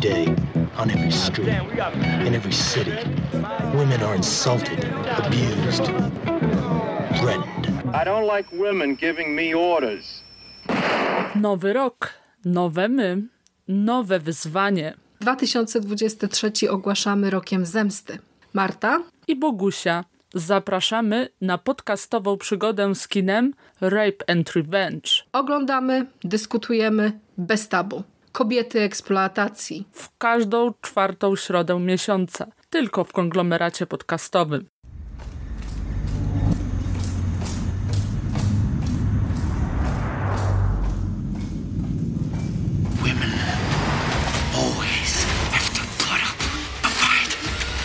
day, on every street, in every city, women are insulted, abused, threatened. I don't like women giving me orders. Nowy rok, nowe my, nowe wyzwanie. 2023 ogłaszamy rokiem zemsty. Marta i Bogusia. Zapraszamy na podcastową przygodę z kinem Rape and Revenge. Oglądamy, dyskutujemy bez tabu. Kobiety eksploatacji. W każdą czwartą środę miesiąca. Tylko w konglomeracie podcastowym. Women always have to put up a fight.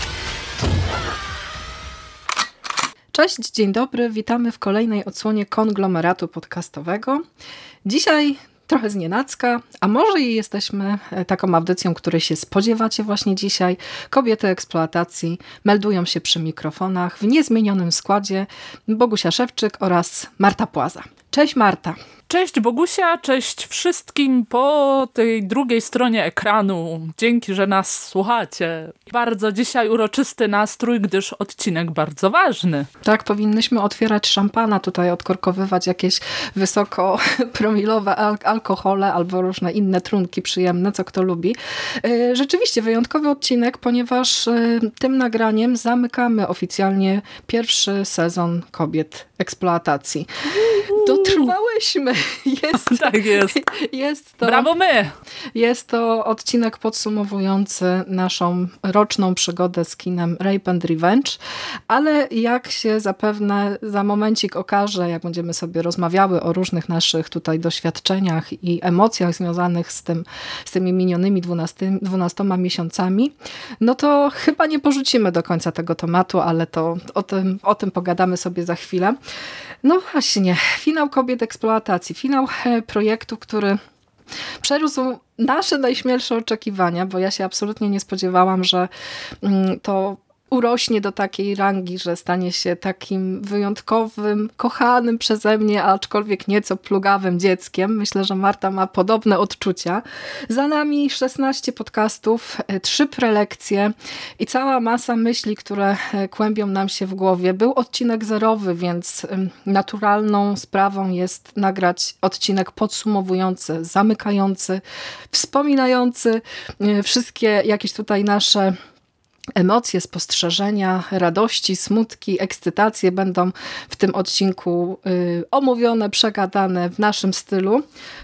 Cześć, dzień dobry, witamy w kolejnej odsłonie konglomeratu podcastowego. Dzisiaj trochę znienacka, a może i jesteśmy taką audycją, której się spodziewacie właśnie dzisiaj. Kobiety eksploatacji meldują się przy mikrofonach w niezmienionym składzie Bogusia Szewczyk oraz Marta Płaza. Cześć Marta. Cześć Bogusia, cześć wszystkim po tej drugiej stronie ekranu. Dzięki, że nas słuchacie. Bardzo dzisiaj uroczysty nastrój, gdyż odcinek bardzo ważny. Tak, powinnyśmy otwierać szampana, tutaj odkorkowywać jakieś wysokopromilowe alkohole albo różne inne trunki przyjemne, co kto lubi. Rzeczywiście wyjątkowy odcinek, ponieważ tym nagraniem zamykamy oficjalnie pierwszy sezon Kobiet eksploatacji. Dotrwałyśmy. Tak jest. Jest to, brawo my! Jest to odcinek podsumowujący naszą roczną przygodę z kinem Rape and Revenge, ale jak się zapewne za momencik okaże, jak będziemy sobie rozmawiały o różnych naszych tutaj doświadczeniach i emocjach związanych z tymi minionymi 12 miesiącami, no to chyba nie porzucimy do końca tego tematu, ale to o tym pogadamy sobie za chwilę. No właśnie, finał Kobiet eksploatacji, finał projektu, który przerósł nasze najśmielsze oczekiwania, bo ja się absolutnie nie spodziewałam, że to urośnie do takiej rangi, że stanie się takim wyjątkowym, kochanym przeze mnie, aczkolwiek nieco plugawym dzieckiem. Myślę, że Marta ma podobne odczucia. Za nami 16 podcastów, 3 prelekcje i cała masa myśli, które kłębią nam się w głowie. Był odcinek zerowy, więc naturalną sprawą jest nagrać odcinek podsumowujący, zamykający, wspominający wszystkie jakieś tutaj nasze emocje, spostrzeżenia, radości, smutki, ekscytacje będą w tym odcinku omówione, przegadane w naszym stylu.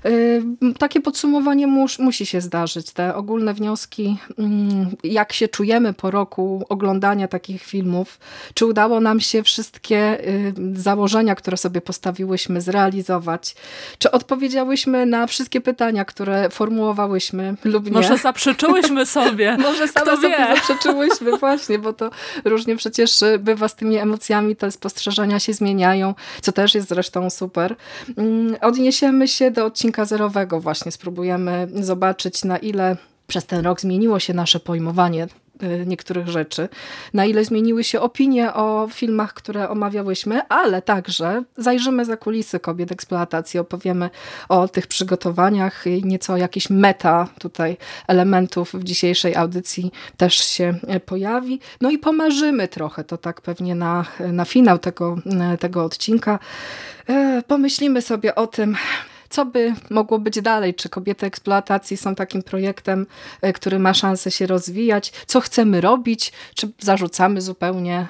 Takie podsumowanie musi się zdarzyć. Te ogólne wnioski, jak się czujemy po roku oglądania takich filmów, czy udało nam się wszystkie założenia, które sobie postawiłyśmy, zrealizować, czy odpowiedziałyśmy na wszystkie pytania, które formułowałyśmy lub nie. Może zaprzeczyłyśmy sobie. Może same sobie zaprzeczyłyśmy. Właśnie, bo to różnie przecież bywa z tymi emocjami, te spostrzeżenia się zmieniają, co też jest zresztą super. Odniesiemy się do odcinka zerowego właśnie, spróbujemy zobaczyć, na ile przez ten rok zmieniło się nasze pojmowanie niektórych rzeczy, na ile zmieniły się opinie o filmach, które omawiałyśmy, ale także zajrzymy za kulisy Kobiet eksploatacji, opowiemy o tych przygotowaniach i nieco jakiś meta tutaj elementów w dzisiejszej audycji też się pojawi. No i pomarzymy trochę, to tak pewnie na finał tego odcinka. Pomyślimy sobie o tym, co by mogło być dalej? Czy Kobiety eksploatacji są takim projektem, który ma szansę się rozwijać? Co chcemy robić? Czy zarzucamy zupełnie?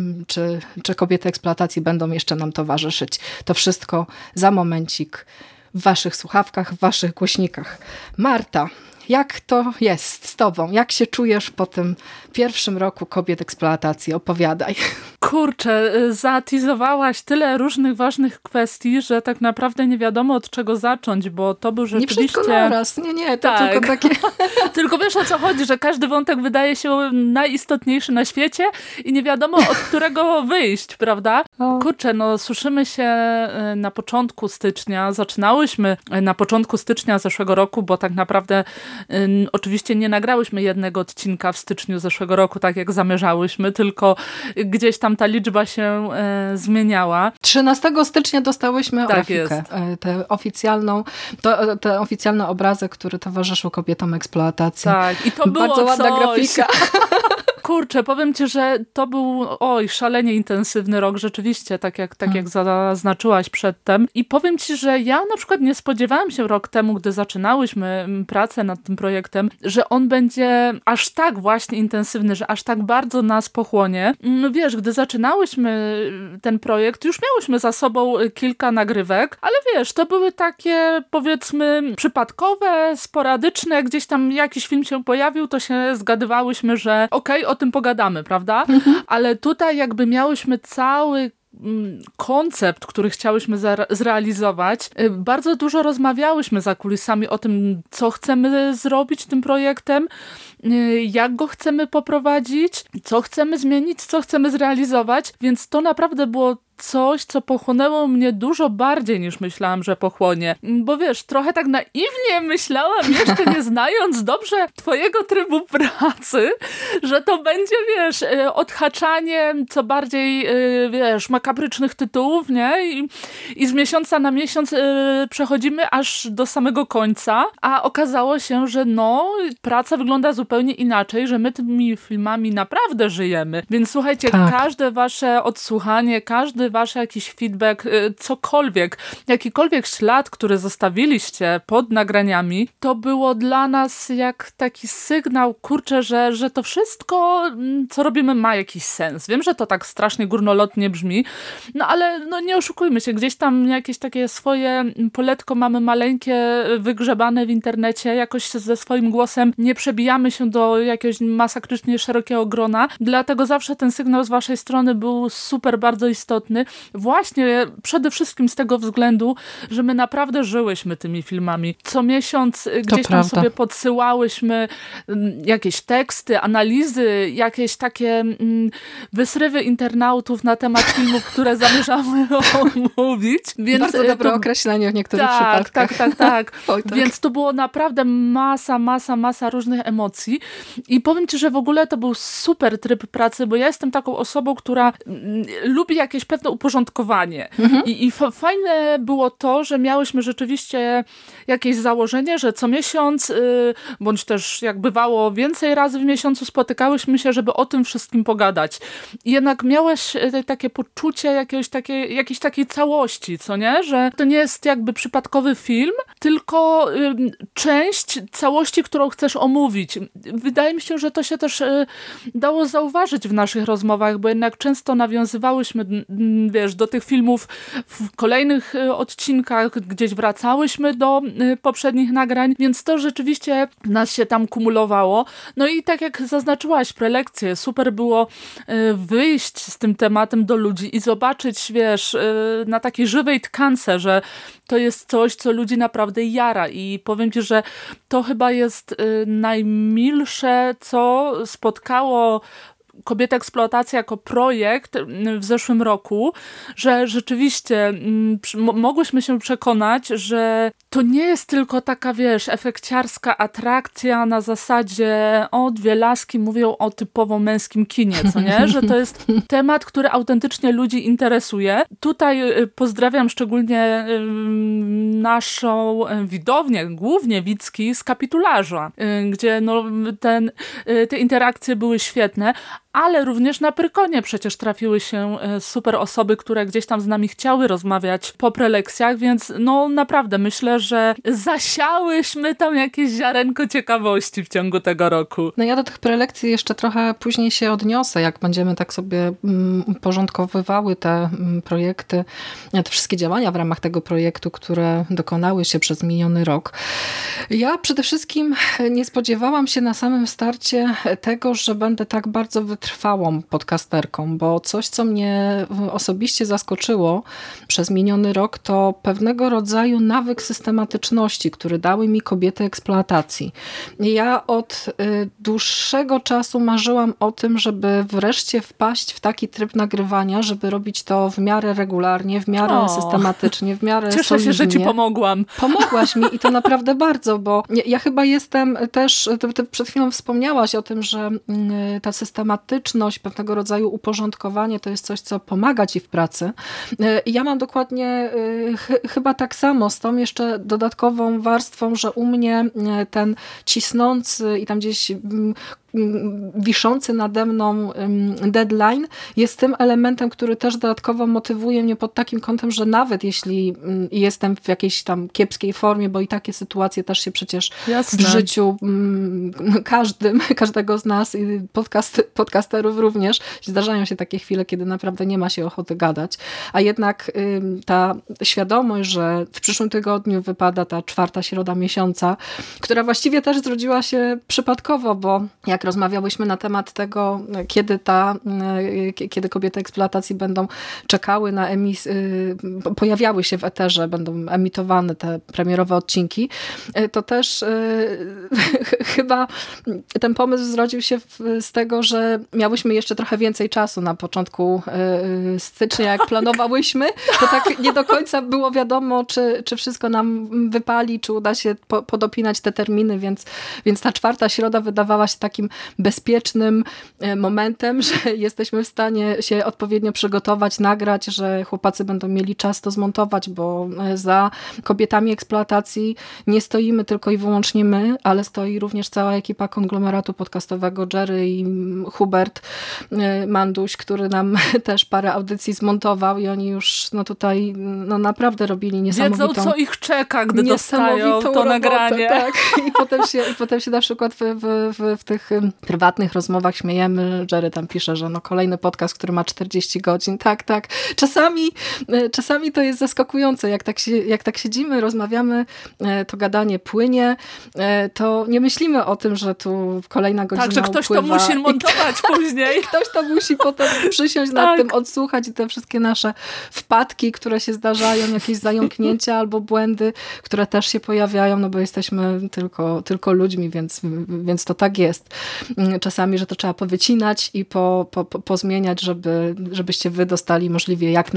Czy Kobiety eksploatacji będą jeszcze nam towarzyszyć? To wszystko za momencik w waszych słuchawkach, w waszych głośnikach. Marta, jak to jest z tobą? Jak się czujesz po tym pierwszym roku Kobiet eksploatacji? Opowiadaj. Kurczę, zaatizowałaś tyle różnych ważnych kwestii, że tak naprawdę nie wiadomo od czego zacząć, bo to był rzeczywiście... Nie wszystko naraz, nie, to tak. Tylko takie... Tylko wiesz o co chodzi, że każdy wątek wydaje się najistotniejszy na świecie i nie wiadomo od którego wyjść, prawda? Kurczę, no słyszymy się na początku stycznia, zaczynałyśmy na początku stycznia zeszłego roku, bo tak naprawdę Oczywiście nie nagrałyśmy jednego odcinka w styczniu zeszłego roku, tak jak zamierzałyśmy, tylko gdzieś tam ta liczba się zmieniała. 13 stycznia dostałyśmy tak grafikę, te oficjalne obrazy, które towarzyszył kobietom eksploatacji. Tak, i to było bardzo ładna grafika. Kurczę, powiem ci, że to był szalenie intensywny rok, rzeczywiście, tak jak zaznaczyłaś przedtem. I powiem ci, że ja na przykład nie spodziewałam się rok temu, gdy zaczynałyśmy pracę nad tym projektem, że on będzie aż tak właśnie intensywny, że aż tak bardzo nas pochłonie. Wiesz, gdy zaczynałyśmy ten projekt, już miałyśmy za sobą kilka nagrywek, ale wiesz, to były takie, powiedzmy, przypadkowe, sporadyczne, gdzieś tam jakiś film się pojawił, to się zgadywałyśmy, że okej, o tym pogadamy, prawda? Ale tutaj jakby miałyśmy cały koncept, który chciałyśmy zrealizować. Bardzo dużo rozmawiałyśmy za kulisami o tym, co chcemy zrobić tym projektem, jak go chcemy poprowadzić, co chcemy zmienić, co chcemy zrealizować, więc to naprawdę było coś, co pochłonęło mnie dużo bardziej niż myślałam, że pochłonie. Bo wiesz, trochę tak naiwnie myślałam, jeszcze nie znając dobrze twojego trybu pracy, że to będzie, wiesz, odhaczanie co bardziej, wiesz, makabrycznych tytułów, nie? I z miesiąca na miesiąc przechodzimy aż do samego końca, a okazało się, że praca wygląda zupełnie inaczej, że my tymi filmami naprawdę żyjemy. Więc słuchajcie, każde wasze odsłuchanie, każdy wasz jakiś feedback, cokolwiek, jakikolwiek ślad, który zostawiliście pod nagraniami, to było dla nas jak taki sygnał, kurczę, że to wszystko, co robimy, ma jakiś sens. Wiem, że to tak strasznie górnolotnie brzmi, ale nie oszukujmy się, gdzieś tam jakieś takie swoje poletko mamy maleńkie, wygrzebane w internecie, jakoś ze swoim głosem nie przebijamy się do jakiegoś masakrycznie szerokiego grona, dlatego zawsze ten sygnał z waszej strony był super, bardzo istotny. Właśnie przede wszystkim z tego względu, że my naprawdę żyłyśmy tymi filmami. Co miesiąc gdzieś tam sobie podsyłałyśmy jakieś teksty, analizy, jakieś takie wysrywy internautów na temat filmów, które zamierzamy omówić. Więc bardzo dobre określenie w niektórych przypadkach. Tak. Więc to było naprawdę masa różnych emocji. I powiem ci, że w ogóle to był super tryb pracy, bo ja jestem taką osobą, która lubi jakieś pewne uporządkowanie. I fajne było to, że miałyśmy rzeczywiście jakieś założenie, że co miesiąc, bądź też jak bywało więcej razy w miesiącu, spotykałyśmy się, żeby o tym wszystkim pogadać. I jednak miałeś takie poczucie jakiejś takiej całości, co nie? Że to nie jest jakby przypadkowy film, tylko część całości, którą chcesz omówić. Wydaje mi się, że to się też dało zauważyć w naszych rozmowach, bo jednak często nawiązywałyśmy, wiesz, do tych filmów w kolejnych odcinkach, gdzieś wracałyśmy do poprzednich nagrań, więc to rzeczywiście nas się tam kumulowało. No i tak jak zaznaczyłaś prelekcję, super było wyjść z tym tematem do ludzi i zobaczyć, wiesz, na takiej żywej tkance, że to jest coś, co ludzi naprawdę jara i powiem ci, że to chyba jest najmilsze, co spotkało Kobieta Eksploatacja jako projekt w zeszłym roku, że rzeczywiście mogłyśmy się przekonać, że to nie jest tylko taka, wiesz, efekciarska atrakcja na zasadzie dwie laski mówią o typowo męskim kinie, co nie? Że to jest temat, który autentycznie ludzi interesuje. Tutaj pozdrawiam szczególnie naszą widownię, głównie Wicki z Kapitularza, gdzie te interakcje były świetne, ale również na Pyrkonie przecież trafiły się super osoby, które gdzieś tam z nami chciały rozmawiać po prelekcjach, więc naprawdę myślę, że zasiałyśmy tam jakieś ziarenko ciekawości w ciągu tego roku. Ja do tych prelekcji jeszcze trochę później się odniosę, jak będziemy tak sobie porządkowywały te projekty, te wszystkie działania w ramach tego projektu, które dokonały się przez miniony rok. Ja przede wszystkim nie spodziewałam się na samym starcie tego, że będę tak bardzo wytrwała wytrwałą podcasterką, bo coś, co mnie osobiście zaskoczyło przez miniony rok, to pewnego rodzaju nawyk systematyczności, który dały mi kobiety eksploatacji. Ja od dłuższego czasu marzyłam o tym, żeby wreszcie wpaść w taki tryb nagrywania, żeby robić to w miarę regularnie, w miarę systematycznie, w miarę Cieszę solidnie. się, że ci pomogłam. Pomogłaś mi i to naprawdę bardzo, bo ja chyba jestem też, ty przed chwilą wspomniałaś o tym, że ta systematyczność, pewnego rodzaju uporządkowanie to jest coś, co pomaga ci w pracy. I ja mam dokładnie chyba tak samo, z tą jeszcze dodatkową warstwą, że u mnie ten cisnący i tam gdzieś wiszący nade mną deadline jest tym elementem, który też dodatkowo motywuje mnie pod takim kątem, że nawet jeśli jestem w jakiejś tam kiepskiej formie, bo i takie sytuacje też się przecież w życiu każdego z nas i podcasterów również zdarzają się takie chwile, kiedy naprawdę nie ma się ochoty gadać, a jednak ta świadomość, że w przyszłym tygodniu wypada ta 4. środa miesiąca, która właściwie też zrodziła się przypadkowo, bo jak rozmawiałyśmy na temat tego, kiedy kobiety eksploatacji będą czekały na pojawiały się w eterze, będą emitowane te premierowe odcinki, to też chyba ten pomysł zrodził się z tego, że miałyśmy jeszcze trochę więcej czasu na początku stycznia, jak planowałyśmy, to tak nie do końca było wiadomo, czy wszystko nam wypali, czy uda się podopinać te terminy, więc ta 4. środa wydawała się takim bezpiecznym momentem, że jesteśmy w stanie się odpowiednio przygotować, nagrać, że chłopacy będą mieli czas to zmontować, bo za kobietami eksploatacji nie stoimy tylko i wyłącznie my, ale stoi również cała ekipa konglomeratu podcastowego, Jerry i Hubert Manduś, który nam też parę audycji zmontował i oni już tutaj naprawdę robili niesamowitą... Wiedzą, co ich czeka, gdy dostają to robotę, nagranie. Tak. I potem się na przykład w tych prywatnych rozmowach śmiejemy. Jerry tam pisze, że kolejny podcast, który ma 40 godzin. Tak. Czasami to jest zaskakujące. Jak tak siedzimy, rozmawiamy, to gadanie płynie, to nie myślimy o tym, że tu kolejna godzina tak, że ktoś upływa. to musi montować później. Ktoś to musi potem przysiąść nad tym, odsłuchać i te wszystkie nasze wpadki, które się zdarzają, jakieś zająknięcia albo błędy, które też się pojawiają, bo jesteśmy tylko ludźmi, więc to tak jest. Czasami, że to trzeba powycinać i pozmieniać, żebyście wy dostali możliwie jak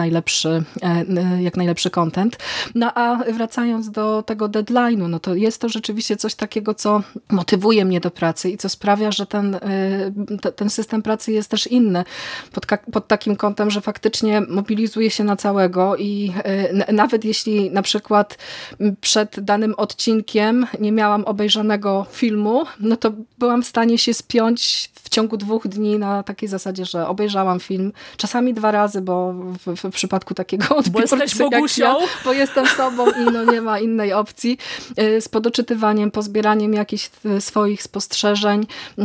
najlepszy content. No a wracając do tego deadline'u, to jest to rzeczywiście coś takiego, co motywuje mnie do pracy i co sprawia, że ten system pracy jest też inny. Pod takim kątem, że faktycznie mobilizuje się na całego i nawet jeśli na przykład przed danym odcinkiem nie miałam obejrzanego filmu, to byłam w stanie się spiąć w ciągu 2 dni na takiej zasadzie, że obejrzałam film, czasami 2 razy, bo w przypadku takiego odbiorcy jak ja, bo jestem sobą i nie ma innej opcji, z podoczytywaniem, pozbieraniem jakichś swoich spostrzeżeń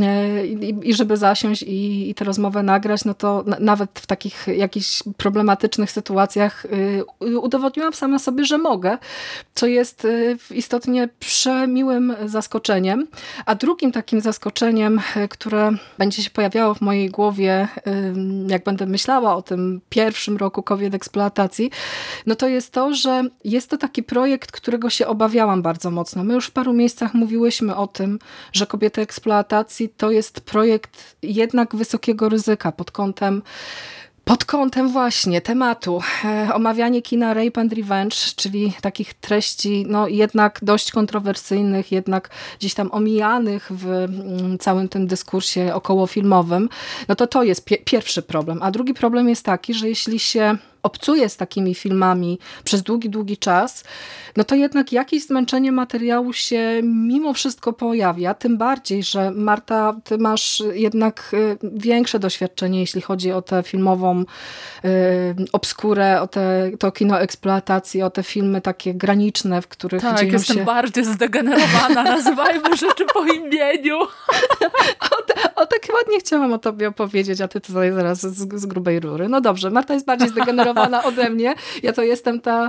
i żeby zasiąść i tę rozmowę nagrać, to nawet w takich jakichś problematycznych sytuacjach udowodniłam sama sobie, że mogę, co jest istotnie przemiłym zaskoczeniem. A drugim takim zaskoczeniem, które będzie się pojawiało w mojej głowie, jak będę myślała o tym pierwszym roku kobiet eksploatacji, to jest to, że jest to taki projekt, którego się obawiałam bardzo mocno. My już w paru miejscach mówiłyśmy o tym, że kobiety eksploatacji to jest projekt jednak wysokiego ryzyka pod kątem właśnie tematu. Omawianie kina Rape and Revenge, czyli takich treści jednak dość kontrowersyjnych, jednak gdzieś tam omijanych w całym tym dyskursie okołofilmowym, to jest pierwszy problem. A drugi problem jest taki, że jeśli się obcuje z takimi filmami przez długi czas, to jednak jakieś zmęczenie materiału się mimo wszystko pojawia. Tym bardziej, że Marta, ty masz jednak większe doświadczenie, jeśli chodzi o tę filmową obskurę, o to kino eksploatacji, o te filmy takie graniczne, w których dzieją się... Tak, jestem bardziej zdegenerowana, nazywajmy rzeczy po imieniu. O te Dokładnie chciałam o tobie opowiedzieć, a ty tutaj zaraz z grubej rury. No dobrze, Marta jest bardziej zdegenerowana ode mnie. Ja to jestem ta,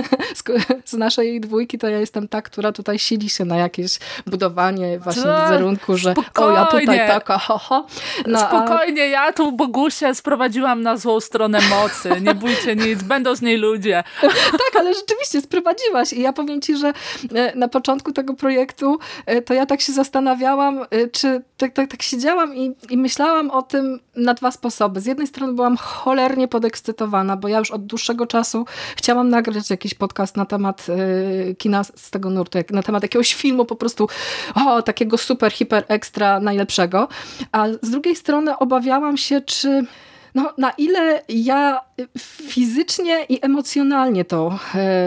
z naszej dwójki to ja jestem ta, która tutaj sili się na jakieś budowanie właśnie wizerunku, że spokojnie. Ja tutaj taka, ho. No, spokojnie, ja tu Bogusię sprowadziłam na złą stronę mocy. Nie bójcie nic, będą z niej ludzie. Tak, ale rzeczywiście sprowadziłaś i ja powiem ci, że na początku tego projektu to ja tak się zastanawiałam, czy tak siedziałam i myślałam o tym na dwa sposoby. Z jednej strony byłam cholernie podekscytowana, bo ja już od dłuższego czasu chciałam nagrać jakiś podcast na temat kina z tego nurtu, na temat jakiegoś filmu po prostu takiego super, hiper, ekstra, najlepszego. A z drugiej strony obawiałam się, czy na ile ja fizycznie i emocjonalnie to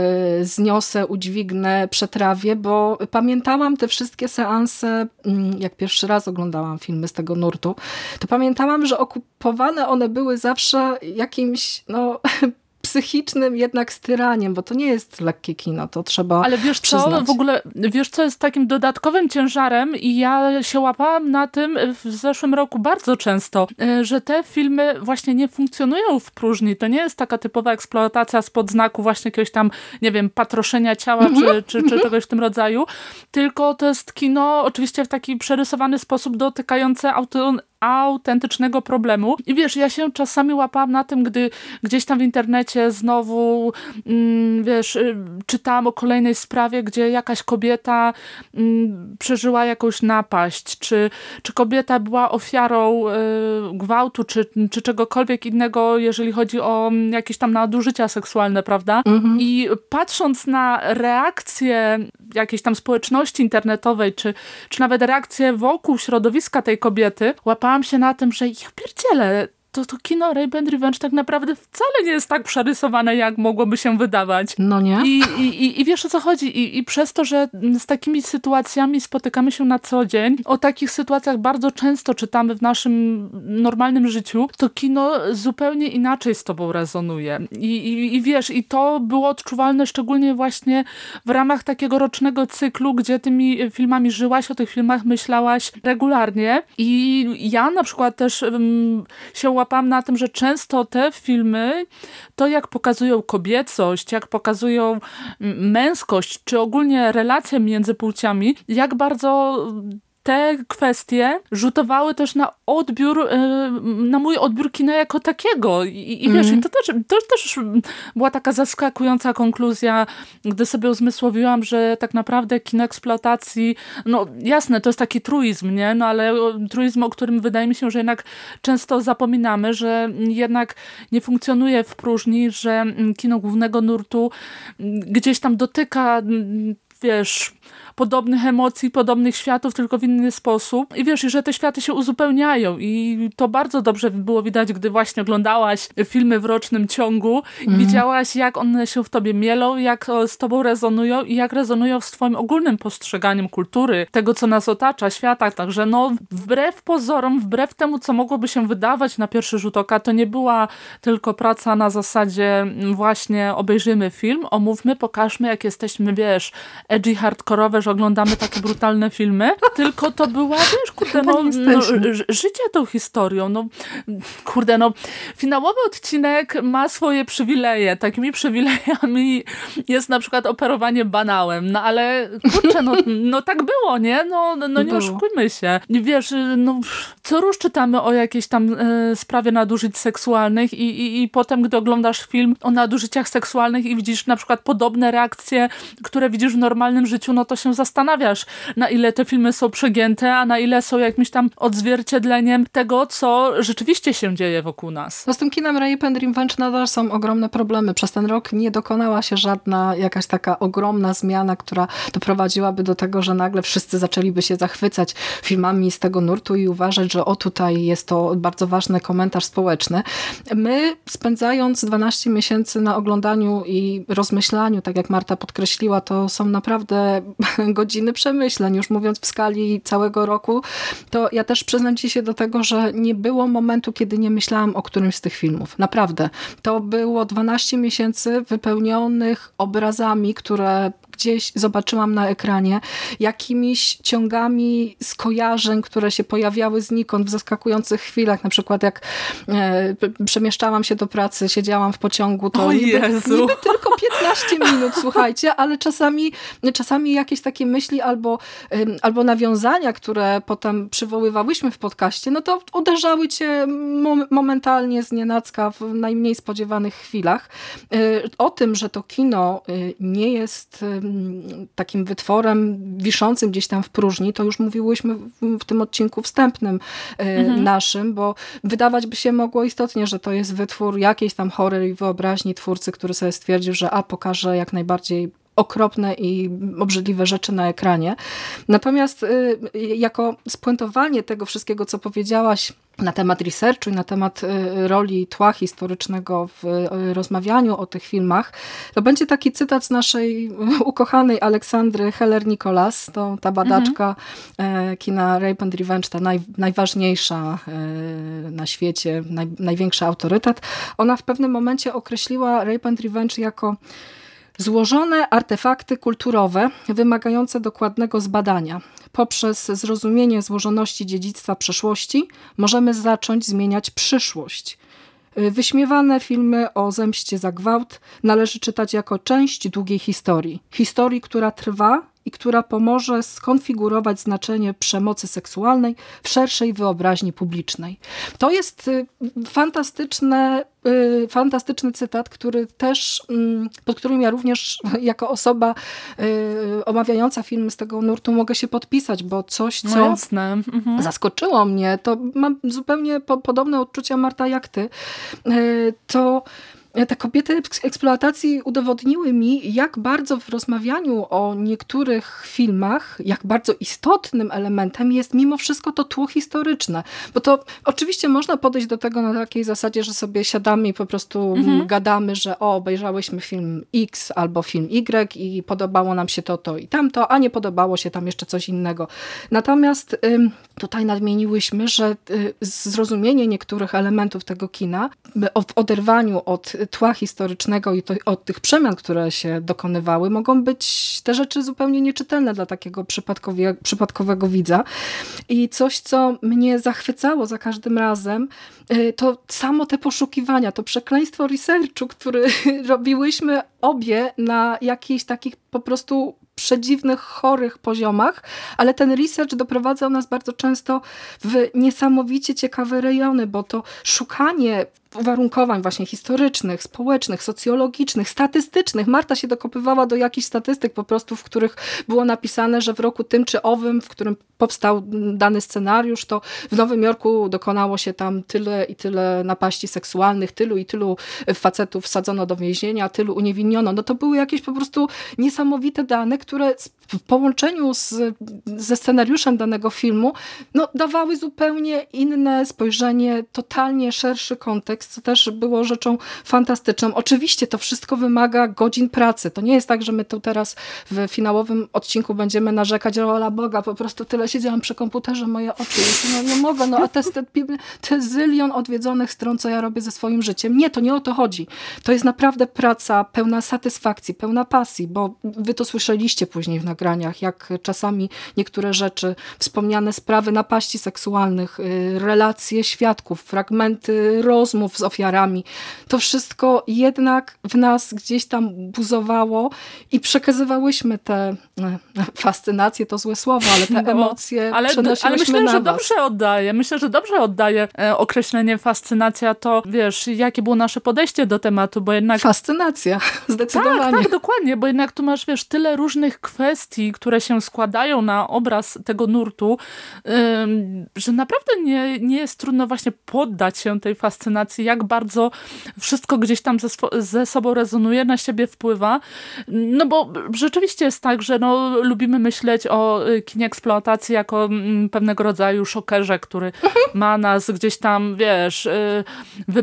zniosę, udźwignę, przetrawię, bo pamiętałam te wszystkie seanse, jak pierwszy raz oglądałam filmy z tego nurtu, to pamiętałam, że okupowane one były zawsze jakimś, psychicznym jednak styraniem, bo to nie jest lekkie kino, to trzeba Ale wiesz przyznać. co, w ogóle, wiesz co jest takim dodatkowym ciężarem i ja się łapałam na tym w zeszłym roku bardzo często, że te filmy właśnie nie funkcjonują w próżni. To nie jest taka typowa eksploatacja spod znaku właśnie jakiegoś tam, nie wiem, patroszenia ciała czy czegoś w tym rodzaju, tylko to jest kino oczywiście w taki przerysowany sposób dotykające autentycznego problemu. I wiesz, ja się czasami łapałam na tym, gdy gdzieś tam w internecie znowu, wiesz, czytałam o kolejnej sprawie, gdzie jakaś kobieta przeżyła jakąś napaść, czy kobieta była ofiarą gwałtu, czy czegokolwiek innego, jeżeli chodzi o jakieś tam nadużycia seksualne, prawda? I patrząc na reakcje jakiejś tam społeczności internetowej, czy nawet reakcje wokół środowiska tej kobiety, łapałam się na tym, że ja pierdzielę, to kino Rape and Revenge tak naprawdę wcale nie jest tak przerysowane, jak mogłoby się wydawać. No nie? I wiesz, o co chodzi. I przez to, że z takimi sytuacjami spotykamy się na co dzień, o takich sytuacjach bardzo często czytamy w naszym normalnym życiu, to kino zupełnie inaczej z tobą rezonuje. I wiesz, i to było odczuwalne szczególnie właśnie w ramach takiego rocznego cyklu, gdzie tymi filmami żyłaś, o tych filmach myślałaś regularnie. I ja na przykład też się łapałam na tym, że często te filmy, to jak pokazują kobiecość, jak pokazują męskość, czy ogólnie relacje między płciami, jak bardzo te kwestie rzutowały też na odbiór, na mój odbiór kina jako takiego. I wiesz, i to też była taka zaskakująca konkluzja, gdy sobie uzmysłowiłam, że tak naprawdę kino eksploatacji, no jasne, to jest taki truizm, nie? No ale truizm, o którym wydaje mi się, że jednak często zapominamy, że jednak nie funkcjonuje w próżni, że kino głównego nurtu gdzieś tam dotyka, wiesz, podobnych emocji, podobnych światów, tylko w inny sposób. I wiesz, że te światy się uzupełniają i to bardzo dobrze było widać, gdy właśnie oglądałaś filmy w rocznym ciągu i widziałaś, jak one się w tobie mielą, jak z tobą rezonują i jak rezonują z twoim ogólnym postrzeganiem kultury, tego, co nas otacza, świata. Także no, wbrew pozorom, wbrew temu, co mogłoby się wydawać na pierwszy rzut oka, to nie była tylko praca na zasadzie właśnie obejrzymy film, omówmy, pokażmy, jak jesteśmy, wiesz, edgy, hardkorowe, że oglądamy takie brutalne filmy, tylko to była, wiesz, kurde, życie tą historią, finałowy odcinek ma swoje przywileje. Takimi przywilejami jest na przykład operowanie banałem, no ale kurczę, no tak było, nie? Nie oszukujmy się. Wiesz, co róż czytamy o jakiejś tam sprawie nadużyć seksualnych i potem, gdy oglądasz film o nadużyciach seksualnych i widzisz na przykład podobne reakcje, które widzisz w normalnym życiu, no to się zastanawiasz, na ile te filmy są przegięte, a na ile są jakimś tam odzwierciedleniem tego, co rzeczywiście się dzieje wokół nas. No z tym kinem Rape and Revenge nadal są ogromne problemy. Przez ten rok nie dokonała się żadna jakaś taka ogromna zmiana, która doprowadziłaby do tego, że nagle wszyscy zaczęliby się zachwycać filmami z tego nurtu i uważać, że tutaj jest to bardzo ważny komentarz społeczny. My, spędzając 12 miesięcy na oglądaniu i rozmyślaniu, tak jak Marta podkreśliła, to są naprawdę godziny przemyśleń, już mówiąc w skali całego roku, to ja też przyznam ci się do tego, że nie było momentu, kiedy nie myślałam o którymś z tych filmów. Naprawdę. To było 12 miesięcy wypełnionych obrazami, które gdzieś zobaczyłam na ekranie, jakimiś ciągami skojarzeń, które się pojawiały znikąd w zaskakujących chwilach. Na przykład jak przemieszczałam się do pracy, siedziałam w pociągu, to niby tylko 15 minut, słuchajcie, ale czasami jakieś takie myśli albo nawiązania, które potem przywoływałyśmy w podcaście, no to uderzały cię momentalnie znienacka w najmniej spodziewanych chwilach. O tym, że to kino nie jest takim wytworem wiszącym gdzieś tam w próżni, to już mówiłyśmy w tym odcinku wstępnym naszym, bo wydawać by się mogło istotnie, że to jest wytwór jakiejś tam chorej wyobraźni twórcy, który sobie stwierdził, że pokaże jak najbardziej okropne i obrzydliwe rzeczy na ekranie. Natomiast jako spuentowanie tego wszystkiego, co powiedziałaś na temat researchu i na temat roli tła historycznego w rozmawianiu o tych filmach, to będzie taki cytat z naszej ukochanej Aleksandry Heller-Nicholas, to ta badaczka kina Rape and Revenge, ta najważniejsza na świecie, największy autorytet. Ona w pewnym momencie określiła Rape and Revenge jako złożone artefakty kulturowe wymagające dokładnego zbadania. Poprzez zrozumienie złożoności dziedzictwa przeszłości możemy zacząć zmieniać przyszłość. Wyśmiewane filmy o zemście za gwałt należy czytać jako część długiej historii. Historii, która trwa i która pomoże skonfigurować znaczenie przemocy seksualnej w szerszej wyobraźni publicznej. To jest fantastyczny cytat, który też, pod którym ja również jako osoba omawiająca filmy z tego nurtu mogę się podpisać, bo coś, co zaskoczyło mnie, to mam zupełnie podobne odczucia, Marta, jak ty, to te kobiety eksploatacji udowodniły mi, jak bardzo w rozmawianiu o niektórych filmach, jak bardzo istotnym elementem jest mimo wszystko to tło historyczne. Bo to oczywiście można podejść do tego na takiej zasadzie, że sobie siadamy i po prostu gadamy, że obejrzałyśmy film X albo film Y i podobało nam się to i tamto, a nie podobało się tam jeszcze coś innego. Natomiast tutaj nadmieniłyśmy, że zrozumienie niektórych elementów tego kina w oderwaniu od tła historycznego i od tych przemian, które się dokonywały, mogą być te rzeczy zupełnie nieczytelne dla takiego przypadkowego widza. I coś, co mnie zachwycało za każdym razem, to samo te poszukiwania, to przekleństwo researchu, który robiłyśmy obie na jakichś takich po prostu przedziwnych, chorych poziomach, ale ten research doprowadzał nas bardzo często w niesamowicie ciekawe rejony, bo to szukanie uwarunkowań właśnie historycznych, społecznych, socjologicznych, statystycznych. Marta się dokopywała do jakichś statystyk po prostu, w których było napisane, że w roku tym czy owym, w którym powstał dany scenariusz, to w Nowym Jorku dokonało się tam tyle i tyle napaści seksualnych, tylu i tylu facetów wsadzono do więzienia, tylu uniewinniono. No to były jakieś po prostu niesamowite dane, które w połączeniu ze scenariuszem danego filmu dawały zupełnie inne spojrzenie, totalnie szerszy kontekst, co też było rzeczą fantastyczną. Oczywiście to wszystko wymaga godzin pracy. To nie jest tak, że my tu teraz w finałowym odcinku będziemy narzekać, ola Boga, po prostu tyle siedziałam przy komputerze, moje oczy, nie mogę, a te zylion odwiedzonych stron, co ja robię ze swoim życiem. Nie, to nie o to chodzi. To jest naprawdę praca pełna satysfakcji, pełna pasji, bo wy to słyszeliście później w nagraniach, jak czasami niektóre rzeczy, wspomniane sprawy napaści seksualnych, relacje świadków, fragmenty rozmów z ofiarami, to wszystko jednak w nas gdzieś tam buzowało i przekazywałyśmy te fascynacje, to złe słowo, ale te emocje przenosiłyśmy ale myślę, na że was. Myślę, że dobrze oddaje określenie fascynacja, to wiesz, jakie było nasze podejście do tematu, bo jednak... Fascynacja, zdecydowanie. Tak, dokładnie, bo jednak tu masz, wiesz, tyle różnych kwestii, które się składają na obraz tego nurtu, że naprawdę nie jest trudno właśnie poddać się tej fascynacji, jak bardzo wszystko gdzieś tam ze sobą rezonuje, na siebie wpływa. No bo rzeczywiście jest tak, że lubimy myśleć o kinie eksploatacji jako pewnego rodzaju szokerze, który ma nas gdzieś tam, wiesz,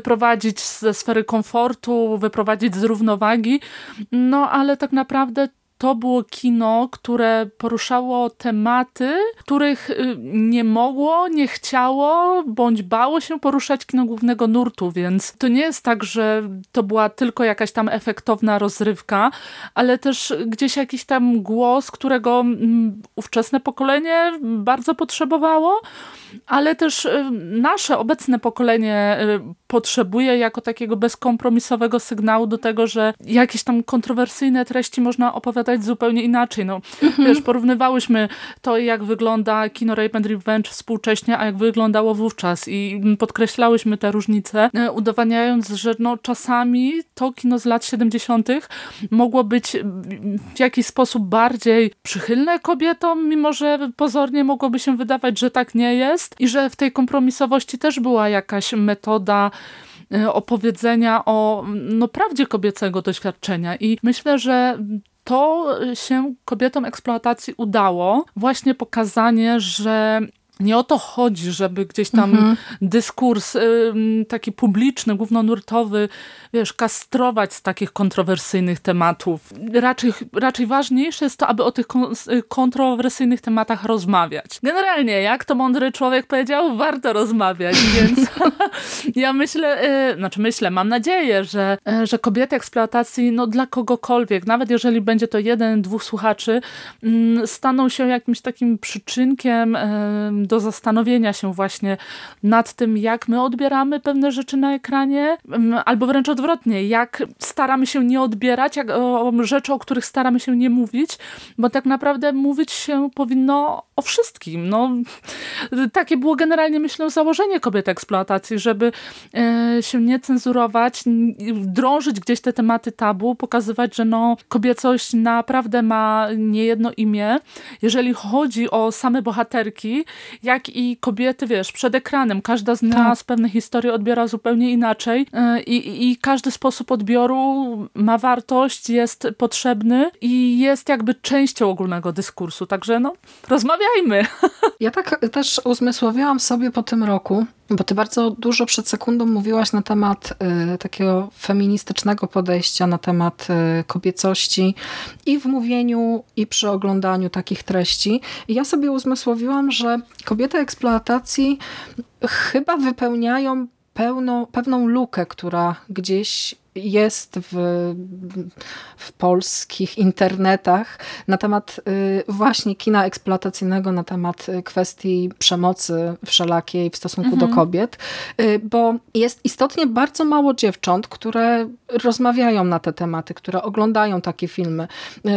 wyprowadzić ze sfery komfortu, wyprowadzić z równowagi, ale tak naprawdę to było kino, które poruszało tematy, których nie mogło, nie chciało, bądź bało się poruszać kino głównego nurtu, więc to nie jest tak, że to była tylko jakaś tam efektowna rozrywka, ale też gdzieś jakiś tam głos, którego ówczesne pokolenie bardzo potrzebowało, ale też nasze obecne pokolenie potrzebuje jako takiego bezkompromisowego sygnału do tego, że jakieś tam kontrowersyjne treści można opowiadać zupełnie inaczej. No, wiesz, porównywałyśmy to, jak wygląda kino Rape and Revenge współcześnie, a jak wyglądało wówczas i podkreślałyśmy te różnice, udowadniając, że no, czasami to kino z lat 70. mogło być w jakiś sposób bardziej przychylne kobietom, mimo że pozornie mogłoby się wydawać, że tak nie jest i że w tej kompromisowości też była jakaś metoda opowiedzenia o prawdzie kobiecego doświadczenia. I myślę, że to się kobietom eksploatacji udało. Właśnie pokazanie, że nie o to chodzi, żeby gdzieś tam dyskurs taki publiczny, głównonurtowy, wiesz, kastrować z takich kontrowersyjnych tematów. Raczej ważniejsze jest to, aby o tych kontrowersyjnych tematach rozmawiać. Generalnie, jak to mądry człowiek powiedział, warto rozmawiać, więc ja mam nadzieję, że kobiety eksploatacji, no dla kogokolwiek, nawet jeżeli będzie to 1-2 słuchaczy, staną się jakimś takim przyczynkiem do zastanowienia się właśnie nad tym, jak my odbieramy pewne rzeczy na ekranie, albo wręcz odwrotnie, jak staramy się nie odbierać, o rzeczy, o których staramy się nie mówić, bo tak naprawdę mówić się powinno o wszystkim. No, takie było generalnie, myślę, założenie kobiety eksploatacji, żeby się nie cenzurować, drążyć gdzieś te tematy tabu, pokazywać, że no, kobiecość naprawdę ma niejedno imię. Jeżeli chodzi o same bohaterki, jak i kobiety, wiesz, przed ekranem. Każda z nas pewne historie odbiera zupełnie inaczej i każdy sposób odbioru ma wartość, jest potrzebny i jest jakby częścią ogólnego dyskursu. Także no, rozmawiajmy. Ja tak też uzmysłowiłam sobie po tym roku, bo ty bardzo dużo przed sekundą mówiłaś na temat takiego feministycznego podejścia, na temat kobiecości i w mówieniu, i przy oglądaniu takich treści. I ja sobie uzmysłowiłam, że kobiety eksploatacji chyba wypełniają pewną lukę, która gdzieś jest w polskich internetach na temat właśnie kina eksploatacyjnego, na temat kwestii przemocy wszelakiej w stosunku do kobiet, bo jest istotnie bardzo mało dziewcząt, które rozmawiają na te tematy, które oglądają takie filmy.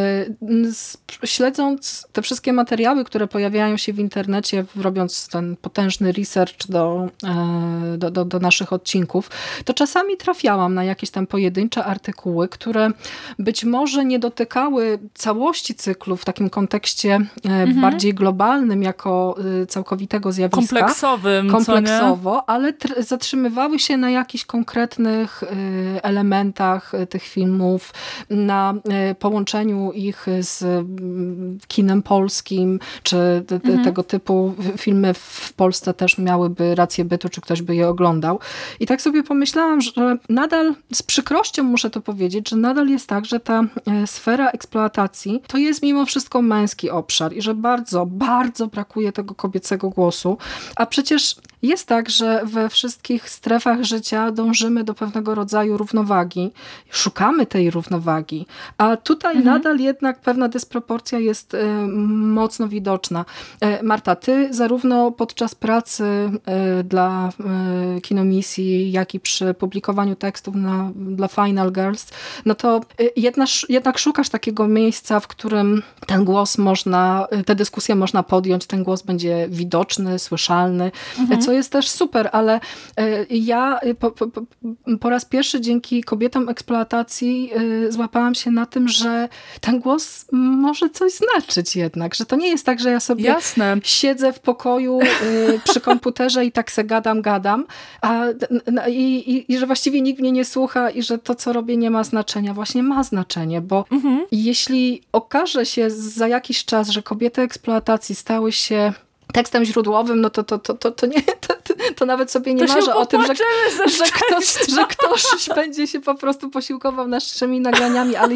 Śledząc te wszystkie materiały, które pojawiają się w internecie, robiąc ten potężny research do naszych odcinków, to czasami trafiałam na jakieś tam pojedyncze artykuły, które być może nie dotykały całości cyklu w takim kontekście bardziej globalnym, jako całkowitego zjawiska. Kompleksowo, ale zatrzymywały się na jakichś konkretnych elementach tych filmów, na połączeniu ich z kinem polskim, czy tego typu filmy w Polsce też miałyby rację bytu, czy ktoś by je oglądał. I tak sobie pomyślałam, że nadal z przykrością muszę to powiedzieć, że nadal jest tak, że ta sfera eksploatacji to jest mimo wszystko męski obszar i że bardzo, bardzo brakuje tego kobiecego głosu. A przecież jest tak, że we wszystkich strefach życia dążymy do pewnego rodzaju równowagi. Szukamy tej równowagi. A tutaj nadal jednak pewna dysproporcja jest mocno widoczna. Marta, ty zarówno podczas pracy dla Kinomisji, jak i przy publikowaniu tekstów dla Final Girls, no to jednak szukasz takiego miejsca, w którym ten głos tę dyskusję można podjąć, ten głos będzie widoczny, słyszalny, co jest też super, ale ja po raz pierwszy dzięki kobietom eksploatacji złapałam się na tym, że ten głos może coś znaczyć jednak, że to nie jest tak, że ja sobie siedzę w pokoju przy komputerze i tak se gadam, i że właściwie nikt mnie nie słucha i że to, co robię, nie ma znaczenia. Właśnie ma znaczenie, bo jeśli okaże się za jakiś czas, że kobiety eksploatacji stały się tekstem źródłowym, no to to nawet sobie nie marzę o tym, że ktoś będzie się po prostu posiłkował naszymi nagraniami, ale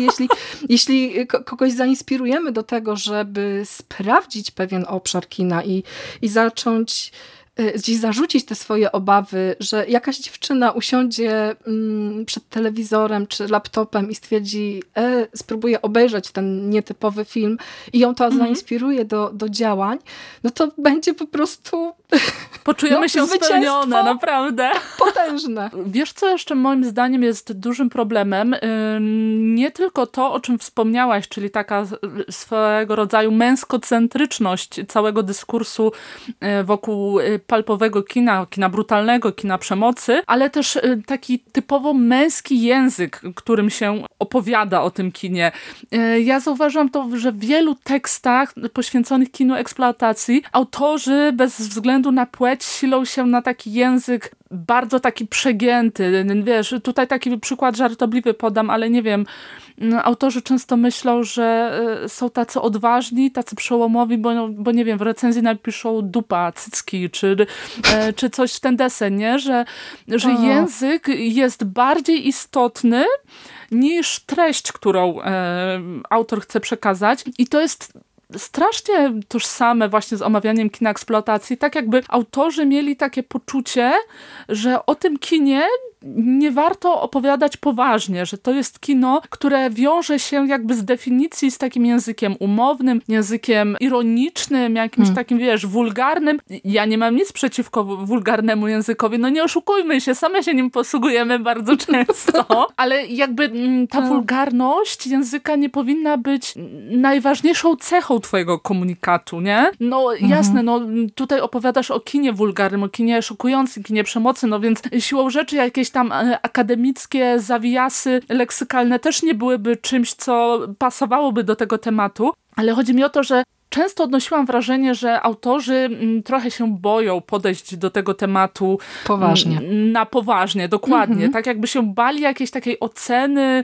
jeśli kogoś zainspirujemy do tego, żeby sprawdzić pewien obszar kina i zacząć gdzieś zarzucić te swoje obawy, że jakaś dziewczyna usiądzie przed telewizorem czy laptopem i stwierdzi, spróbuje obejrzeć ten nietypowy film i ją to zainspiruje do działań, no to będzie po prostu poczujemy się spełnione, naprawdę. Potężne. Wiesz, co jeszcze moim zdaniem jest dużym problemem? Nie tylko to, o czym wspomniałaś, czyli taka swego rodzaju męskocentryczność całego dyskursu wokół palpowego kina brutalnego, kina przemocy, ale też taki typowo męski język, którym się opowiada o tym kinie. Ja zauważyłam to, że w wielu tekstach poświęconych kinu eksploatacji autorzy bez względu na płeć silą się na taki język bardzo taki przegięty. Wiesz, tutaj taki przykład żartobliwy podam, ale nie wiem, autorzy często myślą, że są tacy odważni, tacy przełomowi, bo nie wiem, w recenzji napiszą dupa, cycki, czy coś w ten deseń, nie? Że język jest bardziej istotny niż treść, którą autor chce przekazać. I to jest strasznie tożsame właśnie z omawianiem kina eksploatacji, tak jakby autorzy mieli takie poczucie, że o tym kinie nie warto opowiadać poważnie, że to jest kino, które wiąże się jakby z definicji z takim językiem umownym, językiem ironicznym, jakimś takim, wiesz, wulgarnym. Ja nie mam nic przeciwko wulgarnemu językowi, no nie oszukujmy się, same się nim posługujemy bardzo często, ale jakby ta wulgarność języka nie powinna być najważniejszą cechą twojego komunikatu, nie? No jasne, no tutaj opowiadasz o kinie wulgarnym, o kinie szokującym, kinie przemocy, no więc siłą rzeczy jakieś tam akademickie zawijasy leksykalne też nie byłyby czymś, co pasowałoby do tego tematu, ale chodzi mi o to, że często odnosiłam wrażenie, że autorzy trochę się boją podejść do tego tematu poważnie. Na poważnie, dokładnie. Tak jakby się bali jakiejś takiej oceny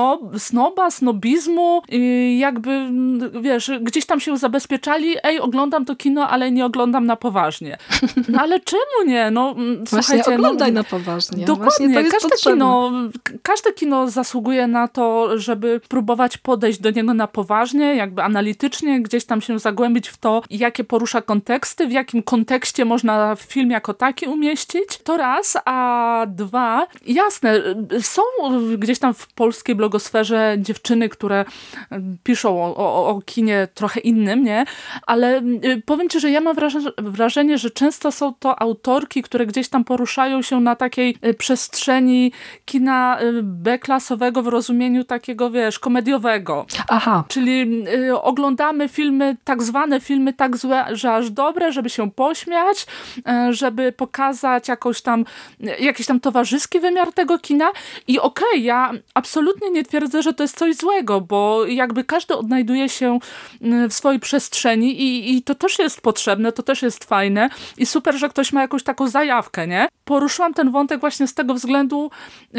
snobizmu i jakby, wiesz, gdzieś tam się zabezpieczali, oglądam to kino, ale nie oglądam na poważnie. No ale czemu nie? No słuchajcie, oglądaj na poważnie. Dokładnie, to jest każde kino zasługuje na to, żeby próbować podejść do niego na poważnie, jakby analitycznie, gdzieś tam się zagłębić w to, jakie porusza konteksty, w jakim kontekście można film jako taki umieścić. To raz, a dwa, jasne, są gdzieś tam w polskiej blogosferze dziewczyny, które piszą o kinie trochę innym, nie? Ale powiem ci, że ja mam wrażenie, że często są to autorki, które gdzieś tam poruszają się na takiej przestrzeni kina B-klasowego w rozumieniu takiego, wiesz, komediowego. Aha. Czyli oglądamy filmy, tak zwane filmy tak złe, że aż dobre, żeby się pośmiać, żeby pokazać jakiś tam towarzyski wymiar tego kina i okej, ja absolutnie nie twierdzę, że to jest coś złego, bo jakby każdy odnajduje się w swojej przestrzeni i to też jest potrzebne, to też jest fajne i super, że ktoś ma jakąś taką zajawkę, nie? Poruszyłam ten wątek właśnie z tego względu,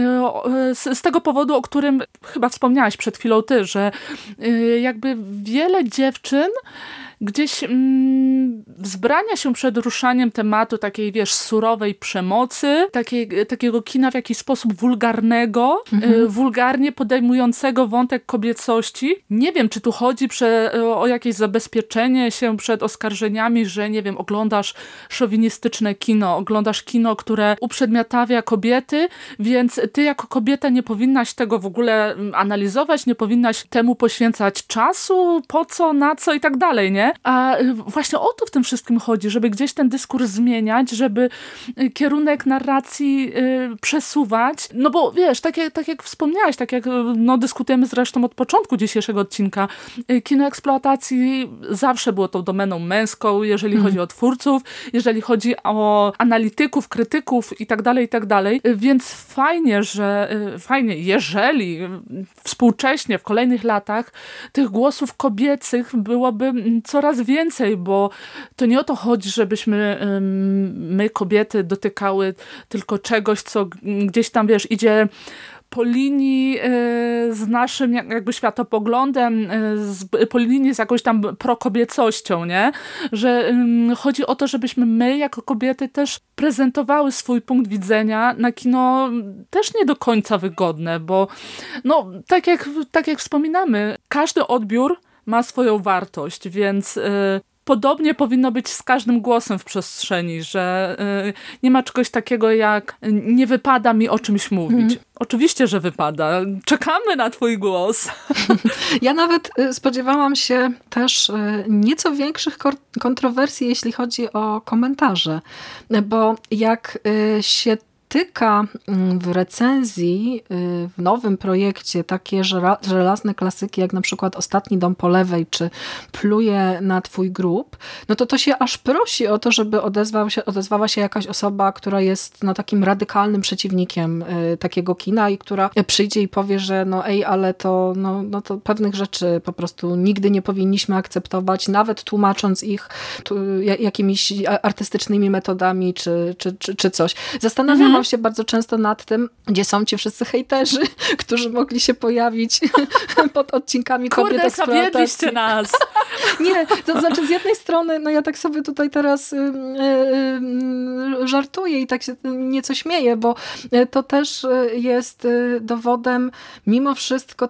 z tego powodu, o którym chyba wspomniałaś przed chwilą ty, że jakby wiele dziewczyn gdzieś wzbrania się przed ruszaniem tematu takiej, wiesz, surowej przemocy, takiego kina w jakiś sposób wulgarnego, wulgarnie podejmującego wątek kobiecości. Nie wiem, czy tu chodzi o jakieś zabezpieczenie się przed oskarżeniami, że, nie wiem, oglądasz szowinistyczne kino, oglądasz kino, które uprzedmiotawia kobiety, więc ty jako kobieta nie powinnaś tego w ogóle analizować, nie powinnaś temu poświęcać czasu, po co, na co i tak dalej, nie? A właśnie o to w tym wszystkim chodzi, żeby gdzieś ten dyskurs zmieniać, żeby kierunek narracji przesuwać. No bo wiesz, tak jak wspomniałaś, tak jak dyskutujemy zresztą od początku dzisiejszego odcinka, kino eksploatacji zawsze było tą domeną męską, jeżeli chodzi o twórców, jeżeli chodzi o analityków, krytyków i tak dalej, więc fajnie, jeżeli współcześnie w kolejnych latach tych głosów kobiecych byłoby coraz coraz więcej, bo to nie o to chodzi, żebyśmy my, kobiety, dotykały tylko czegoś, co gdzieś tam, wiesz, idzie po linii z naszym jakby światopoglądem, po linii z jakąś tam prokobiecością, nie? Że chodzi o to, żebyśmy my jako kobiety też prezentowały swój punkt widzenia na kino też nie do końca wygodne, bo no, tak jak wspominamy, każdy odbiór ma swoją wartość, więc podobnie powinno być z każdym głosem w przestrzeni, że nie ma czegoś takiego jak nie wypada mi o czymś mówić. Oczywiście, że wypada. Czekamy na twój głos. Ja nawet spodziewałam się też nieco większych kontrowersji, jeśli chodzi o komentarze, bo jak się tyka w recenzji w nowym projekcie takie żelazne klasyki, jak na przykład Ostatni dom po lewej, czy Pluje na twój grób, no to się aż prosi o to, żeby odezwała się jakaś osoba, która jest takim radykalnym przeciwnikiem takiego kina i która przyjdzie i powie, że ale to, to pewnych rzeczy po prostu nigdy nie powinniśmy akceptować, nawet tłumacząc ich jakimiś artystycznymi metodami, czy coś. Zastanawiałam się bardzo często nad tym, gdzie są ci wszyscy hejterzy, którzy mogli się pojawić pod odcinkami Kobiet eksploatacji. Zawiedliście nas! Nie, to znaczy z jednej strony, ja tak sobie tutaj teraz żartuję i tak się nieco śmieję, bo to też jest dowodem mimo wszystko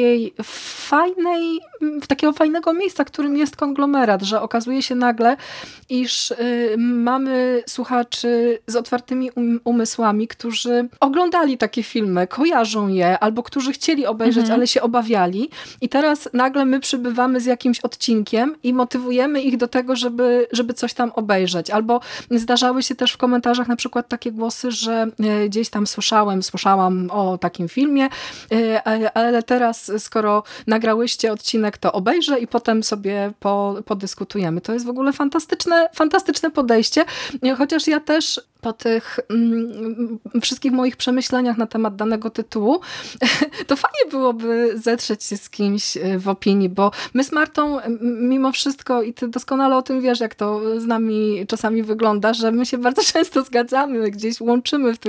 takiego fajnego miejsca, którym jest konglomerat, że okazuje się nagle, iż mamy słuchaczy z otwartymi umysłami, którzy oglądali takie filmy, kojarzą je, albo którzy chcieli obejrzeć, ale się obawiali i teraz nagle my przybywamy z jakimś odcinkiem i motywujemy ich do tego, żeby coś tam obejrzeć. Albo zdarzały się też w komentarzach na przykład takie głosy, że gdzieś tam słyszałam o takim filmie, ale teraz skoro nagrałyście odcinek, to obejrzę i potem sobie podyskutujemy. To jest w ogóle fantastyczne podejście, chociaż ja też po tych wszystkich moich przemyśleniach na temat danego tytułu, to fajnie byłoby zetrzeć się z kimś w opinii, bo my z Martą mimo wszystko, i ty doskonale o tym wiesz, jak to z nami czasami wygląda, że my się bardzo często zgadzamy, gdzieś łączymy w tych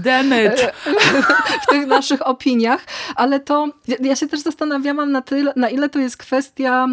naszych opiniach, ale to ja się też zastanawiałam na ile to jest kwestia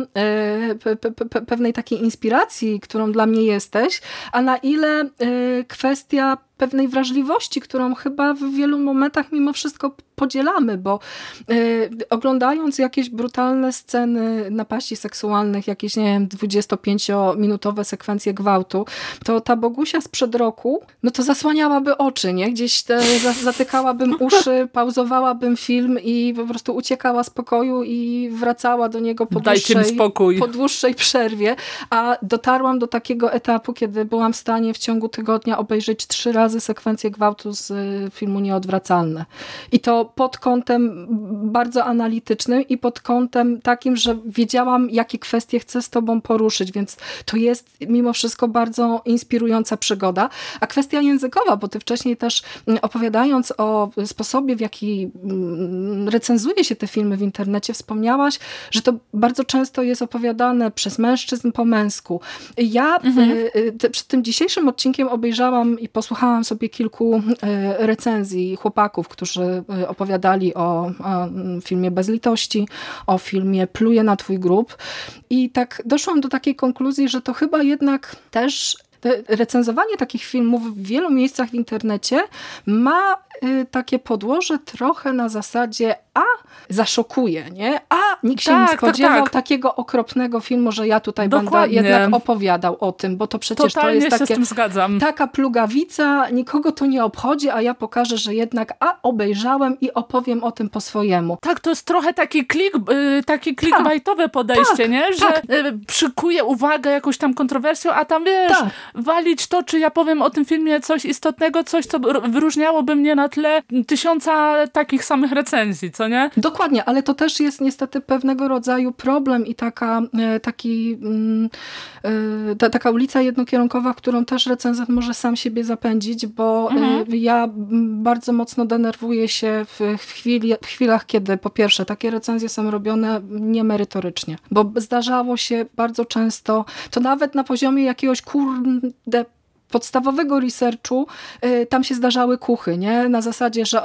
pewnej takiej inspiracji, którą dla mnie jesteś, a na ile kwestia pewnej wrażliwości, którą chyba w wielu momentach mimo wszystko podzielamy, bo oglądając jakieś brutalne sceny napaści seksualnych, jakieś, 25-minutowe sekwencje gwałtu, to ta Bogusia sprzed roku, to zasłaniałaby oczy, nie? Gdzieś zatykałabym uszy, pauzowałabym film i po prostu uciekała z pokoju i wracała do niego po dłuższej przerwie, a dotarłam do takiego etapu, kiedy byłam w stanie w ciągu tygodnia obejrzeć 3 razy sekwencję gwałtu z filmu Nieodwracalne. I to pod kątem bardzo analitycznym i pod kątem takim, że wiedziałam, jakie kwestie chcę z tobą poruszyć, więc to jest mimo wszystko bardzo inspirująca przygoda. A kwestia językowa, bo ty wcześniej też opowiadając o sposobie, w jaki recenzuje się te filmy w internecie, wspomniałaś, że to bardzo często jest opowiadane przez mężczyzn po męsku. Ja przed tym dzisiejszym odcinkiem obejrzałam i posłuchałam sobie kilku recenzji chłopaków, którzy opowiadali o filmie Bez litości, o filmie Pluje na twój grób i tak doszłam do takiej konkluzji, że to chyba jednak też recenzowanie takich filmów w wielu miejscach w internecie ma takie podłoże trochę na zasadzie zaszokuje, nie? Nikt się nie spodziewał takiego okropnego filmu, że ja tutaj będę jednak opowiadał o tym, bo to przecież totalnie to jest się z tym zgadzam. Taka plugawica, nikogo to nie obchodzi, a ja pokażę, że jednak obejrzałem i opowiem o tym po swojemu. Tak, to jest trochę taki clickbaitowe podejście, nie? Że przykuje uwagę jakąś tam kontrowersją, a tam walić to, czy ja powiem o tym filmie coś istotnego, coś, co wyróżniałoby mnie na tle 1000 takich samych recenzji, co nie? Dokładnie, ale to też jest niestety pewnego rodzaju problem i taka ulica jednokierunkowa, w którą też recenzent może sam siebie zapędzić, bo ja bardzo mocno denerwuję się w chwilach, kiedy po pierwsze takie recenzje są robione niemerytorycznie, bo zdarzało się bardzo często, to nawet na poziomie jakiegoś podstawowego researchu tam się zdarzały kuchy, nie? Na zasadzie, że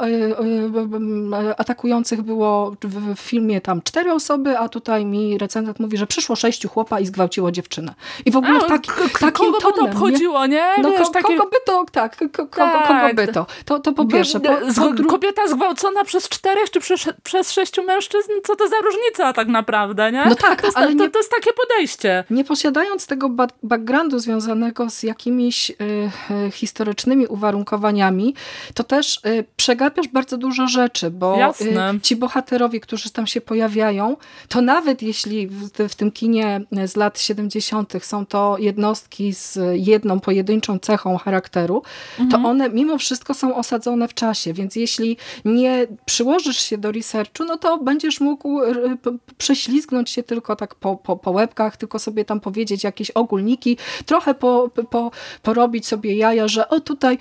atakujących było w filmie tam 4 osoby, a tutaj mi recenzent mówi, że przyszło 6 chłopa i zgwałciło dziewczynę. I w ogóle takim kogo by to obchodziło, nie? No wiesz, kogo by to, tak, kogo by to. To po pierwsze. Kobieta zgwałcona przez 4 czy przez 6 mężczyzn, co to za różnica tak naprawdę, nie? No tak, ale to jest takie podejście. Nie posiadając tego backgroundu związanego z jakimiś historycznymi uwarunkowaniami, to też przegapiasz bardzo dużo rzeczy, bo ci bohaterowie, którzy tam się pojawiają, to nawet jeśli w tym kinie z lat 70. są to jednostki z jedną pojedynczą cechą charakteru, to one mimo wszystko są osadzone w czasie, więc jeśli nie przyłożysz się do researchu, no to będziesz mógł prześlizgnąć się tylko tak po łebkach, tylko sobie tam powiedzieć jakieś ogólniki, trochę porobić sobie jaja, że tutaj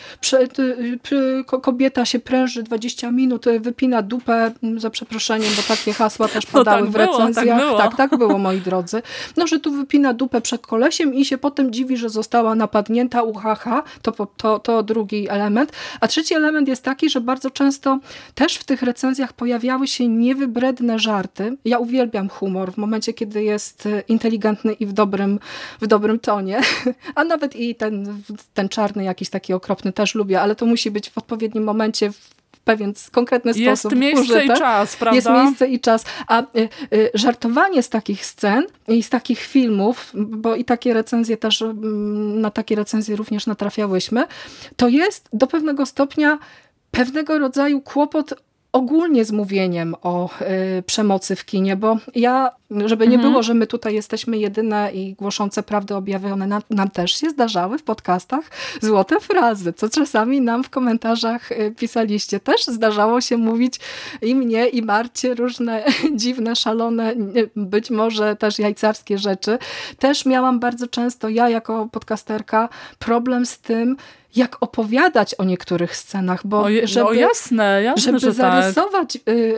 kobieta się pręży 20 minut, wypina dupę, za przeproszeniem, bo takie hasła też padały w recenzjach. Tak było, moi drodzy. No, że tu wypina dupę przed kolesiem i się potem dziwi, że została napadnięta, uhaha. To drugi element. A trzeci element jest taki, że bardzo często też w tych recenzjach pojawiały się niewybredne żarty. Ja uwielbiam humor w momencie, kiedy jest inteligentny i w dobrym tonie, a nawet i ten czarny jakiś taki okropny też lubię, ale to musi być w odpowiednim momencie, w pewien konkretny sposób użyte. Jest miejsce i czas, prawda? Jest miejsce i czas. A żartowanie z takich scen i z takich filmów, bo i takie recenzje też, na takie recenzje również natrafiałyśmy, to jest do pewnego stopnia pewnego rodzaju kłopot ogólnie z mówieniem o przemocy w kinie, bo żeby nie było, że my tutaj jesteśmy jedyne i głoszące prawdy objawione, nam też się zdarzały w podcastach złote frazy, co czasami nam w komentarzach pisaliście. Też zdarzało się mówić i mnie, i Marcie różne dziwne, szalone, być może też jajcarskie rzeczy. Też miałam bardzo często, ja jako podcasterka, problem z tym, jak opowiadać o niektórych scenach, bo jasne, żeby że zarysować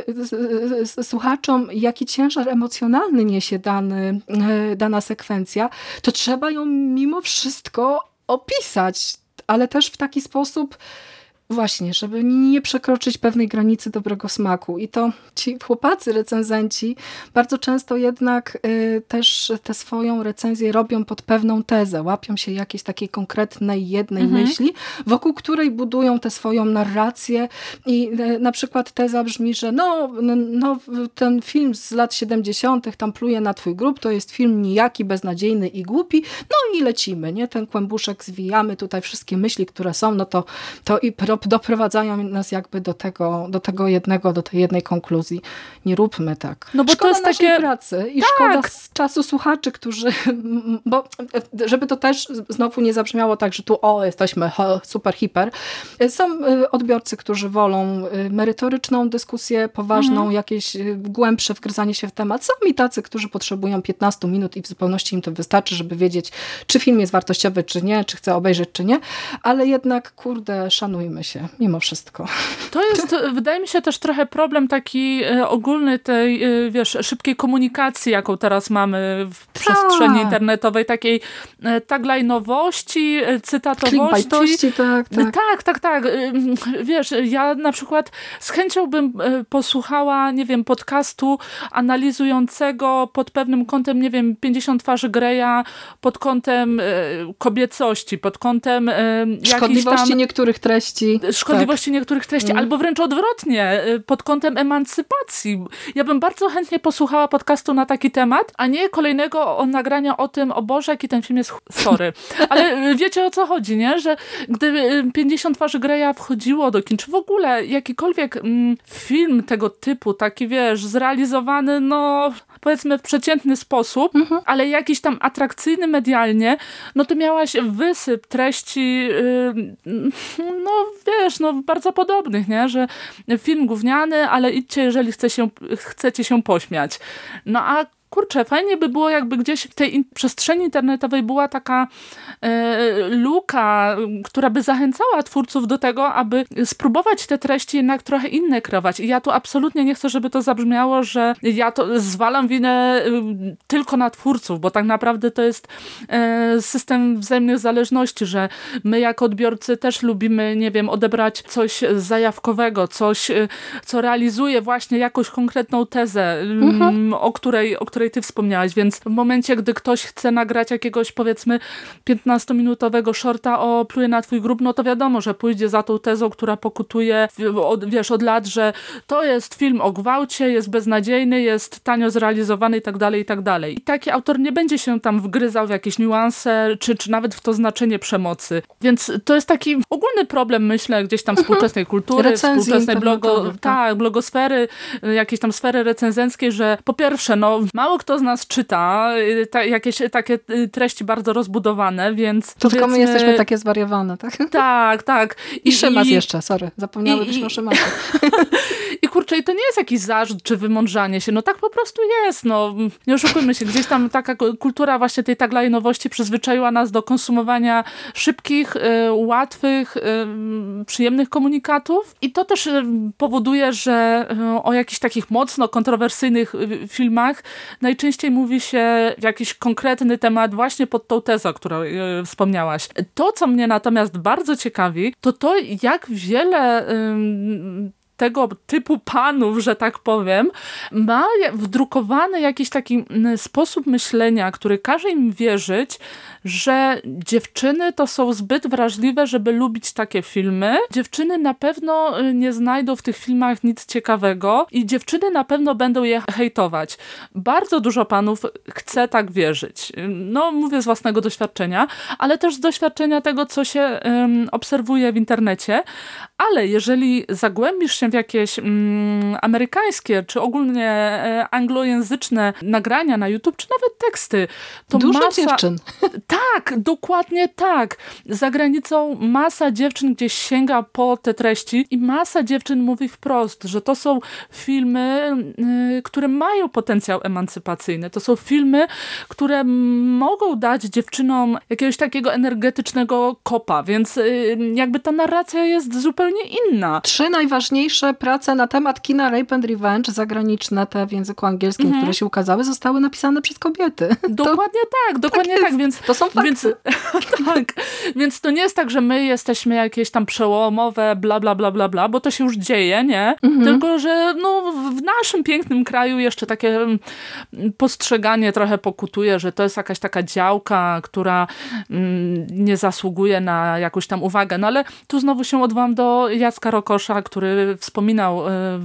słuchaczom, jaki ciężar emocjonalny niesie dana sekwencja, to trzeba ją mimo wszystko opisać, ale też w taki sposób właśnie, żeby nie przekroczyć pewnej granicy dobrego smaku. I to ci chłopacy recenzenci bardzo często jednak też tę swoją recenzję robią pod pewną tezę. Łapią się jakiejś takiej konkretnej jednej myśli, wokół której budują tę swoją narrację i na przykład teza brzmi, że ten film z lat 70. tam pluje na twój grób, to jest film nijaki, beznadziejny i głupi, no i lecimy, nie? Ten kłębuszek zwijamy, tutaj wszystkie myśli, które są, no to i doprowadzają nas jakby do tej jednej konkluzji. Nie róbmy tak. No bo szkoda to jest naszej takie pracy i szkoda z czasu słuchaczy, którzy, bo żeby to też znowu nie zabrzmiało tak, że tu jesteśmy super hiper. Są odbiorcy, którzy wolą merytoryczną dyskusję, poważną, jakieś głębsze wgryzanie się w temat. Są i tacy, którzy potrzebują 15 minut i w zupełności im to wystarczy, żeby wiedzieć, czy film jest wartościowy, czy nie, czy chce obejrzeć, czy nie, ale jednak, szanujmy się, mimo wszystko. To jest, wydaje mi się, też trochę problem taki ogólny tej, szybkiej komunikacji, jaką teraz mamy w przestrzeni internetowej, takiej taglajnowości, cytatowości. Tak. Ja na przykład z chęcią bym posłuchała, podcastu analizującego pod pewnym kątem, 50 twarzy Greya, pod kątem kobiecości, pod kątem szkodliwości niektórych treści. Niektórych treści, albo wręcz odwrotnie, pod kątem emancypacji. Ja bym bardzo chętnie posłuchała podcastu na taki temat, a nie kolejnego nagrania o tym, o Boże, jaki ten film jest sorry. Ale wiecie, o co chodzi, nie? Że gdy 50 twarzy Greya wchodziło do kin, czy w ogóle jakikolwiek film tego typu, taki zrealizowany, powiedzmy w przeciętny sposób, ale jakiś tam atrakcyjny medialnie, no to miałaś wysyp treści, no wiesz, no bardzo podobnych, nie? Że film gówniany, ale idźcie, jeżeli chcecie się pośmiać. No a kurczę, fajnie by było, jakby gdzieś w tej przestrzeni internetowej była taka luka, która by zachęcała twórców do tego, aby spróbować te treści jednak trochę inne kreować. I ja tu absolutnie nie chcę, żeby to zabrzmiało, że ja to zwalam winę tylko na twórców, bo tak naprawdę to jest system wzajemnych zależności, że my jako odbiorcy też lubimy, nie wiem, odebrać coś zajawkowego, coś, co realizuje właśnie jakąś konkretną tezę, o której ty wspomniałaś, więc w momencie, gdy ktoś chce nagrać jakiegoś, powiedzmy, 15-minutowego shorta o Pluję na twój grób, no to wiadomo, że pójdzie za tą tezą, która pokutuje, od lat, że to jest film o gwałcie, jest beznadziejny, jest tanio zrealizowany i tak dalej, i tak dalej. I taki autor nie będzie się tam wgryzał w jakieś niuanse, czy nawet w to znaczenie przemocy. Więc to jest taki ogólny problem, myślę, gdzieś tam współczesnej kultury, współczesnej blogosfery, jakiejś tam sfery recenzenckiej, że po pierwsze, no mało kto z nas czyta jakieś takie treści bardzo rozbudowane, więc... To tylko my jesteśmy takie zwariowane, tak? Tak. I Szymas jeszcze, sorry, zapomniałybyśmy o Szymasie. I kurczę, i to nie jest jakiś zarzut czy wymądrzanie się, no tak po prostu jest, no nie oszukujmy się, gdzieś tam taka kultura właśnie tej taglajnowości przyzwyczaiła nas do konsumowania szybkich, łatwych, przyjemnych komunikatów i to też powoduje, że o jakichś takich mocno kontrowersyjnych filmach najczęściej mówi się jakiś konkretny temat właśnie pod tą tezę, o której wspomniałaś. To, co mnie natomiast bardzo ciekawi, to jak wiele tego typu panów, że tak powiem, ma wdrukowany jakiś taki sposób myślenia, który każe im wierzyć, że dziewczyny to są zbyt wrażliwe, żeby lubić takie filmy. Dziewczyny na pewno nie znajdą w tych filmach nic ciekawego i dziewczyny na pewno będą je hejtować. Bardzo dużo panów chce tak wierzyć. No, mówię z własnego doświadczenia, ale też z doświadczenia tego, co się obserwuje w internecie. Ale jeżeli zagłębisz się w jakieś amerykańskie, czy ogólnie anglojęzyczne nagrania na YouTube, czy nawet teksty, to dużo dziewczyn. Tak, dokładnie tak. Za granicą masa dziewczyn gdzieś sięga po te treści i masa dziewczyn mówi wprost, że to są filmy, które mają potencjał emancypacyjny. To są filmy, które mogą dać dziewczynom jakiegoś takiego energetycznego kopa, więc jakby ta narracja jest zupełnie inna. 3 najważniejsze prace na temat kina Rape and Revenge, zagraniczne, te w języku angielskim, które się ukazały, zostały napisane przez kobiety. Dokładnie tak, więc to są fakty. Więc to nie jest tak, że my jesteśmy jakieś tam przełomowe, bla, bla, bla, bla, bla, bo to się już dzieje, nie? Tylko, że no, w naszym pięknym kraju jeszcze takie postrzeganie trochę pokutuje, że to jest jakaś taka działka, która nie zasługuje na jakąś tam uwagę. No ale tu znowu się odwołam do Jacka Rokosza, który wspominał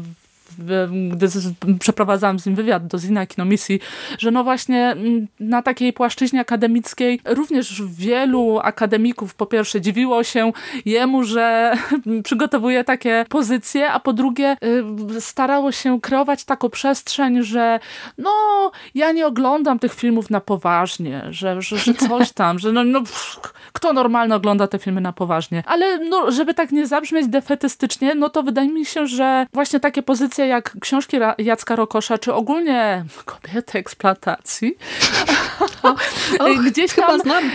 gdy przeprowadzałam z nim wywiad do Zina Kinomisji, że no właśnie na takiej płaszczyźnie akademickiej również wielu akademików po pierwsze dziwiło się jemu, że przygotowuje takie pozycje, a po drugie starało się kreować taką przestrzeń, że no ja nie oglądam tych filmów na poważnie, że coś tam, że kto normalnie ogląda te filmy na poważnie. Ale no, żeby tak nie zabrzmieć defetystycznie, no to wydaje mi się, że właśnie takie pozycje jak książki Jacka Rokosza, czy ogólnie kobiety eksploatacji, gdzieś tam... Chyba znam.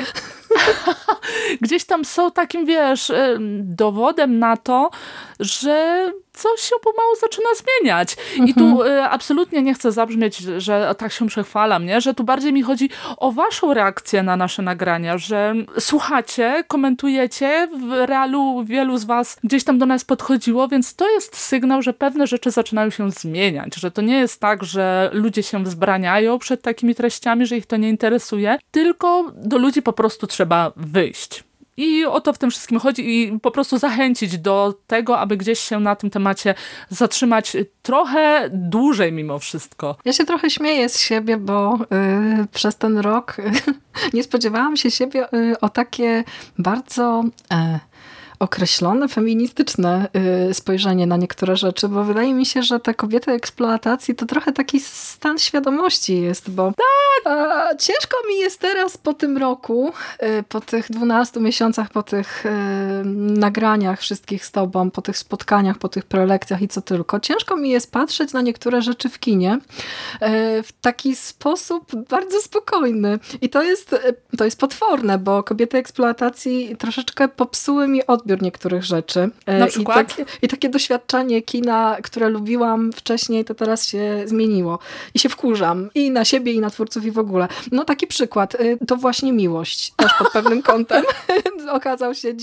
Gdzieś tam są takim, wiesz, dowodem na to, że coś się pomału zaczyna zmieniać. I tu absolutnie nie chcę zabrzmieć, że tak się przechwalam, nie? Że tu bardziej mi chodzi o waszą reakcję na nasze nagrania, że słuchacie, komentujecie, w realu wielu z was gdzieś tam do nas podchodziło, więc to jest sygnał, że pewne rzeczy zaczynają się zmieniać, że to nie jest tak, że ludzie się wzbraniają przed takimi treściami, że ich to nie interesuje, tylko do ludzi po prostu trzeba wyjść. I o to w tym wszystkim chodzi i po prostu zachęcić do tego, aby gdzieś się na tym temacie zatrzymać trochę dłużej mimo wszystko. Ja się trochę śmieję z siebie, bo przez ten rok nie spodziewałam się siebie o takie bardzo określone feministyczne spojrzenie na niektóre rzeczy, bo wydaje mi się, że te kobiety eksploatacji to trochę taki stan świadomości jest, bo ciężko mi jest teraz po tym roku, po tych 12 miesiącach, po tych nagraniach wszystkich z tobą, po tych spotkaniach, po tych prelekcjach i co tylko. Ciężko mi jest patrzeć na niektóre rzeczy w kinie w taki sposób bardzo spokojny. I to jest potworne, bo kobiety eksploatacji troszeczkę popsuły mi odbiór niektórych rzeczy. Na przykład? I takie doświadczenie kina, które lubiłam wcześniej, to teraz się zmieniło. I się wkurzam. I na siebie, i na twórców, i w ogóle. No taki przykład. To właśnie Miłość. Też pod pewnym kątem okazał się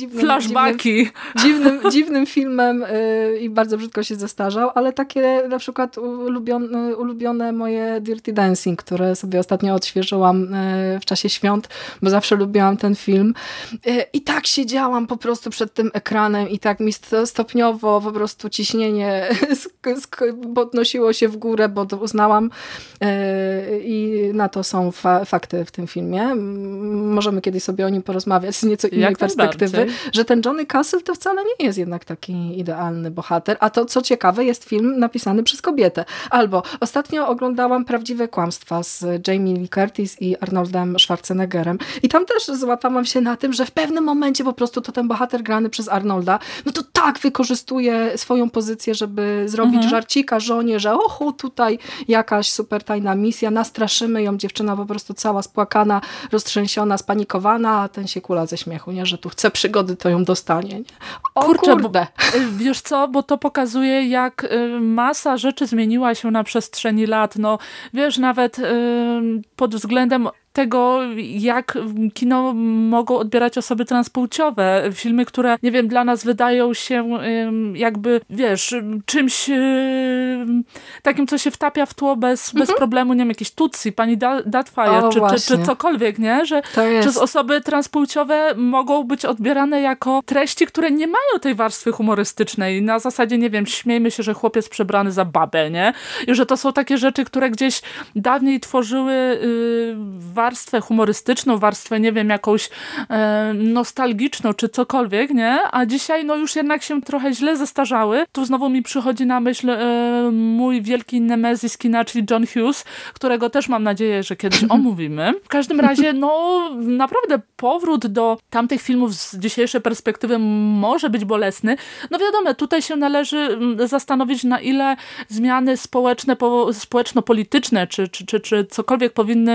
dziwnym filmem i bardzo brzydko się zestarzał, ale takie na przykład ulubione moje Dirty Dancing, które sobie ostatnio odświeżyłam w czasie świąt, bo zawsze lubiłam ten film. I tak siedziałam po prostu przed tym ekranem i tak mi stopniowo po prostu ciśnienie podnosiło się w górę, bo to uznałam i na to są fakty w tym filmie. Możemy kiedyś sobie o nim porozmawiać z nieco innej perspektywy, że ten Johnny Castle to wcale nie jest jednak taki idealny bohater, a to co ciekawe jest film napisany przez kobietę. Albo ostatnio oglądałam Prawdziwe kłamstwa z Jamie Lee Curtis i Arnoldem Schwarzeneggerem i tam też złapałam się na tym, że w pewnym momencie po prostu to ten bohater grany przez Arnolda, no to tak wykorzystuje swoją pozycję, żeby zrobić żarcika żonie, że tutaj jakaś super tajna misja, nastraszymy ją, dziewczyna po prostu cała spłakana, roztrzęsiona, spanikowana, a ten się kula ze śmiechu, nie? Że tu chce przygody, to ją dostanie. Nie? Kurde. Wiesz co, bo to pokazuje, jak masa rzeczy zmieniła się na przestrzeni lat. No, wiesz, nawet pod względem tego, jak kino mogą odbierać osoby transpłciowe. Filmy, które, nie wiem, dla nas wydają się jakby, wiesz, czymś takim, co się wtapia w tło bez problemu, nie wiem, jakieś Tutsi, pani Doubtfire, czy cokolwiek, nie? Że przez osoby transpłciowe mogą być odbierane jako treści, które nie mają tej warstwy humorystycznej. Na zasadzie, nie wiem, śmiejmy się, że chłopiec przebrany za babę, nie? I że to są takie rzeczy, które gdzieś dawniej tworzyły warstwę humorystyczną, warstwę, nie wiem, jakąś nostalgiczną, czy cokolwiek, nie? A dzisiaj, no już jednak się trochę źle zestarzały. Tu znowu mi przychodzi na myśl mój wielki nemezis kina, czyli John Hughes, którego też mam nadzieję, że kiedyś omówimy. W każdym razie, no naprawdę powrót do tamtych filmów z dzisiejszej perspektywy może być bolesny. No wiadomo, tutaj się należy zastanowić, na ile zmiany społeczno-polityczne, czy cokolwiek powinny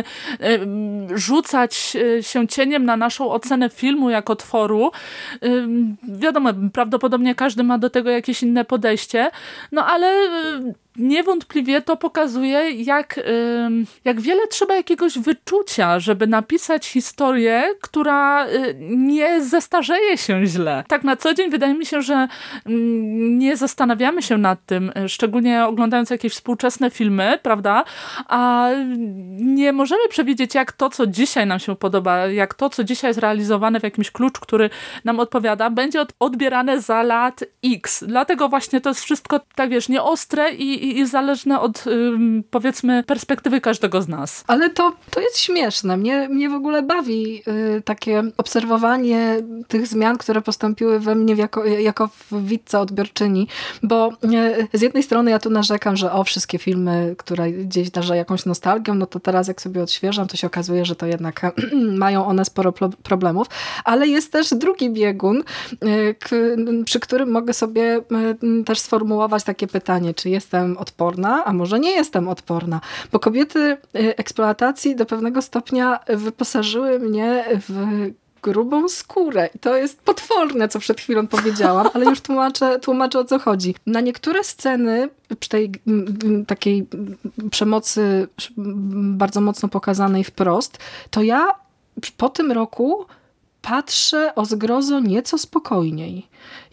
rzucać się cieniem na naszą ocenę filmu jako tworu. Wiadomo, prawdopodobnie każdy ma do tego jakieś inne podejście, no ale niewątpliwie to pokazuje, jak wiele trzeba jakiegoś wyczucia, żeby napisać historię, która nie zestarzeje się źle. Tak na co dzień wydaje mi się, że nie zastanawiamy się nad tym, szczególnie oglądając jakieś współczesne filmy, prawda? A nie możemy przewidzieć, jak to, co dzisiaj nam się podoba, jak to, co dzisiaj jest realizowane w jakimś kluczu, który nam odpowiada, będzie odbierane za lat X. Dlatego właśnie to jest wszystko, tak wiesz, nieostre i zależne od, powiedzmy, perspektywy każdego z nas. Ale to jest śmieszne. Mnie w ogóle bawi takie obserwowanie tych zmian, które postąpiły we mnie jako w widza odbiorczyni, bo z jednej strony ja tu narzekam, że wszystkie filmy, które gdzieś darzą jakąś nostalgią, no to teraz jak sobie odświeżam, to się okazuje, że to jednak mają one sporo problemów, ale jest też drugi biegun, przy którym mogę sobie też sformułować takie pytanie, czy jestem odporna, a może nie jestem odporna, bo kobiety eksploatacji do pewnego stopnia wyposażyły mnie w grubą skórę. I to jest potworne, co przed chwilą powiedziałam, ale już tłumaczę o co chodzi. Na niektóre sceny przy tej takiej przemocy bardzo mocno pokazanej wprost, to ja po tym roku patrzę o zgrozo nieco spokojniej.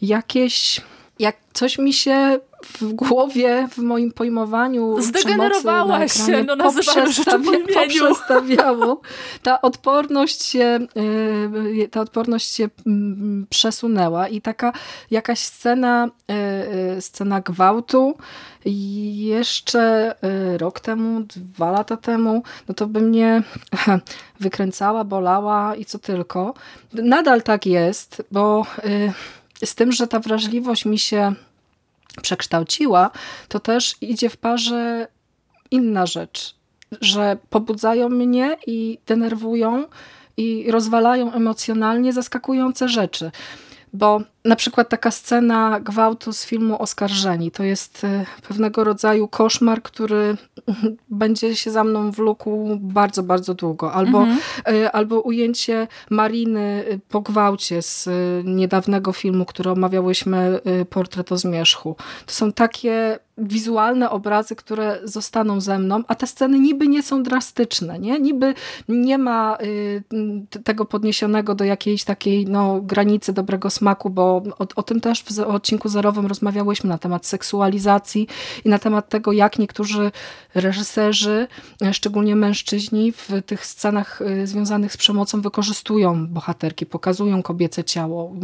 Jak coś mi się w głowie, w moim pojmowaniu zdegenerowałaś się, no nazywamy rzeczy po imieniu. Poprzestawiało. Ta odporność się przesunęła i taka jakaś scena gwałtu jeszcze rok temu, 2 lata temu, no to by mnie wykręcała, bolała i co tylko. Nadal tak jest, bo Z tym, że ta wrażliwość mi się przekształciła, to też idzie w parze inna rzecz, że pobudzają mnie i denerwują i rozwalają emocjonalnie zaskakujące rzeczy. Bo na przykład taka scena gwałtu z filmu Oskarżeni to jest pewnego rodzaju koszmar, który będzie się za mną wlókł bardzo, bardzo długo. Albo ujęcie Mariny po gwałcie z niedawnego filmu, który omawiałyśmy, Portret o zmierzchu. To są takie wizualne obrazy, które zostaną ze mną, a te sceny niby nie są drastyczne, nie? Niby nie ma tego podniesionego do jakiejś takiej granicy dobrego smaku, bo o tym też w odcinku zerowym rozmawiałyśmy na temat seksualizacji i na temat tego, jak niektórzy reżyserzy, szczególnie mężczyźni, w tych scenach związanych z przemocą wykorzystują bohaterki, pokazują kobiece ciało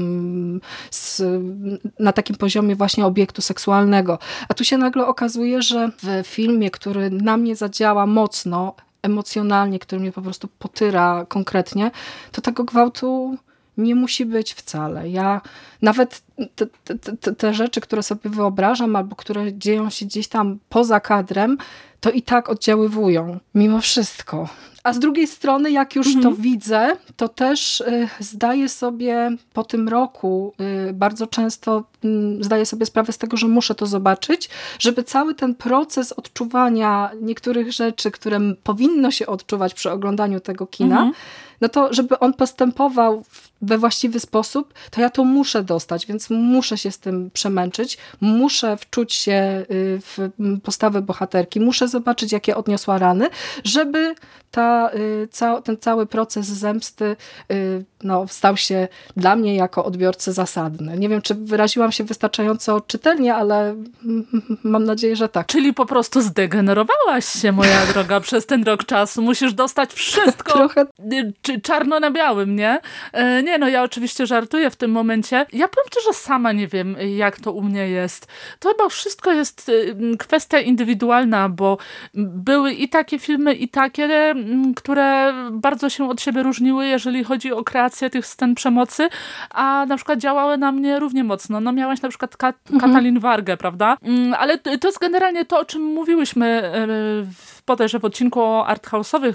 na takim poziomie właśnie obiektu seksualnego. A tu się nagle okazuje, że w filmie, który na mnie zadziała mocno, emocjonalnie, który mnie po prostu potyra konkretnie, to tego gwałtu nie musi być wcale. Ja nawet te rzeczy, które sobie wyobrażam albo które dzieją się gdzieś tam poza kadrem, to i tak oddziaływują mimo wszystko. A z drugiej strony, jak już to widzę, to też zdaję sobie po tym roku, bardzo często zdaję sobie sprawę z tego, że muszę to zobaczyć, żeby cały ten proces odczuwania niektórych rzeczy, które powinno się odczuwać przy oglądaniu tego kina, no to żeby on postępował we właściwy sposób, to ja to muszę dostać, więc muszę się z tym przemęczyć, muszę wczuć się w postawę bohaterki, muszę zobaczyć, jakie odniosła rany, żeby ten cały proces zemsty stał się dla mnie jako odbiorcy zasadny. Nie wiem, czy wyraziłam się wystarczająco czytelnie, ale mam nadzieję, że tak. Czyli po prostu zdegenerowałaś się, moja droga, przez ten rok czasu. Musisz dostać wszystko trochę czarno na białym, nie? Nie, ja oczywiście żartuję w tym momencie. Ja powiem ci, że sama nie wiem, jak to u mnie jest. To chyba wszystko jest kwestia indywidualna, bo były i takie filmy, i takie, które bardzo się od siebie różniły, jeżeli chodzi o kreację tych scen przemocy, a na przykład działały na mnie równie mocno. No miałaś na przykład Katalin Vargę, prawda? Ale to jest generalnie to, o czym mówiłyśmy bodajże w odcinku o arthouse'owych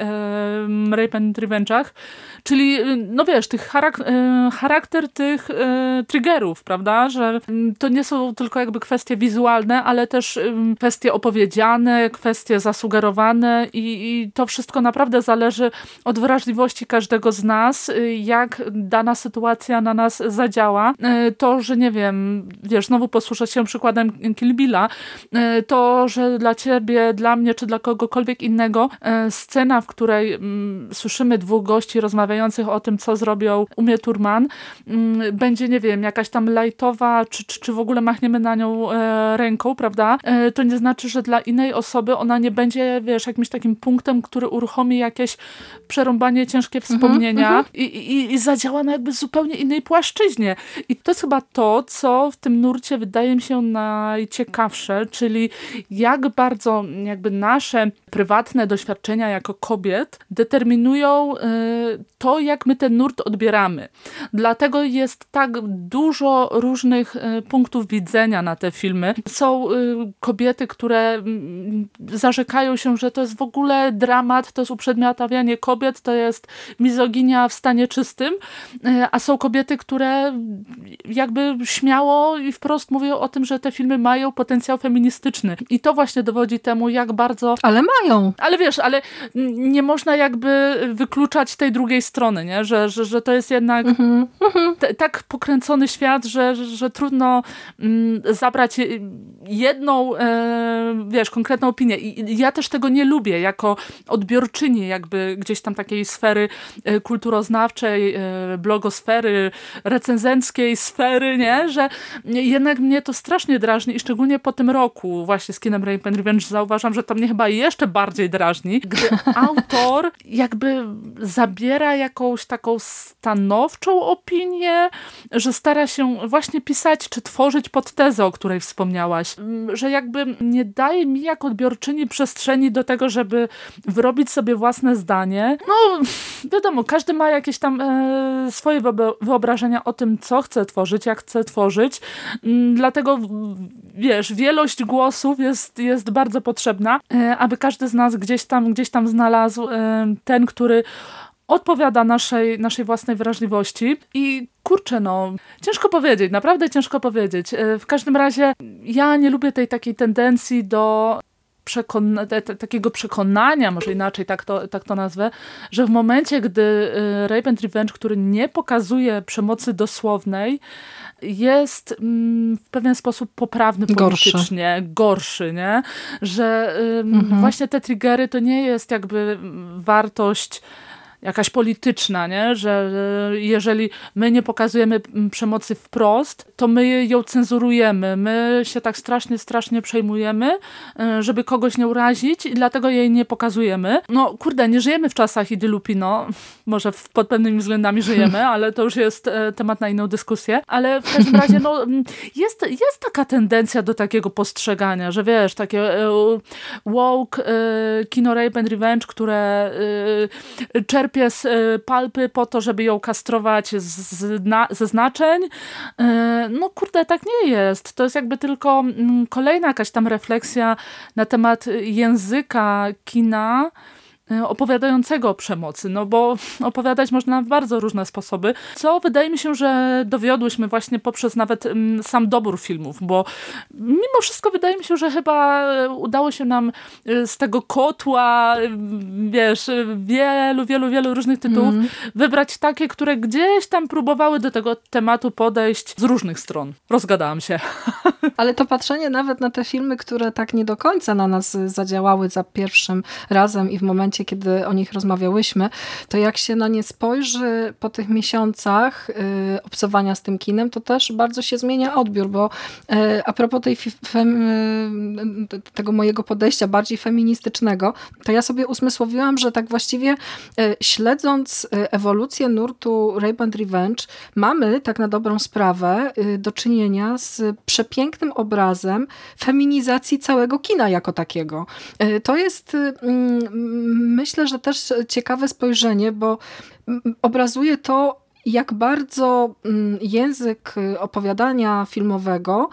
Rape and Revenge'ach, czyli no wiesz, charakter tych triggerów, prawda? Że to nie są tylko jakby kwestie wizualne, ale też kwestie opowiedziane, kwestie zasugerowane i to wszystko naprawdę zależy od wrażliwości każdego z nas, jak dana sytuacja na nas zadziała. To, że nie wiem, wiesz, znowu posłużę się przykładem Kill Billa, to, że dla ciebie, dla mnie, czy dla kogokolwiek innego scena, w której słyszymy dwóch gości rozmawiających o tym, co zrobią Umie Thurman, będzie, nie wiem, jakaś tam lajtowa, czy w ogóle machniemy na nią ręką, prawda? To nie znaczy, że dla innej osoby ona nie będzie, wiesz, jakimś takim punktem, który uruchomi jakieś przerąbanie, ciężkie wspomnienia i zadziała na jakby zupełnie innej płaszczyźnie. I to jest chyba to, co w tym nurcie wydaje mi się najciekawsze, czyli jak bardzo jakby nasze prywatne doświadczenia jako kobiet determinują to, jak my ten nurt odbieramy. Dlatego jest tak dużo różnych punktów widzenia na te filmy. Są kobiety, które zarzekają się, że to jest w ogóle dramat, to jest uprzedmiotawianie kobiet, to jest mizoginia w stanie czystym, a są kobiety, które jakby śmiało i wprost mówią o tym, że te filmy mają potencjał feministyczny. I to właśnie dowodzi temu, jak bardzo... Ale mają. Ale wiesz, ale nie można jakby wykluczać tej drugiej strony, nie? Że to jest jednak tak pokręcony świat, że trudno zabrać jedną, wiesz, konkretną opinię. I ja też tego nie lubię jako odbiorczyni jakby gdzieś tam takiej sfery kulturoznawczej, blogosfery, recenzenckiej sfery, nie? Że jednak mnie to strasznie drażni i szczególnie po tym roku właśnie z kinem Rape and Revenge zauważam, że to mnie chyba podoba i jeszcze bardziej drażni, gdy autor jakby zabiera jakąś taką stanowczą opinię, że stara się właśnie pisać czy tworzyć pod tezę, o której wspomniałaś. Że jakby nie daje mi jako odbiorczyni przestrzeni do tego, żeby wyrobić sobie własne zdanie. No wiadomo, każdy ma jakieś tam swoje wyobrażenia o tym, co chce tworzyć, jak chce tworzyć. Dlatego wiesz, wielość głosów jest bardzo potrzebna, aby każdy z nas gdzieś tam znalazł ten, który odpowiada naszej własnej wrażliwości. I kurczę, no, ciężko powiedzieć, naprawdę ciężko powiedzieć. W każdym razie ja nie lubię tej takiej tendencji do takiego przekonania, może inaczej tak to nazwę, że w momencie, gdy Rape and Revenge, który nie pokazuje przemocy dosłownej, jest w pewien sposób poprawny politycznie, gorszy, nie? Że właśnie te triggery to nie jest jakby wartość jakaś polityczna, nie? Że jeżeli my nie pokazujemy przemocy wprost, to my ją cenzurujemy. My się tak strasznie przejmujemy, żeby kogoś nie urazić i dlatego jej nie pokazujemy. No kurde, nie żyjemy w czasach Idy Lupino. Może pod pewnymi względami żyjemy, ale to już jest temat na inną dyskusję. Ale w każdym razie no, jest taka tendencja do takiego postrzegania, że wiesz, takie woke kino Rape and Revenge, które czerpie z palpy po to, żeby ją kastrować ze znaczeń. No kurde, tak nie jest. To jest jakby tylko kolejna jakaś tam refleksja na temat języka kina opowiadającego o przemocy, no bo opowiadać można w bardzo różne sposoby, co wydaje mi się, że dowiodłyśmy właśnie poprzez nawet sam dobór filmów, bo mimo wszystko wydaje mi się, że chyba udało się nam z tego kotła, wiesz, wielu różnych tytułów wybrać takie, które gdzieś tam próbowały do tego tematu podejść z różnych stron. Rozgadałam się. Ale to patrzenie nawet na te filmy, które tak nie do końca na nas zadziałały za pierwszym razem i w momencie, kiedy o nich rozmawiałyśmy, to jak się na nie spojrzy po tych miesiącach obcowania z tym kinem, to też bardzo się zmienia odbiór, bo a propos tego mojego podejścia bardziej feministycznego, to ja sobie usmysłowiłam, że tak właściwie śledząc ewolucję nurtu Rape and Revenge, mamy tak na dobrą sprawę do czynienia z przepięknym obrazem feminizacji całego kina jako takiego. To jest myślę, że też ciekawe spojrzenie, bo obrazuje to, jak bardzo język opowiadania filmowego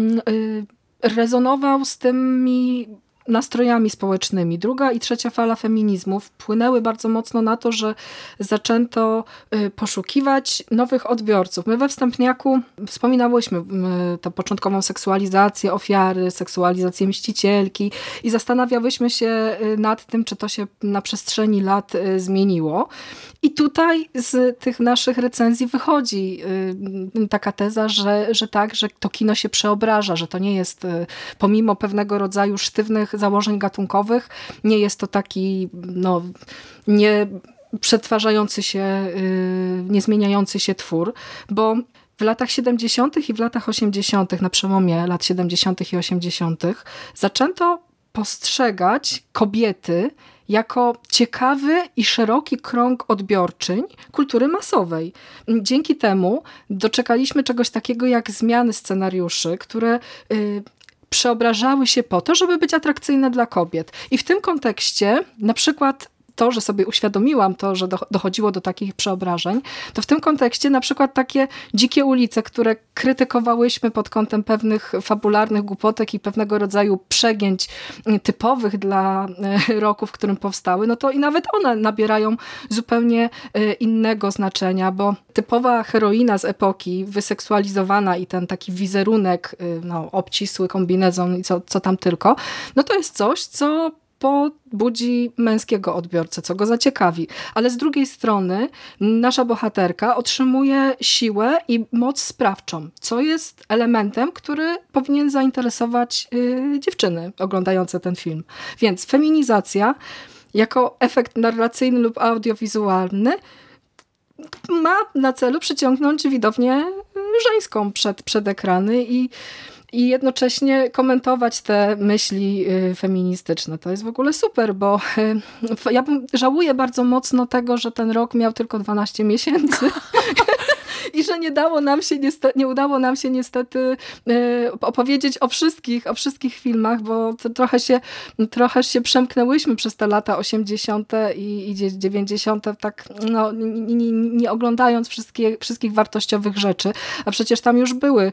rezonował z tymi nastrojami społecznymi. Druga i trzecia fala feminizmu wpłynęły bardzo mocno na to, że zaczęto poszukiwać nowych odbiorców. My we Wstępniaku wspominałyśmy tę początkową seksualizację ofiary, seksualizację mścicielki i zastanawiałyśmy się nad tym, czy to się na przestrzeni lat zmieniło. I tutaj z tych naszych recenzji wychodzi taka teza, że tak, że to kino się przeobraża, że to nie jest pomimo pewnego rodzaju sztywnych założeń gatunkowych, nie jest to taki nie przetwarzający się, nie zmieniający się twór, bo w latach 70. i w latach 80., na przełomie lat 70. i 80. zaczęto postrzegać kobiety jako ciekawy i szeroki krąg odbiorczyń kultury masowej. Dzięki temu doczekaliśmy czegoś takiego jak zmiany scenariuszy, które przeobrażały się po to, żeby być atrakcyjne dla kobiet. I w tym kontekście na przykład to, że sobie uświadomiłam to, że dochodziło do takich przeobrażeń, to w tym kontekście na przykład takie Dzikie ulice, które krytykowałyśmy pod kątem pewnych fabularnych głupotek i pewnego rodzaju przegięć typowych dla roku, w którym powstały, no to i nawet one nabierają zupełnie innego znaczenia, bo typowa heroina z epoki, wyseksualizowana i ten taki wizerunek, obcisły kombinezon i co tam tylko, no to jest coś, co pobudzi męskiego odbiorcę, co go zaciekawi. Ale z drugiej strony nasza bohaterka otrzymuje siłę i moc sprawczą, co jest elementem, który powinien zainteresować dziewczyny oglądające ten film. Więc feminizacja jako efekt narracyjny lub audiowizualny ma na celu przyciągnąć widownię żeńską przed ekrany i i jednocześnie komentować te myśli feministyczne. To jest w ogóle super, bo ja żałuję bardzo mocno tego, że ten rok miał tylko 12 miesięcy. I że nie udało nam się niestety opowiedzieć o wszystkich filmach, bo to trochę się przemknęłyśmy przez te lata 80. i 90. tak nie oglądając wszystkich wartościowych rzeczy. A przecież tam już były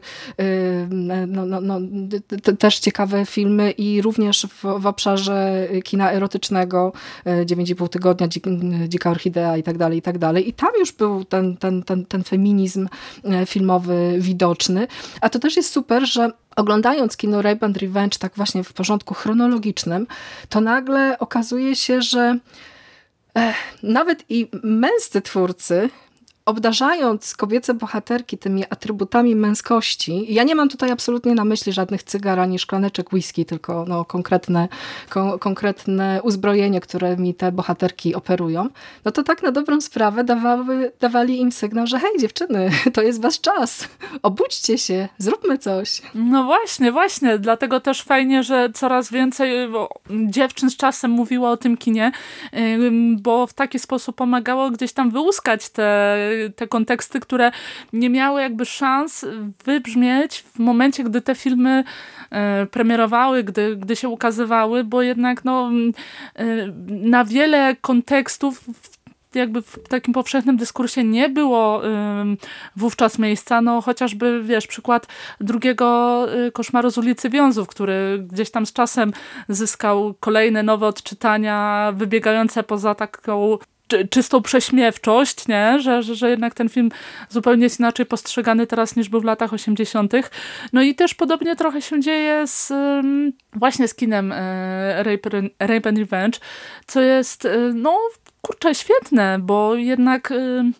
też ciekawe filmy i również w obszarze kina erotycznego 9,5 tygodnia, Dzika orchidea i tak dalej, i tak dalej. I tam już był ten feminizm filmowy widoczny. A to też jest super, że oglądając kino Rape and Revenge tak właśnie w porządku chronologicznym, to nagle okazuje się, że nawet i męscy twórcy, obdarzając kobiece bohaterki tymi atrybutami męskości, ja nie mam tutaj absolutnie na myśli żadnych cygar ani szklaneczek whisky, tylko konkretne uzbrojenie, którymi te bohaterki operują, no to tak na dobrą sprawę dawali im sygnał, że hej dziewczyny, to jest wasz czas, obudźcie się, zróbmy coś. No właśnie, dlatego też fajnie, że coraz więcej dziewczyn z czasem mówiło o tym kinie, bo w taki sposób pomagało gdzieś tam wyłuskać te konteksty, które nie miały jakby szans wybrzmieć w momencie, gdy te filmy premierowały, gdy się ukazywały, bo jednak na wiele kontekstów jakby w takim powszechnym dyskursie nie było wówczas miejsca, chociażby przykład drugiego Koszmaru z ulicy Wiązów, który gdzieś tam z czasem zyskał kolejne nowe odczytania, wybiegające poza taką czystą prześmiewczość, nie? Że jednak ten film zupełnie jest inaczej postrzegany teraz niż był w latach 80. No i też podobnie trochę się dzieje właśnie z kinem Rape and Revenge, co jest kurczę, świetne, bo jednak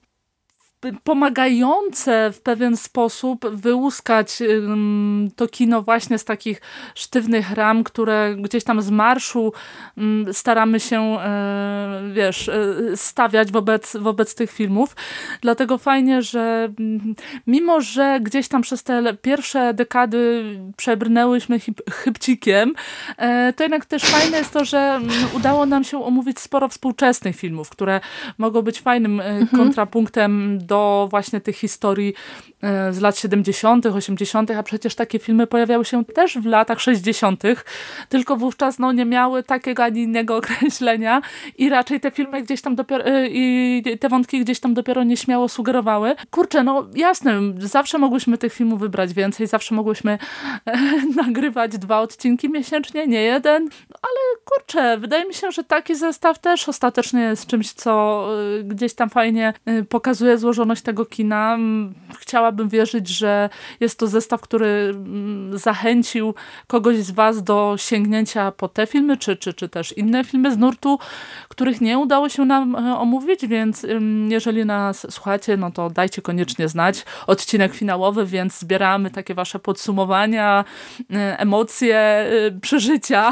pomagające w pewien sposób wyłuskać to kino właśnie z takich sztywnych ram, które gdzieś tam z marszu staramy się stawiać wobec tych filmów. Dlatego fajnie, że mimo, że gdzieś tam przez te pierwsze dekady przebrnęłyśmy chybcikiem, to jednak też fajne jest to, że udało nam się omówić sporo współczesnych filmów, które mogą być fajnym kontrapunktem do właśnie tych historii z lat 70., 80., a przecież takie filmy pojawiały się też w latach 60., tylko wówczas nie miały takiego ani innego określenia i raczej te filmy gdzieś tam dopiero i te wątki gdzieś tam dopiero nieśmiało sugerowały. Kurczę, jasne, zawsze mogłyśmy tych filmów wybrać więcej, zawsze mogłyśmy nagrywać 2 odcinki miesięcznie, nie 1, ale kurczę, wydaje mi się, że taki zestaw też ostatecznie jest czymś, co gdzieś tam fajnie pokazuje złożoność tego kina. Chciałabym wierzyć, że jest to zestaw, który zachęcił kogoś z was do sięgnięcia po te filmy, czy też inne filmy z nurtu, których nie udało się nam omówić, więc jeżeli nas słuchacie, to dajcie koniecznie znać. Odcinek finałowy, więc zbieramy takie wasze podsumowania, emocje, przeżycia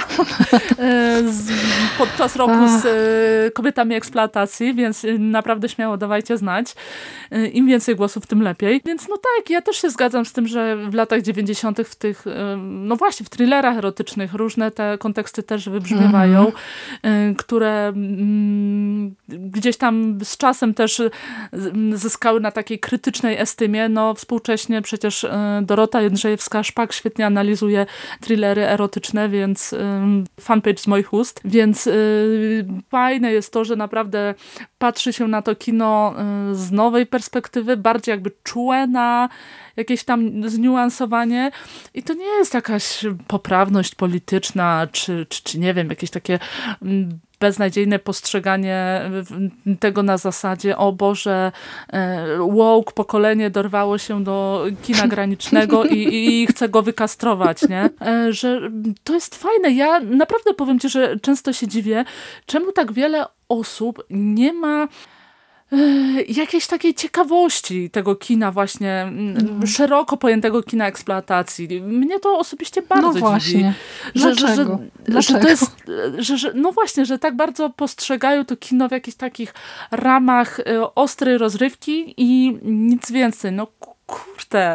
podczas roku z kobietami eksploatacji, więc naprawdę śmiało dawajcie znać. Im więcej głosów, tym lepiej. Więc tak, ja też się zgadzam z tym, że w latach 90. w tych, właśnie w thrillerach erotycznych różne te konteksty też wybrzmiewają, które gdzieś tam z czasem też zyskały na takiej krytycznej estymie. Współcześnie przecież Dorota Jędrzejewska-Szpak świetnie analizuje thrillery erotyczne, więc fanpage z moich ust. Więc fajne jest to, że naprawdę patrzy się na to kino z nowej perspektywy, bardziej jakby czułe na jakieś tam zniuansowanie i to nie jest jakaś poprawność polityczna, czy nie wiem, jakieś takie beznadziejne postrzeganie tego na zasadzie, o Boże, woke pokolenie dorwało się do kina granicznego i chce go wykastrować, nie? Że to jest fajne. Ja naprawdę powiem ci, że często się dziwię, czemu tak wiele osób nie ma jakiejś takiej ciekawości tego kina właśnie, szeroko pojętego kina eksploatacji. Mnie to osobiście bardzo dziwi. Dlaczego? Że to jest, że tak bardzo postrzegają to kino w jakichś takich ramach ostrej rozrywki i nic więcej. Kurde.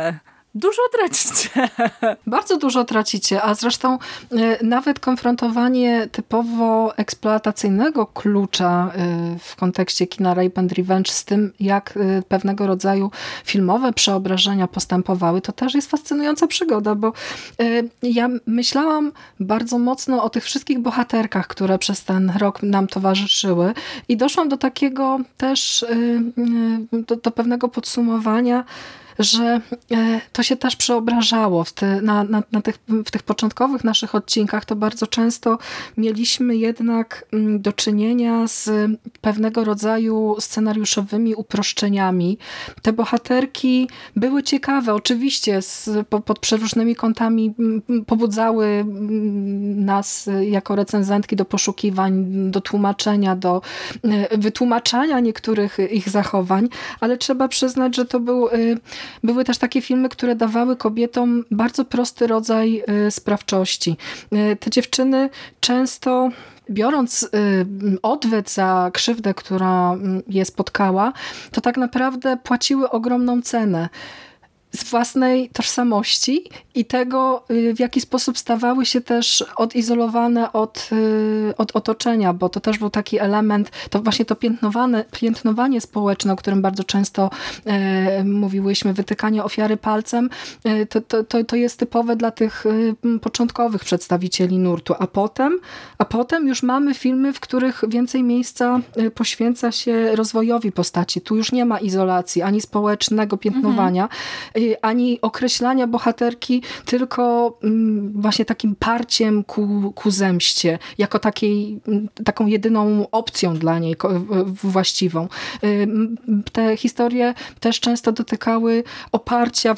Dużo tracicie. Bardzo dużo tracicie, a zresztą nawet konfrontowanie typowo eksploatacyjnego klucza w kontekście kina Rape and Revenge z tym, jak pewnego rodzaju filmowe przeobrażenia postępowały, to też jest fascynująca przygoda, bo ja myślałam bardzo mocno o tych wszystkich bohaterkach, które przez ten rok nam towarzyszyły i doszłam do takiego też, do pewnego podsumowania, że to się też przeobrażało. W tych początkowych naszych odcinkach to bardzo często mieliśmy jednak do czynienia z pewnego rodzaju scenariuszowymi uproszczeniami. Te bohaterki były ciekawe, oczywiście pod przeróżnymi kątami pobudzały nas jako recenzentki do poszukiwań, do tłumaczenia, do wytłumaczania niektórych ich zachowań, ale trzeba przyznać, że to były też takie filmy, które dawały kobietom bardzo prosty rodzaj sprawczości. Te dziewczyny często, biorąc odwet za krzywdę, która je spotkała, to tak naprawdę płaciły ogromną cenę z własnej tożsamości i tego, w jaki sposób stawały się też odizolowane od otoczenia, bo to też był taki element, to właśnie to piętnowanie społeczne, o którym bardzo często mówiłyśmy, wytykanie ofiary palcem, to jest typowe dla tych początkowych przedstawicieli nurtu, a potem już mamy filmy, w których więcej miejsca poświęca się rozwojowi postaci. Tu już nie ma izolacji, ani społecznego piętnowania, ani określania bohaterki tylko właśnie takim parciem ku zemście, jako taką jedyną opcją dla niej właściwą. Te historie też często dotykały oparcia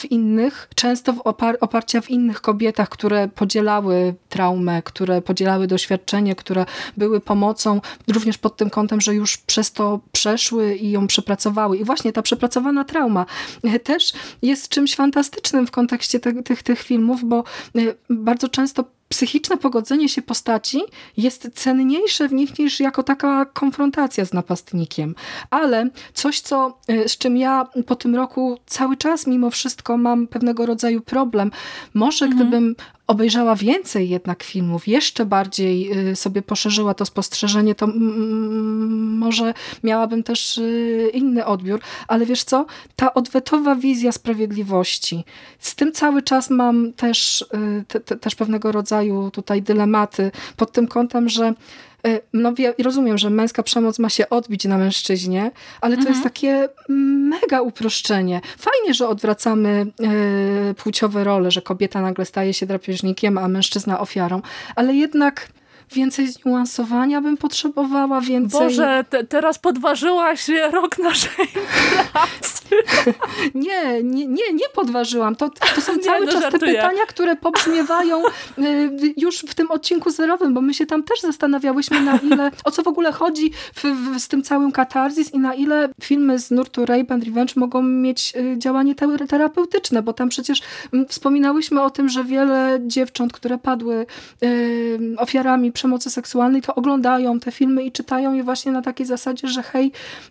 w innych kobietach, które podzielały traumę, które podzielały doświadczenie, które były pomocą również pod tym kątem, że już przez to przeszły i ją przepracowały. I właśnie ta przepracowana trauma też jest czymś fantastycznym w kontekście tych filmów, bo bardzo często psychiczne pogodzenie się postaci jest cenniejsze w nich niż jako taka konfrontacja z napastnikiem. Ale coś, z czym ja po tym roku cały czas mimo wszystko mam pewnego rodzaju problem. Może gdybym obejrzała więcej jednak filmów, jeszcze bardziej sobie poszerzyła to spostrzeżenie, to może miałabym też inny odbiór. Ale wiesz co? Ta odwetowa wizja sprawiedliwości. Z tym cały czas mam też pewnego rodzaju tutaj dylematy pod tym kątem, że rozumiem, że męska przemoc ma się odbić na mężczyźnie, ale to jest takie mega uproszczenie. Fajnie, że odwracamy płciowe role, że kobieta nagle staje się drapieżnikiem, a mężczyzna ofiarą, ale jednak więcej zniuansowania bym potrzebowała, więcej... Boże, teraz podważyłaś rok naszej pracy. Nie podważyłam. To są cały czas te pytania, które pobrzmiewają już w tym odcinku zerowym, bo my się tam też zastanawiałyśmy, na ile, o co w ogóle chodzi z tym całym katarzis i na ile filmy z nurtu Rape and Revenge mogą mieć działanie terapeutyczne, bo tam przecież wspominałyśmy o tym, że wiele dziewcząt, które padły ofiarami przemocy seksualnej, to oglądają te filmy i czytają je właśnie na takiej zasadzie, że hej,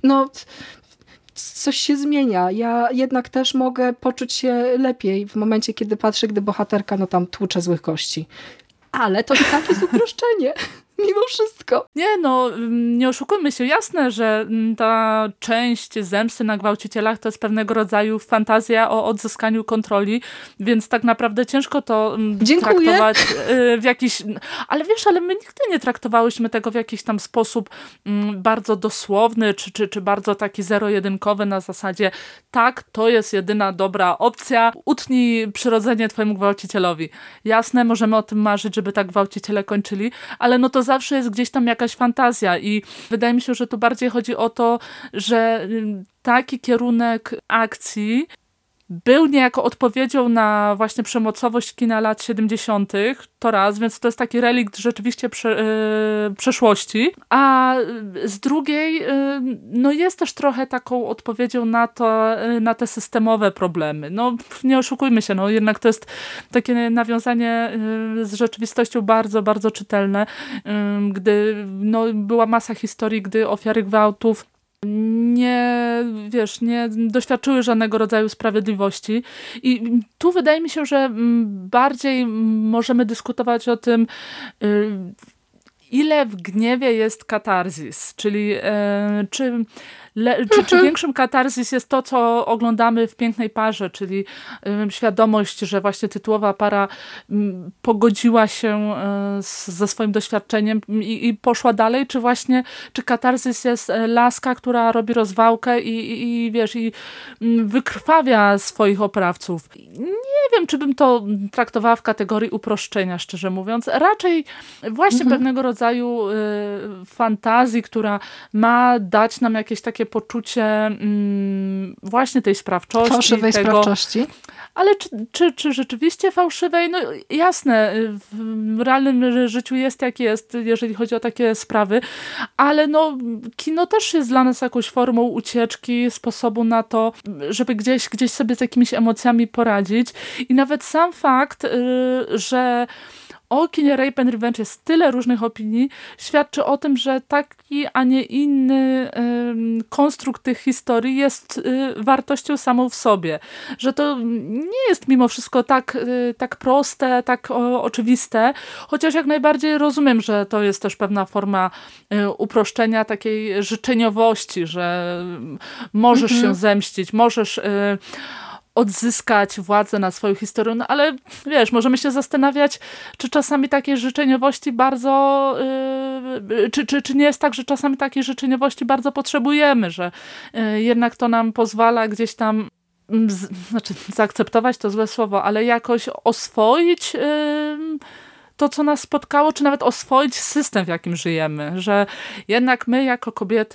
coś się zmienia. Ja jednak też mogę poczuć się lepiej w momencie, kiedy patrzę, gdy bohaterka tam tłucze złych gości. Ale to i tak jest uproszczenie. Mimo wszystko. Nie oszukujmy się. Jasne, że ta część zemsty na gwałcicielach to jest pewnego rodzaju fantazja o odzyskaniu kontroli, więc tak naprawdę ciężko to traktować w jakiś... Ale wiesz, my nigdy nie traktowałyśmy tego w jakiś tam sposób bardzo dosłowny, czy bardzo taki zero-jedynkowy na zasadzie tak, to jest jedyna dobra opcja, utnij przyrodzenie twojemu gwałcicielowi. Jasne, możemy o tym marzyć, żeby tak gwałciciele kończyli, ale to zawsze jest gdzieś tam jakaś fantazja i wydaje mi się, że tu bardziej chodzi o to, że taki kierunek akcji był niejako odpowiedzią na właśnie przemocowość kina lat 70. to raz, więc to jest taki relikt rzeczywiście przeszłości, a z drugiej jest też trochę taką odpowiedzią na te systemowe problemy. Nie oszukujmy się, jednak to jest takie nawiązanie z rzeczywistością bardzo, bardzo czytelne, gdy była masa historii, gdy ofiary gwałtów nie doświadczyły żadnego rodzaju sprawiedliwości. I tu wydaje mi się, że bardziej możemy dyskutować o tym, ile w gniewie jest katarzis, czyli czy większym katarzis jest to, co oglądamy w Pięknej parze, czyli świadomość, że właśnie tytułowa para pogodziła się ze swoim doświadczeniem i poszła dalej, czy katarzis jest laska, która robi rozwałkę i wykrwawia swoich oprawców. Nie wiem, czy bym to traktowała w kategorii uproszczenia, szczerze mówiąc. Raczej właśnie pewnego rodzaju fantazji, która ma dać nam jakieś takie poczucie właśnie tej sprawczości. Fałszywej sprawczości. Ale czy rzeczywiście fałszywej? No jasne, w realnym życiu jest jak jest, jeżeli chodzi o takie sprawy, ale no kino też jest dla nas jakąś formą ucieczki, sposobu na to, żeby gdzieś sobie z jakimiś emocjami poradzić. I nawet sam fakt, że o kinie Rape and Revenge jest tyle różnych opinii, świadczy o tym, że taki, a nie inny konstrukt tych historii jest wartością samą w sobie. Że to nie jest mimo wszystko tak proste, tak oczywiste, chociaż jak najbardziej rozumiem, że to jest też pewna forma uproszczenia takiej życzeniowości, że możesz się zemścić, możesz odzyskać władzę nad swoją historią, no ale wiesz, możemy się zastanawiać, czy czasami takiej życzeniowości bardzo, czy nie jest tak, że czasami takiej życzeniowości bardzo potrzebujemy, że jednak to nam pozwala gdzieś tam zaakceptować to złe słowo, ale jakoś oswoić to, co nas spotkało, czy nawet oswoić system, w jakim żyjemy, że jednak my jako kobiety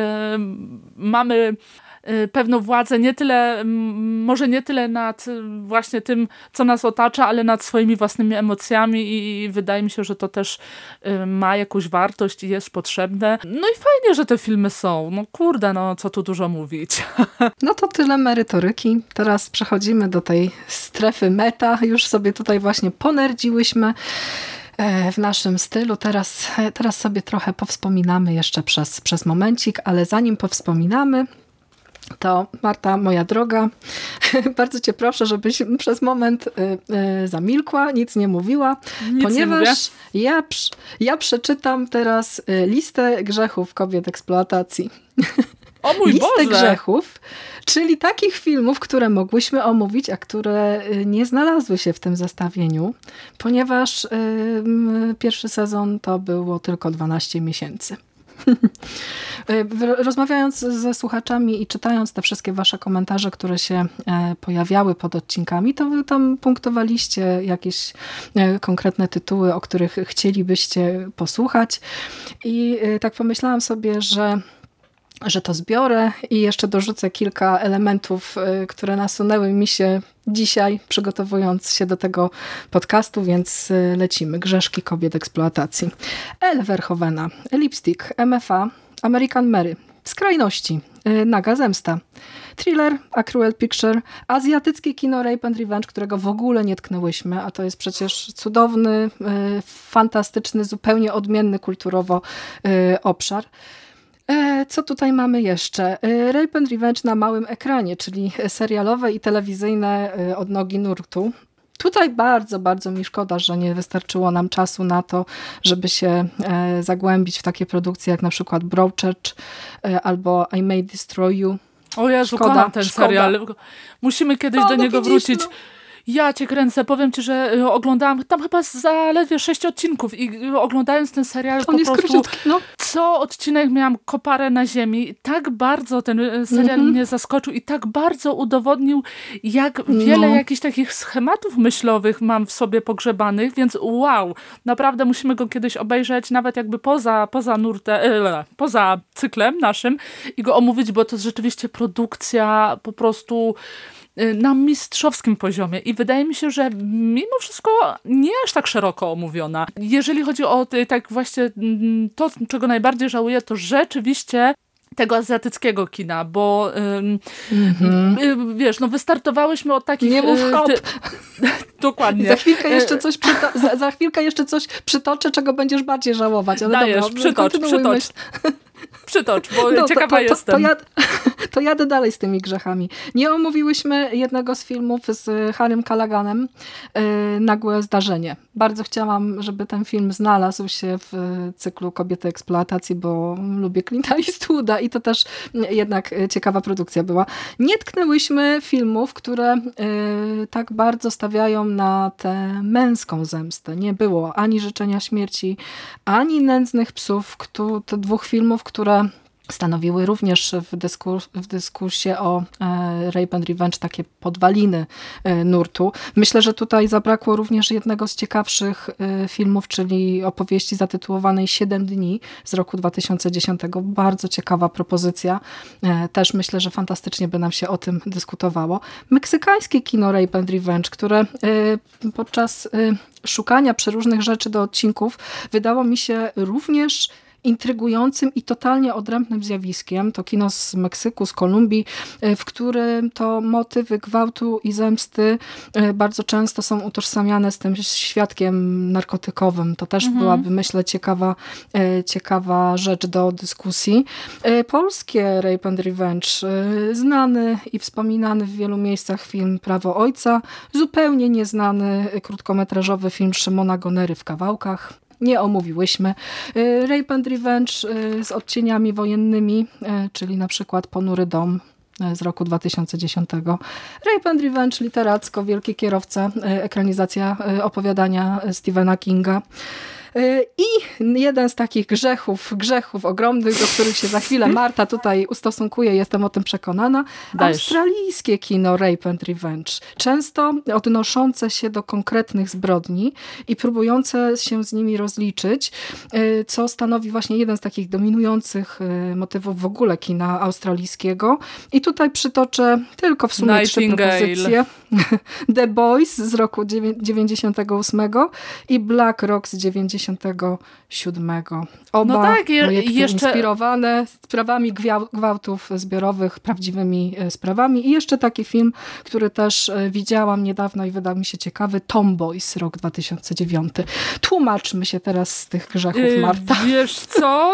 mamy pewną władzę może nie tyle nad właśnie tym, co nas otacza, ale nad swoimi własnymi emocjami i wydaje mi się, że to też ma jakąś wartość i jest potrzebne. No i fajnie, że te filmy są. No kurde, no co tu dużo mówić. No to tyle merytoryki. Teraz przechodzimy do tej strefy meta. Już sobie tutaj właśnie ponerdziłyśmy w naszym stylu. Teraz sobie trochę powspominamy jeszcze przez momencik, ale zanim powspominamy, to Marta, moja droga, bardzo cię proszę, żebyś przez moment zamilkła, nic nie mówiła, ponieważ ja przeczytam teraz listę grzechów kobiet eksploatacji. O mój Listę Boże! grzechów, czyli takich filmów, które mogłyśmy omówić, a które nie znalazły się w tym zestawieniu, ponieważ pierwszy sezon to było tylko 12 miesięcy. Rozmawiając ze słuchaczami i czytając te wszystkie wasze komentarze, które się pojawiały pod odcinkami, to wy tam punktowaliście jakieś konkretne tytuły, o których chcielibyście posłuchać. I tak pomyślałam sobie, że to zbiorę i jeszcze dorzucę kilka elementów, które nasunęły mi się dzisiaj, przygotowując się do tego podcastu, więc lecimy. Grzeszki kobiet eksploatacji. L. Verhoevena, Lipstick, MFA, American Mary, Skrajności, Naga zemsta, Thriller, A Cruel Picture, azjatyckie kino Rape and Revenge, którego w ogóle nie tknęłyśmy, a to jest przecież cudowny, fantastyczny, zupełnie odmienny kulturowo obszar. Co tutaj mamy jeszcze? Rape and Revenge na małym ekranie, czyli serialowe i telewizyjne odnogi nurtu. Tutaj bardzo, bardzo mi szkoda, że nie wystarczyło nam czasu na to, żeby się zagłębić w takie produkcje jak na przykład Broadchurch albo I May Destroy You. O Jezu, kocham ten serial. Musimy kiedyś do niego wrócić. No. Ja cię kręcę, powiem ci, że oglądałam tam chyba zaledwie 6 odcinków i oglądając ten serial po prostu co odcinek miałam koparę na ziemi. Tak bardzo ten serial mnie zaskoczył i tak bardzo udowodnił, jak wiele jakichś takich schematów myślowych mam w sobie pogrzebanych, więc wow, naprawdę musimy go kiedyś obejrzeć, nawet jakby poza cyklem naszym i go omówić, bo to jest rzeczywiście produkcja po prostu na mistrzowskim poziomie i wydaje mi się, że mimo wszystko nie aż tak szeroko omówiona. Jeżeli chodzi o tak właśnie to, czego najbardziej żałuję, to rzeczywiście tego azjatyckiego kina, bo wiesz, no wystartowałyśmy od takich... Nie mów hop! Dokładnie. Za chwilkę jeszcze coś przytoczę, czego będziesz bardziej żałować. Ale dajesz, dobra, przytocz. Przytocz, bo ciekawa jestem. To jadę dalej z tymi grzechami. Nie omówiłyśmy jednego z filmów z Harrym Callaganem, Nagłe zdarzenie. Bardzo chciałam, żeby ten film znalazł się w cyklu Kobiety eksploatacji, bo lubię Clint'a Eastwooda i to też jednak ciekawa produkcja była. Nie tknęłyśmy filmów, które tak bardzo stawiają na tę męską zemstę. Nie było ani Życzenia śmierci, ani Nędznych psów. To dwóch filmów, które stanowiły również w dyskursie o Rape and Revenge takie podwaliny nurtu. Myślę, że tutaj zabrakło również jednego z ciekawszych filmów, czyli opowieści zatytułowanej 7 dni z roku 2010. Bardzo ciekawa propozycja. Też myślę, że fantastycznie by nam się o tym dyskutowało. Meksykańskie kino Rape and Revenge, które podczas szukania przeróżnych rzeczy do odcinków wydało mi się również intrygującym i totalnie odrębnym zjawiskiem. To kino z Meksyku, z Kolumbii, w którym to motywy gwałtu i zemsty bardzo często są utożsamiane z tym świadkiem narkotykowym. To też byłaby, myślę, ciekawa rzecz do dyskusji. Polskie Rape and Revenge, znany i wspominany w wielu miejscach film Prawo ojca, zupełnie nieznany krótkometrażowy film Szymona Gonery w kawałkach. Nie omówiłyśmy. Rape and Revenge z odcieniami wojennymi, czyli na przykład Ponury dom z roku 2010. Rape and Revenge literacko, Wielki kierowca, ekranizacja opowiadania Stephena Kinga. I jeden z takich grzechów ogromnych, do których się za chwilę Marta tutaj ustosunkuje, jestem o tym przekonana. Australijskie kino Rape and Revenge. Często odnoszące się do konkretnych zbrodni i próbujące się z nimi rozliczyć, co stanowi właśnie jeden z takich dominujących motywów w ogóle kina australijskiego. I tutaj przytoczę tylko w sumie 3 propozycje. The Boys z roku 98 i Black Rock z 97. Oba projekty inspirowane sprawami gwałtów zbiorowych, prawdziwymi sprawami. I jeszcze taki film, który też widziałam niedawno i wydał mi się ciekawy, Tomboys, rok 2009. Tłumaczmy się teraz z tych grzechów, Marta. Wiesz co?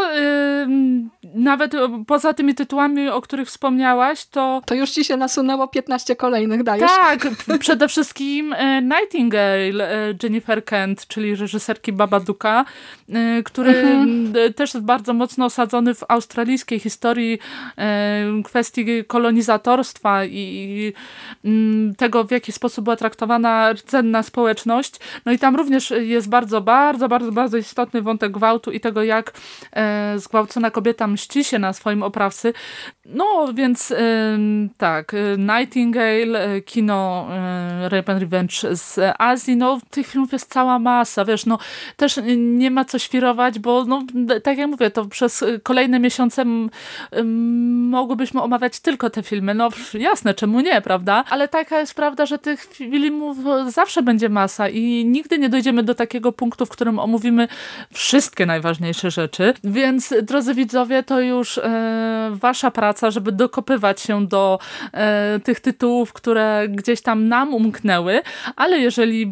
Nawet poza tymi tytułami, o których wspomniałaś, to już ci się nasunęło 15 kolejnych, dajesz? Tak, przede wszystkim Nightingale, Jennifer Kent, czyli reżyserki Babadooka, który też jest bardzo mocno osadzony w australijskiej historii kwestii kolonizatorstwa i tego, w jaki sposób była traktowana rdzenna społeczność. No i tam również jest bardzo istotny wątek gwałtu i tego, jak zgwałcona kobieta mści się na swoim oprawcy. No więc tak, Nightingale, kino Rape and Revenge z Azji, no tych filmów jest cała masa, wiesz, no też nie ma co świrować, bo no tak jak mówię, to przez kolejne miesiące mogłybyśmy omawiać tylko te filmy, no jasne, czemu nie, prawda? Ale taka jest prawda, że tych filmów zawsze będzie masa i nigdy nie dojdziemy do takiego punktu, w którym omówimy wszystkie najważniejsze rzeczy, więc drodzy widzowie, to już wasza praca, żeby dokopywać się do tych tytułów, które gdzieś tam nam umknęły, ale jeżeli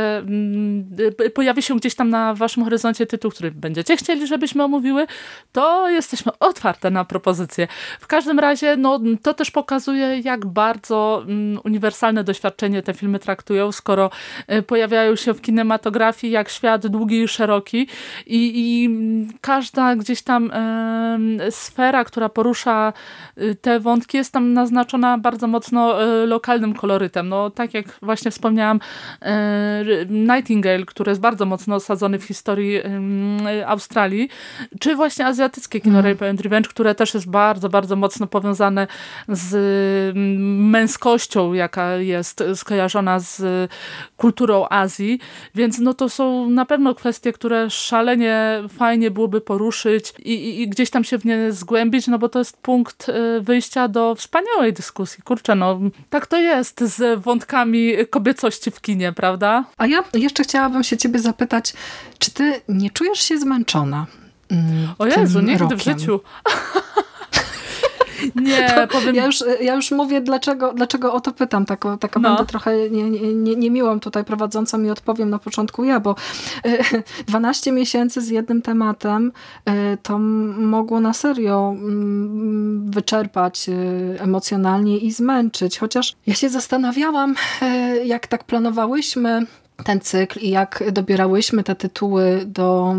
pojawi się gdzieś tam na waszym horyzoncie tytuł, który będziecie chcieli, żebyśmy omówiły, to jesteśmy otwarte na propozycje. W każdym razie, no to też pokazuje, jak bardzo uniwersalne doświadczenie te filmy traktują, skoro pojawiają się w kinematografii jak świat długi i szeroki i każda gdzieś tam sfera, która porusza te wątki, jest tam naznaczona bardzo mocno lokalnym kolorytem. No tak jak właśnie wspomniałam, Nightingale, który jest bardzo mocno osadzony w historii Australii, czy właśnie azjatyckie kino Rape and Revenge, które też jest bardzo, bardzo mocno powiązane z męskością, jaka jest skojarzona z kulturą Azji, więc no to są na pewno kwestie, które szalenie fajnie byłoby poruszyć i gdzieś tam się w nie zgłębić, no bo to jest punkt wyjścia do wspaniałej dyskusji. Kurczę, no tak to jest z wątkami kobiecości w kinie, prawda? A ja jeszcze chciałabym się ciebie zapytać, czy ty nie czujesz się zmęczona O Jezu, nigdy rokiem? w życiu. Nie, powiem... Ja już mówię, dlaczego o to pytam. Taka będę trochę niemiłą tutaj prowadzącą i odpowiem na początku ja, bo 12 miesięcy z jednym tematem to mogło na serio wyczerpać emocjonalnie i zmęczyć. Chociaż ja się zastanawiałam, jak tak planowałyśmy ten cykl i jak dobierałyśmy te tytuły do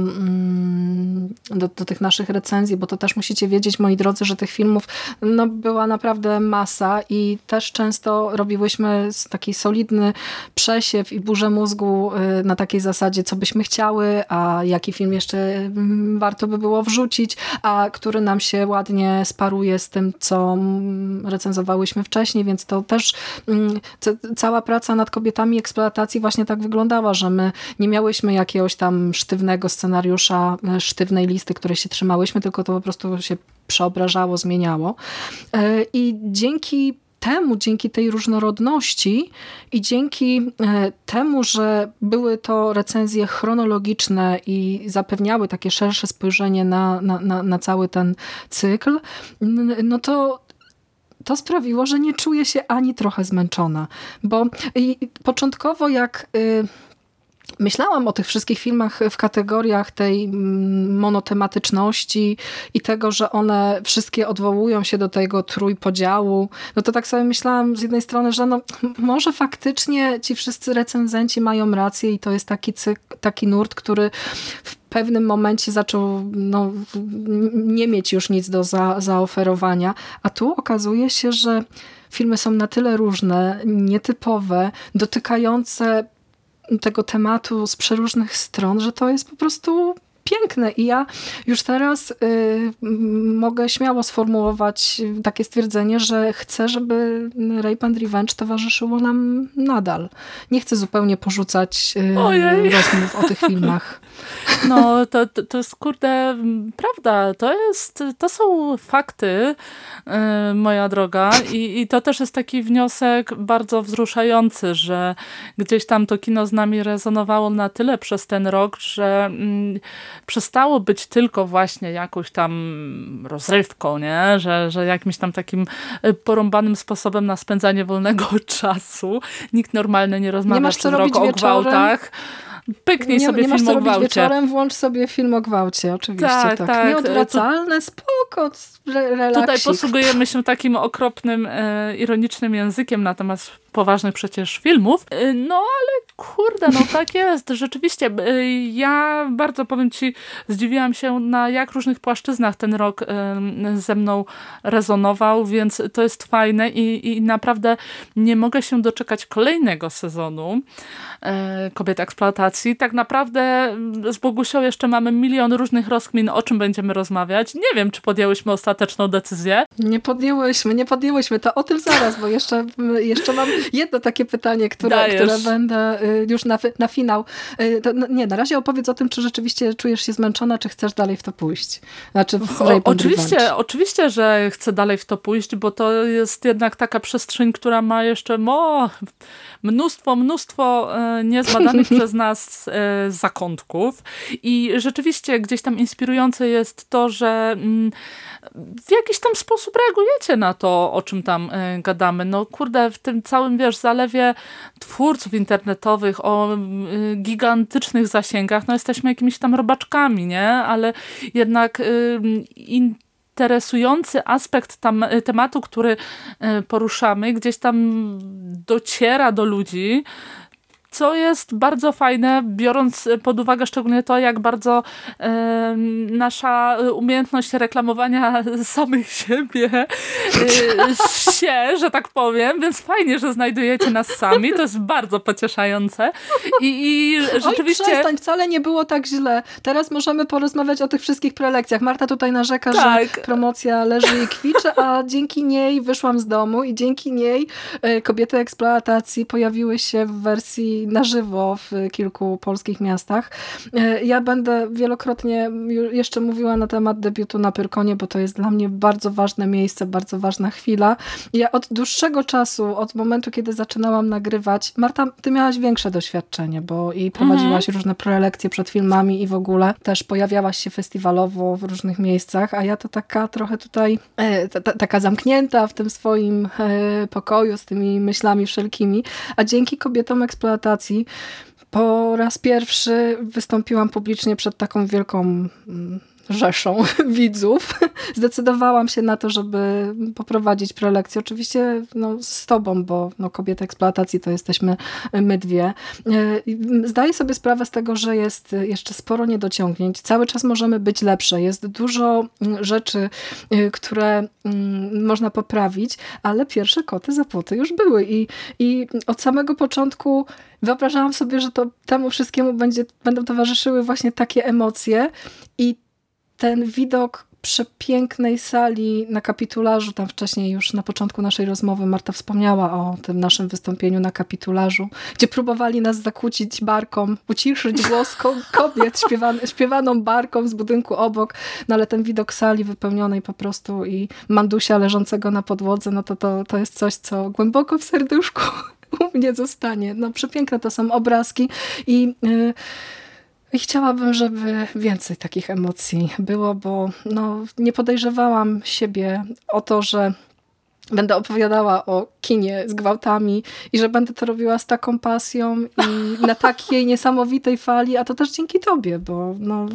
tych naszych recenzji, bo to też musicie wiedzieć, moi drodzy, że tych filmów była naprawdę masa i też często robiłyśmy taki solidny przesiew i burzę mózgu na takiej zasadzie, co byśmy chciały, a jaki film jeszcze warto by było wrzucić, a który nam się ładnie sparuje z tym, co recenzowałyśmy wcześniej, więc to też cała praca nad kobietami eksploatacji właśnie tak wyglądała, że my nie miałyśmy jakiegoś tam sztywnego scenariusza, sztywnej listy, której się trzymałyśmy, tylko to po prostu się przeobrażało, zmieniało. I dzięki tej różnorodności i dzięki temu, że były to recenzje chronologiczne i zapewniały takie szersze spojrzenie na cały ten cykl, no to sprawiło, że nie czuję się ani trochę zmęczona. Bo początkowo jak myślałam o tych wszystkich filmach w kategoriach tej monotematyczności i tego, że one wszystkie odwołują się do tego trójpodziału, no to tak sobie myślałam z jednej strony, że może faktycznie ci wszyscy recenzenci mają rację i to jest taki nurt, który w pewnym momencie zaczął nie mieć już nic do zaoferowania, a tu okazuje się, że filmy są na tyle różne, nietypowe, dotykające tego tematu z przeróżnych stron, że to jest po prostu piękne i ja już teraz mogę śmiało sformułować takie stwierdzenie, że chcę, żeby Rape and Revenge towarzyszyło nam nadal. Nie chcę zupełnie porzucać rozmów o tych filmach. No, to jest kurde prawda. To są fakty, moja droga. I to też jest taki wniosek bardzo wzruszający, że gdzieś tam to kino z nami rezonowało na tyle przez ten rok, że przestało być tylko właśnie jakąś tam rozrywką, nie? Że jakimś tam takim porąbanym sposobem na spędzanie wolnego czasu. Nikt normalny nie rozmawia przez rok o gwałtach. Pyknij sobie film o gwałcie. Nie masz co robić wieczorem, włącz sobie film o gwałcie, oczywiście. Tak. Nieodwracalne, spoko, relaksik. Tutaj posługujemy się takim okropnym, ironicznym językiem na temat poważnych przecież filmów. No ale kurde, tak jest. Rzeczywiście, ja bardzo, powiem ci, zdziwiłam się, na jak różnych płaszczyznach ten rok ze mną rezonował, więc to jest fajne i naprawdę nie mogę się doczekać kolejnego sezonu Kobiet eksploatacji. Tak naprawdę z Bogusią jeszcze mamy milion różnych rozkmin, o czym będziemy rozmawiać. Nie wiem, czy podjęłyśmy ostateczną decyzję. Nie podjęłyśmy. To o tym zaraz, bo jeszcze mam jedno takie pytanie, które będę już na finał. Na razie opowiedz o tym, czy rzeczywiście czujesz się zmęczona, czy chcesz dalej w to pójść. Znaczy oczywiście, że chcę dalej w to pójść, bo to jest jednak taka przestrzeń, która ma jeszcze mnóstwo niezbadanych przez nas zakątków i rzeczywiście gdzieś tam inspirujące jest to, że w jakiś tam sposób reagujecie na to, o czym tam gadamy. No kurde, w tym całym, zalewie twórców internetowych o gigantycznych zasięgach, jesteśmy jakimiś tam robaczkami, nie? Ale jednak interesujący aspekt tematu, który poruszamy, gdzieś tam dociera do ludzi, co jest bardzo fajne, biorąc pod uwagę szczególnie to, jak bardzo nasza umiejętność reklamowania samych siebie że tak powiem, więc fajnie, że znajdujecie nas sami, to jest bardzo pocieszające i rzeczywiście... Oj, przestań, wcale nie było tak źle. Teraz możemy porozmawiać o tych wszystkich prelekcjach. Marta tutaj narzeka, że promocja leży i kwiczy, a dzięki niej wyszłam z domu i dzięki niej Kobiety eksploatacji pojawiły się w wersji i na żywo w kilku polskich miastach. Ja będę wielokrotnie jeszcze mówiła na temat debiutu na Pyrkonie, bo to jest dla mnie bardzo ważne miejsce, bardzo ważna chwila. Ja od dłuższego czasu, od momentu, kiedy zaczynałam nagrywać, Marta, ty miałaś większe doświadczenie, bo i prowadziłaś różne prelekcje przed filmami i w ogóle też pojawiałaś się festiwalowo w różnych miejscach, a ja to taka trochę tutaj, taka zamknięta w tym swoim pokoju z tymi myślami wszelkimi, a dzięki kobietom eksploatacji po raz pierwszy wystąpiłam publicznie przed taką wielką rzeszą widzów. Zdecydowałam się na to, żeby poprowadzić prelekcję. Oczywiście z tobą, bo kobiety eksploatacji to jesteśmy my dwie. Zdaję sobie sprawę z tego, że jest jeszcze sporo niedociągnięć. Cały czas możemy być lepsze. Jest dużo rzeczy, które można poprawić, ale pierwsze koty za płoty już były. I od samego początku wyobrażałam sobie, że temu wszystkiemu będą towarzyszyły właśnie takie emocje i ten widok przepięknej sali na Kapitularzu, tam wcześniej już na początku naszej rozmowy Marta wspomniała o tym naszym wystąpieniu na Kapitularzu, gdzie próbowali nas zakłócić barką, uciszyć głos kobiet śpiewaną barką z budynku obok, ale ten widok sali wypełnionej po prostu i Mandusia leżącego na podłodze, to jest coś, co głęboko w serduszku u mnie zostanie. Przepiękne to są obrazki i chciałabym, żeby więcej takich emocji było, bo nie podejrzewałam siebie o to, że będę opowiadała o kinie z gwałtami i że będę to robiła z taką pasją i na takiej niesamowitej fali, a to też dzięki tobie, bo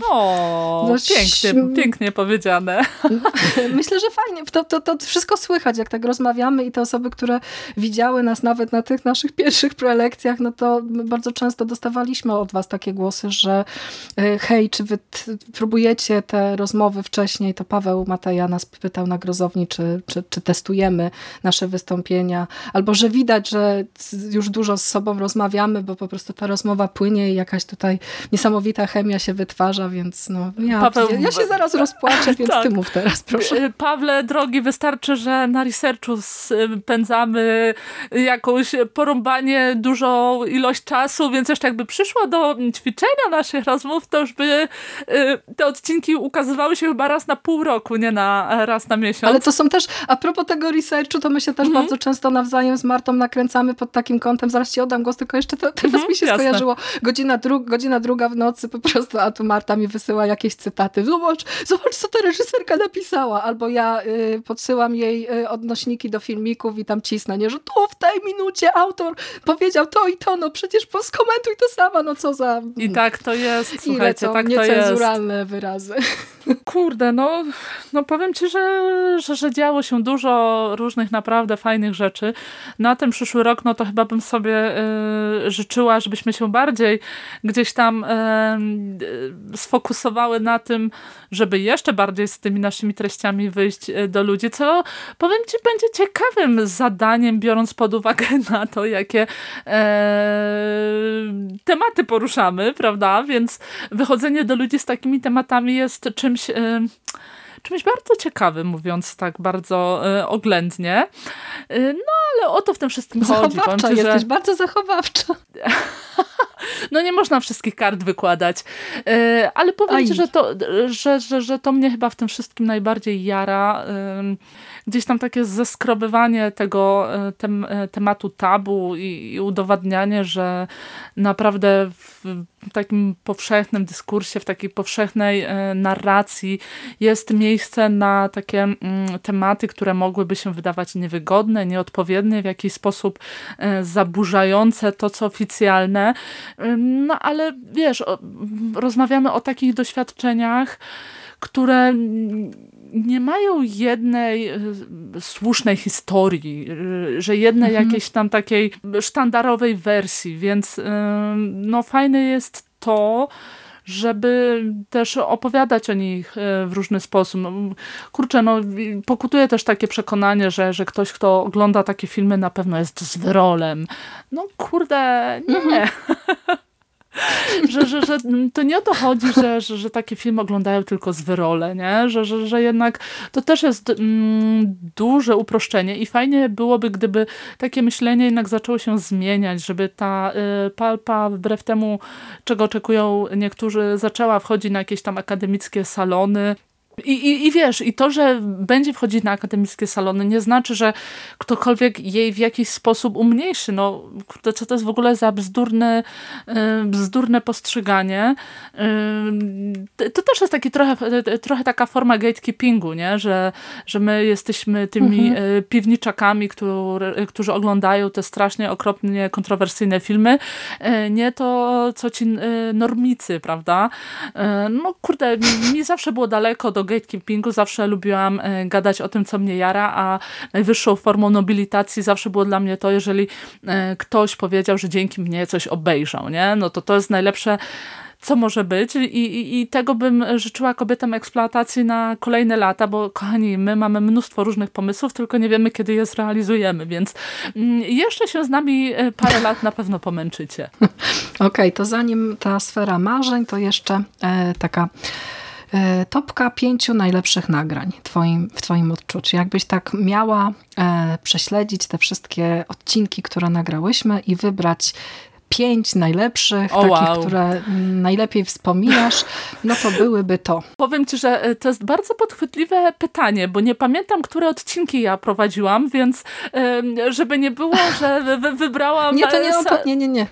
pięknie powiedziane. Myślę, że fajnie. To wszystko słychać, jak tak rozmawiamy i te osoby, które widziały nas nawet na tych naszych pierwszych prelekcjach, to bardzo często dostawaliśmy od was takie głosy, że hej, czy wy próbujecie te rozmowy wcześniej? To Paweł Mateja nas pytał na Grozowni, czy testujemy nasze wystąpienia, albo że widać, że już dużo z sobą rozmawiamy, bo po prostu ta rozmowa płynie i jakaś tutaj niesamowita chemia się wytwarza, więc ja się zaraz rozpłaczę, więc ty mów teraz, proszę. Pawle, drogi, wystarczy, że na researchu spędzamy jakąś porąbanie dużą ilość czasu, więc jeszcze jakby przyszło do ćwiczenia naszych rozmów, to już by te odcinki ukazywały się chyba raz na pół roku, nie raz na miesiąc. Ale to są też, a propos tego researchu, to my się też bardzo często nawzajem z Martą nakręcamy pod takim kątem. Zaraz ci oddam głos, tylko jeszcze teraz mi się skojarzyło. Godzina druga w nocy po prostu, a tu Marta mi wysyła jakieś cytaty. Zobacz, co ta reżyserka napisała. Albo ja podsyłam jej odnośniki do filmików i tam cisnę, nie, że tu w tej minucie autor powiedział to i to, przecież skomentuj to sama, co za... I tak to jest, słuchajcie, tak to jest. Niecenzuralne wyrazy. Kurde, powiem ci, że działo się dużo różnych naprawdę fajnych rzeczy. Na ten przyszły rok, to chyba bym sobie życzyła, żebyśmy się bardziej gdzieś tam sfokusowały na tym, żeby jeszcze bardziej z tymi naszymi treściami wyjść do ludzi, co powiem ci będzie ciekawym zadaniem, biorąc pod uwagę na to, jakie tematy poruszamy, prawda? Więc wychodzenie do ludzi z takimi tematami jest czymś bardzo ciekawym, mówiąc tak bardzo oględnie. Ale o to w tym wszystkim chodzi. Zachowawcza jesteś, bardzo zachowawcza. Nie można wszystkich kart wykładać. Ale powiem ci, że to mnie chyba w tym wszystkim najbardziej jara. Gdzieś tam takie zeskrobywanie tego tematu tabu i udowadnianie, że naprawdę w takim powszechnym dyskursie, w takiej powszechnej narracji jest miejsce na takie tematy, które mogłyby się wydawać niewygodne, nieodpowiednie, w jakiś sposób zaburzające to, co oficjalne. Ale wiesz, rozmawiamy o takich doświadczeniach, które nie mają jednej słusznej historii, że jednej jakiejś tam takiej sztandarowej wersji, więc fajne jest to, żeby też opowiadać o nich w różny sposób. Pokutuje też takie przekonanie, że ktoś, kto ogląda takie filmy, na pewno jest zwyrolem. Kurde, nie. że to nie o to chodzi, że takie filmy oglądają tylko zwyrole, nie? Że jednak to też jest duże uproszczenie i fajnie byłoby, gdyby takie myślenie jednak zaczęło się zmieniać, żeby ta palpa wbrew temu, czego oczekują niektórzy, zaczęła wchodzić na jakieś tam akademickie salony. I wiesz, i to, że będzie wchodzić na akademickie salony, nie znaczy, że ktokolwiek jej w jakiś sposób umniejszy. No, co to jest w ogóle za bzdurne postrzeganie. To też jest taki trochę taka forma gatekeepingu, nie? Że my jesteśmy tymi piwniczakami, którzy oglądają te strasznie okropnie kontrowersyjne filmy. Nie to, co ci normicy, prawda? No kurde, mi zawsze było daleko do gatekeepingu, zawsze lubiłam gadać o tym, co mnie jara, a najwyższą formą nobilitacji zawsze było dla mnie to, jeżeli ktoś powiedział, że dzięki mnie coś obejrzał, nie? No to jest najlepsze, co może być i tego bym życzyła kobietom eksploatacji na kolejne lata, bo kochani, my mamy mnóstwo różnych pomysłów, tylko nie wiemy, kiedy je zrealizujemy, więc jeszcze się z nami parę lat na pewno pomęczycie. Okej, to zanim ta sfera marzeń, to jeszcze taka topka 5 najlepszych nagrań w twoim odczuciu. Jakbyś tak miała prześledzić te wszystkie odcinki, które nagrałyśmy i wybrać 5 najlepszych, które najlepiej wspominasz, no to byłyby to. Powiem ci, że to jest bardzo podchwytliwe pytanie, bo nie pamiętam, które odcinki ja prowadziłam, więc żeby nie było, że wybrałam... Nie, to nie. Nie.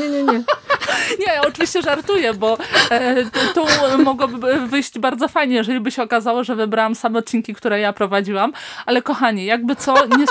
Nie, oczywiście żartuję, bo tu mogłoby wyjść bardzo fajnie, jeżeli by się okazało, że wybrałam same odcinki, które ja prowadziłam, ale kochani, jakby co,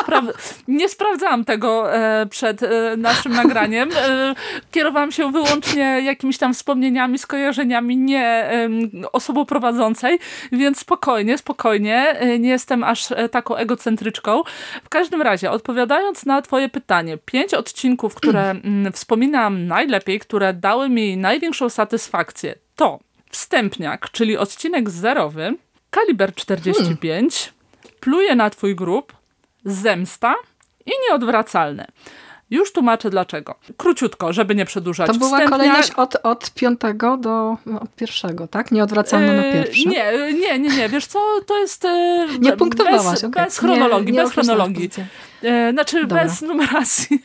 nie sprawdzałam tego przed naszym nagraniem. Kierowałam się wyłącznie jakimiś tam wspomnieniami, skojarzeniami, nie osobą prowadzącej, więc spokojnie, nie jestem aż taką egocentryczką. W każdym razie, odpowiadając na twoje pytanie, 5 odcinków, które wspominam najlepiej, które dały mi największą satysfakcję, to Wstępniak, czyli odcinek 0, Kaliber 45, Pluję na twój grób, Zemsta i Nieodwracalne. Już tłumaczę dlaczego. Króciutko, żeby nie przedłużać. To była kolejność od 5 do 1, tak? Nieodwracalne na pierwszy. Nie. Wiesz co, to jest nie punktowałaś, bez chronologii. Nie bez chronologii. Znaczy Dobra. bez numeracji.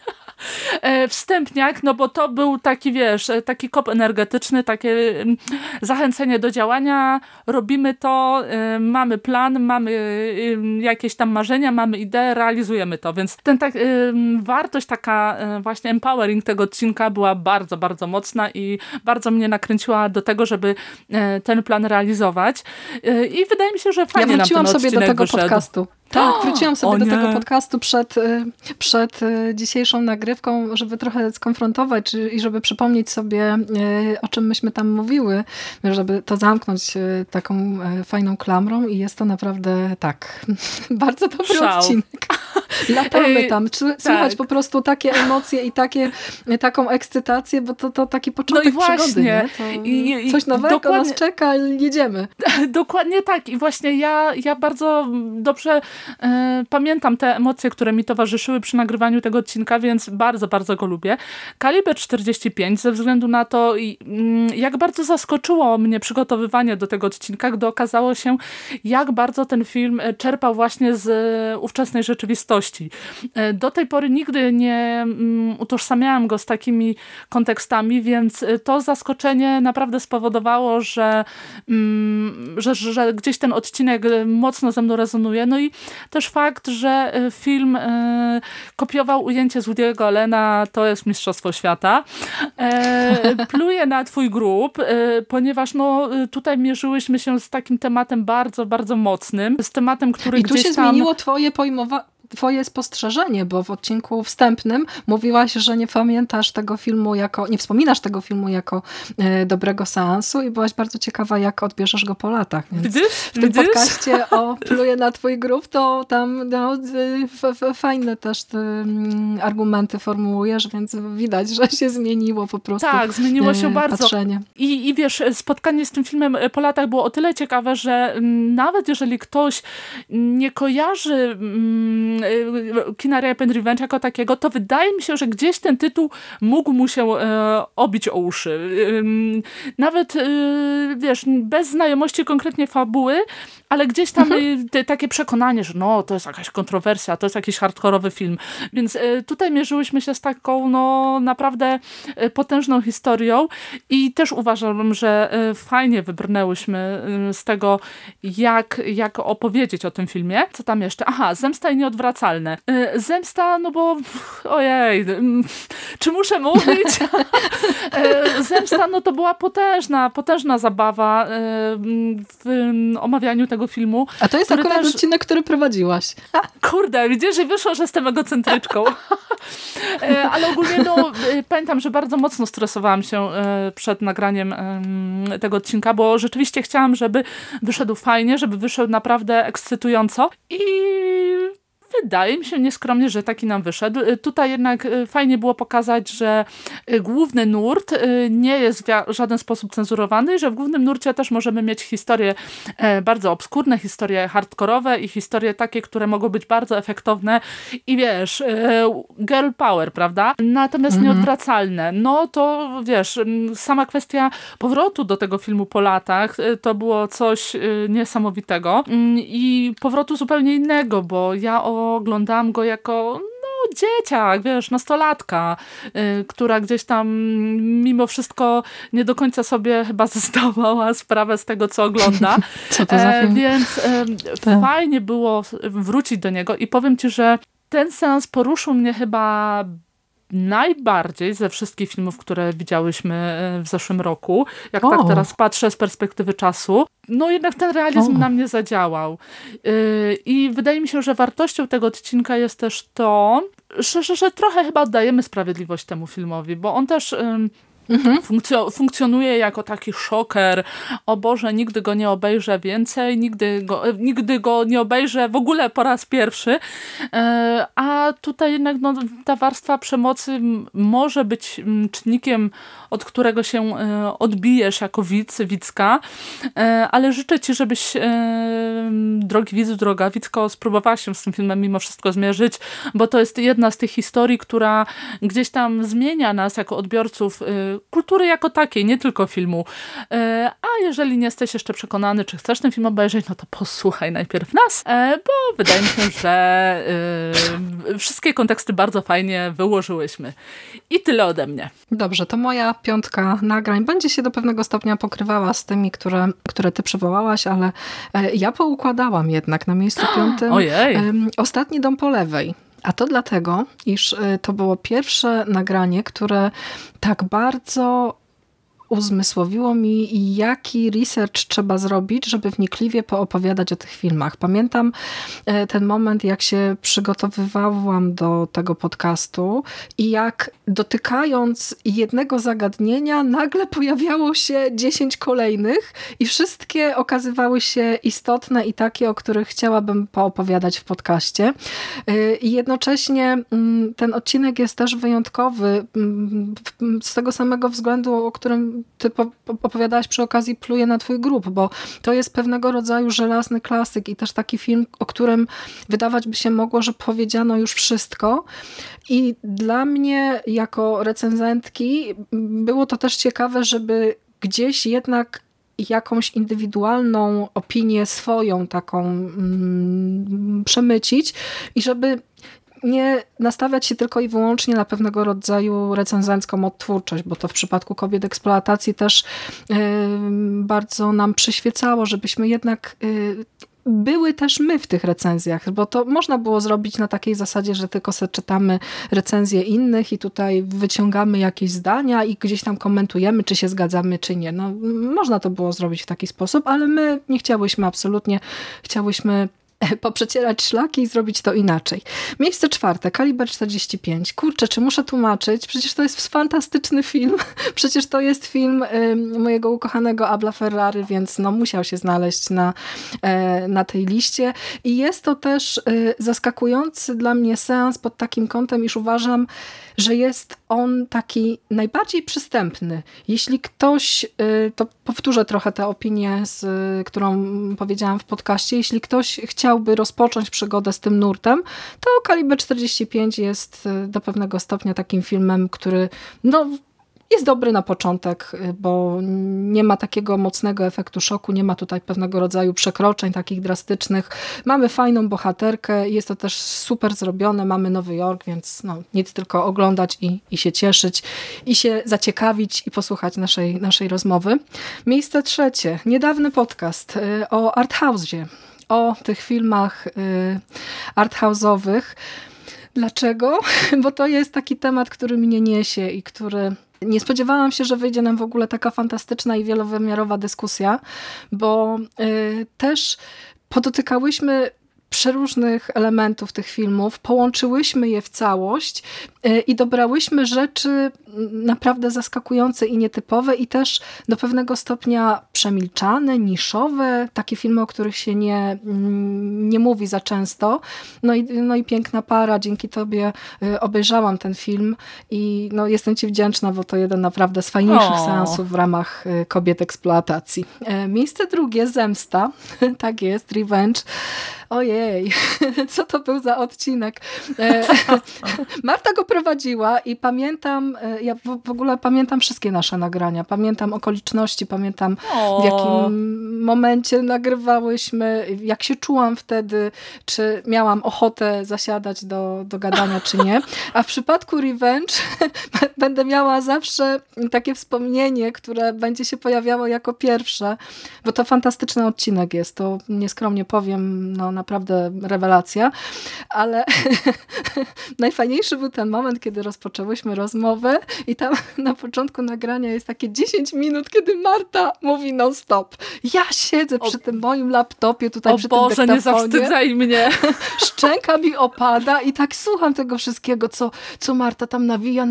Wstępniak, no bo to był taki, wiesz, taki kop energetyczny, takie zachęcenie do działania, robimy to, mamy plan, mamy jakieś tam marzenia, mamy ideę, realizujemy to, więc wartość taka właśnie empowering tego odcinka była bardzo, bardzo mocna i bardzo mnie nakręciła do tego, żeby ten plan realizować i wydaje mi się, że fajnie nam ten odcinek sobie do tego wyszedł. podcastu. Tak, wróciłam sobie do tego podcastu przed dzisiejszą nagrywką, żeby trochę skonfrontować i żeby przypomnieć sobie, o czym myśmy tam mówiły, żeby to zamknąć taką fajną klamrą i jest to naprawdę tak, bardzo dobry odcinek. Latamy tam, słychać po prostu takie emocje i taką ekscytację, bo to taki początek przygody, nie? Coś nowego nas czeka, jedziemy. Dokładnie tak i właśnie ja bardzo dobrze pamiętam te emocje, które mi towarzyszyły przy nagrywaniu tego odcinka, więc bardzo, bardzo go lubię. Kaliber 45 ze względu na to, jak bardzo zaskoczyło mnie przygotowywanie do tego odcinka, gdy okazało się, jak bardzo ten film czerpał właśnie z ówczesnej rzeczywistości. Do tej pory nigdy nie utożsamiałam go z takimi kontekstami, więc to zaskoczenie naprawdę spowodowało, że gdzieś ten odcinek mocno ze mną rezonuje. No i też fakt, że film kopiował ujęcie z Woody'ego Allena, to jest mistrzostwo świata. Pluję na twój grób, ponieważ tutaj mierzyłyśmy się z takim tematem bardzo, bardzo mocnym. Z tematem, który i tu gdzieś się zmieniło twoje spostrzeżenie, bo w odcinku wstępnym mówiłaś, że nie pamiętasz tego filmu nie wspominasz tego filmu jako dobrego seansu i byłaś bardzo ciekawa, jak odbierzesz go po latach. Więc w tym podcaście o Pluję na twój grób, to tam fajne też te argumenty formułujesz, więc widać, że się zmieniło po prostu. Tak, zmieniło się bardzo. Patrzenie. I wiesz, spotkanie z tym filmem po latach było o tyle ciekawe, że nawet jeżeli ktoś nie kojarzy kina Rape and Revenge jako takiego, to wydaje mi się, że gdzieś ten tytuł mógł mu się obić o uszy. Nawet, wiesz, bez znajomości konkretnie fabuły, ale gdzieś tam takie przekonanie, że no, to jest jakaś kontrowersja, to jest jakiś hardkorowy film. Więc tutaj mierzyłyśmy się z taką, no, naprawdę potężną historią i też uważam, że fajnie wybrnęłyśmy z tego, jak opowiedzieć o tym filmie. Co tam jeszcze? Aha, Zemsta i Nieodwracalne. Zemsta, no bo ojej, czy muszę mówić? Zemsta, no to była potężna zabawa w omawianiu tego filmu. A to jest akurat odcinek, który prowadziłaś. Kurde, widzisz, że wyszło, że jestem egocentryczką. Ale ogólnie no, pamiętam, że bardzo mocno stresowałam się przed nagraniem tego odcinka, bo rzeczywiście chciałam, żeby wyszedł fajnie, żeby wyszedł naprawdę ekscytująco i wydaje mi się nieskromnie, że taki nam wyszedł. Tutaj jednak fajnie było pokazać, że główny nurt nie jest w żaden sposób cenzurowany i że w głównym nurcie też możemy mieć historie bardzo obskurne, historie hardkorowe i historie takie, które mogą być bardzo efektowne i wiesz, girl power, prawda? Natomiast nieodwracalne. No to wiesz, sama kwestia powrotu do tego filmu po latach to było coś niesamowitego i powrotu zupełnie innego, bo ja oglądałam go jako dzieciak, wiesz, nastolatka, która gdzieś tam mimo wszystko nie do końca sobie chyba zdawała sprawę z tego, co ogląda. Co to za film? Więc fajnie było wrócić do niego i powiem ci, że ten seans poruszył mnie chyba najbardziej ze wszystkich filmów, które widziałyśmy w zeszłym roku. Jak tak teraz patrzę z perspektywy czasu, no jednak ten realizm na mnie zadziałał. I wydaje mi się, że wartością tego odcinka jest też to, że trochę chyba oddajemy sprawiedliwość temu filmowi, bo on też funkcjonuje jako taki szoker. O Boże, nigdy go nie obejrzę więcej, nigdy go nie obejrzę w ogóle po raz pierwszy. A tutaj jednak no, ta warstwa przemocy może być czynnikiem, od którego się odbijesz jako widzka, ale życzę ci, żebyś drogi widzu, droga widzko, spróbowała się z tym filmem mimo wszystko zmierzyć, bo to jest jedna z tych historii, która gdzieś tam zmienia nas jako odbiorców kultury jako takiej, nie tylko filmu. A jeżeli nie jesteś jeszcze przekonany, czy chcesz ten film obejrzeć, no to posłuchaj najpierw nas, bo wydaje mi się, że wszystkie konteksty bardzo fajnie wyłożyłyśmy. I tyle ode mnie. Dobrze, to moja 5 nagrań będzie się do pewnego stopnia pokrywała z tymi, które ty przywołałaś, ale ja poukładałam jednak na miejscu 5 Ostatni dom po lewej. A to dlatego, iż to było pierwsze nagranie, które tak bardzo uzmysłowiło mi, jaki research trzeba zrobić, żeby wnikliwie poopowiadać o tych filmach. Pamiętam ten moment, jak się przygotowywałam do tego podcastu i jak dotykając jednego zagadnienia nagle pojawiało się 10 kolejnych i wszystkie okazywały się istotne i takie, o których chciałabym poopowiadać w podcaście. I jednocześnie ten odcinek jest też wyjątkowy z tego samego względu, o którym ty opowiadałaś przy okazji Pluję na twój grób, bo to jest pewnego rodzaju żelazny klasyk i też taki film, o którym wydawać by się mogło, że powiedziano już wszystko. I dla mnie jako recenzentki było to też ciekawe, żeby gdzieś jednak jakąś indywidualną opinię swoją taką przemycić i żeby nie nastawiać się tylko i wyłącznie na pewnego rodzaju recenzencką odtwórczość, bo to w przypadku kobiet eksploatacji też bardzo nam przyświecało, żebyśmy jednak były też my w tych recenzjach, bo to można było zrobić na takiej zasadzie, że tylko sobie czytamy recenzje innych i tutaj wyciągamy jakieś zdania i gdzieś tam komentujemy, czy się zgadzamy, czy nie. No, można to było zrobić w taki sposób, ale my nie chciałyśmy absolutnie, chciałyśmy poprzecierać szlaki i zrobić to inaczej. Miejsce 4. Kaliber 45. Kurczę, czy muszę tłumaczyć? Przecież to jest fantastyczny film. Przecież to jest film mojego ukochanego Abla Ferrary, więc no musiał się znaleźć na tej liście. I jest to też zaskakujący dla mnie seans pod takim kątem, iż uważam, że jest on taki najbardziej przystępny. Jeśli ktoś, to powtórzę trochę tę opinię, którą powiedziałam w podcaście, jeśli ktoś chciałby rozpocząć przygodę z tym nurtem, to Kaliber 45 jest do pewnego stopnia takim filmem, który jest dobry na początek, bo nie ma takiego mocnego efektu szoku, nie ma tutaj pewnego rodzaju przekroczeń takich drastycznych. Mamy fajną bohaterkę, jest to też super zrobione, mamy Nowy Jork, więc nic tylko oglądać i się cieszyć, i się zaciekawić i posłuchać naszej rozmowy. Miejsce trzecie, niedawny podcast o arthouse'ie, o tych filmach arthouse'owych. Dlaczego? Bo to jest taki temat, który mnie niesie i który... Nie spodziewałam się, że wyjdzie nam w ogóle taka fantastyczna i wielowymiarowa dyskusja, bo też podotykałyśmy przeróżnych elementów tych filmów, połączyłyśmy je w całość i dobrałyśmy rzeczy naprawdę zaskakujące i nietypowe i też do pewnego stopnia przemilczane, niszowe, takie filmy, o których się nie mówi za często. No i Piękna para, dzięki tobie obejrzałam ten film i jestem ci wdzięczna, bo to jeden naprawdę z fajniejszych seansów w ramach kobiet eksploatacji. Miejsce drugie, Zemsta, tak jest, Revenge. Ojej, co to był za odcinek? Marta go prowadziła i pamiętam, ja w ogóle pamiętam wszystkie nasze nagrania, pamiętam okoliczności, pamiętam w jakim momencie nagrywałyśmy, jak się czułam wtedy, czy miałam ochotę zasiadać do gadania, czy nie. A w przypadku Revenge będę miała zawsze takie wspomnienie, które będzie się pojawiało jako pierwsze, bo to fantastyczny odcinek jest, to nieskromnie powiem, naprawdę rewelacja, ale najfajniejszy był ten moment, kiedy rozpoczęłyśmy rozmowę i tam na początku nagrania jest takie 10 minut, kiedy Marta mówi non-stop. Ja siedzę przy tym moim laptopie, tutaj przy tym dyktafonie. O Boże, nie zawstydzaj mnie. Szczęka mi opada i tak słucham tego wszystkiego, co Marta tam nawija.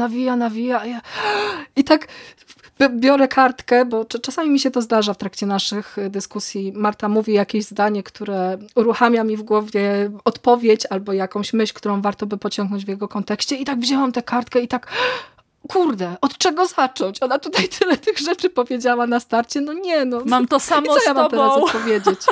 I tak biorę kartkę, bo czasami mi się to zdarza w trakcie naszych dyskusji. Marta mówi jakieś zdanie, które uruchamia mi w głowie odpowiedź albo jakąś myśl, którą warto by pociągnąć w jego kontekście. I tak wzięłam tę kartkę i tak... Kurde, od czego zacząć? Ona tutaj tyle tych rzeczy powiedziała na starcie. Mam to samo z tobą. I co ja mam teraz odpowiedzieć?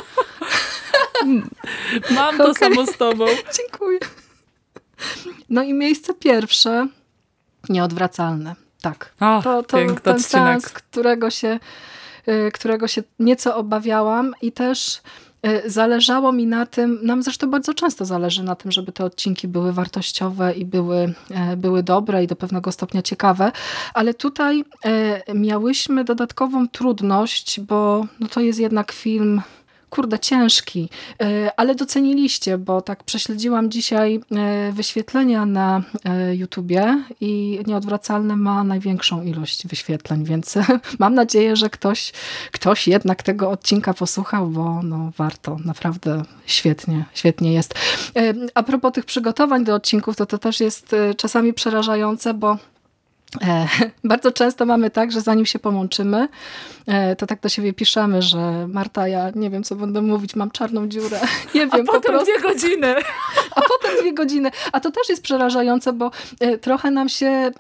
Mam to samo z tobą. Dziękuję. No i miejsce pierwsze, Nieodwracalne. Tak. To ten seans, którego się nieco obawiałam i też zależało mi na tym, nam zresztą bardzo często zależy na tym, żeby te odcinki były wartościowe i były dobre i do pewnego stopnia ciekawe, ale tutaj miałyśmy dodatkową trudność, bo to jest jednak film ciężki, ale doceniliście, bo tak prześledziłam dzisiaj wyświetlenia na YouTubie i Nieodwracalne ma największą ilość wyświetleń, więc mam nadzieję, że ktoś jednak tego odcinka posłuchał, bo warto, naprawdę świetnie jest. A propos tych przygotowań do odcinków, to też jest czasami przerażające, bo bardzo często mamy tak, że zanim się połączymy, to tak do siebie piszemy, że Marta, ja nie wiem, co będę mówić, mam czarną dziurę. Nie wiem, a potem 2 godziny. A potem 2 godziny. A to też jest przerażające, bo trochę nam się...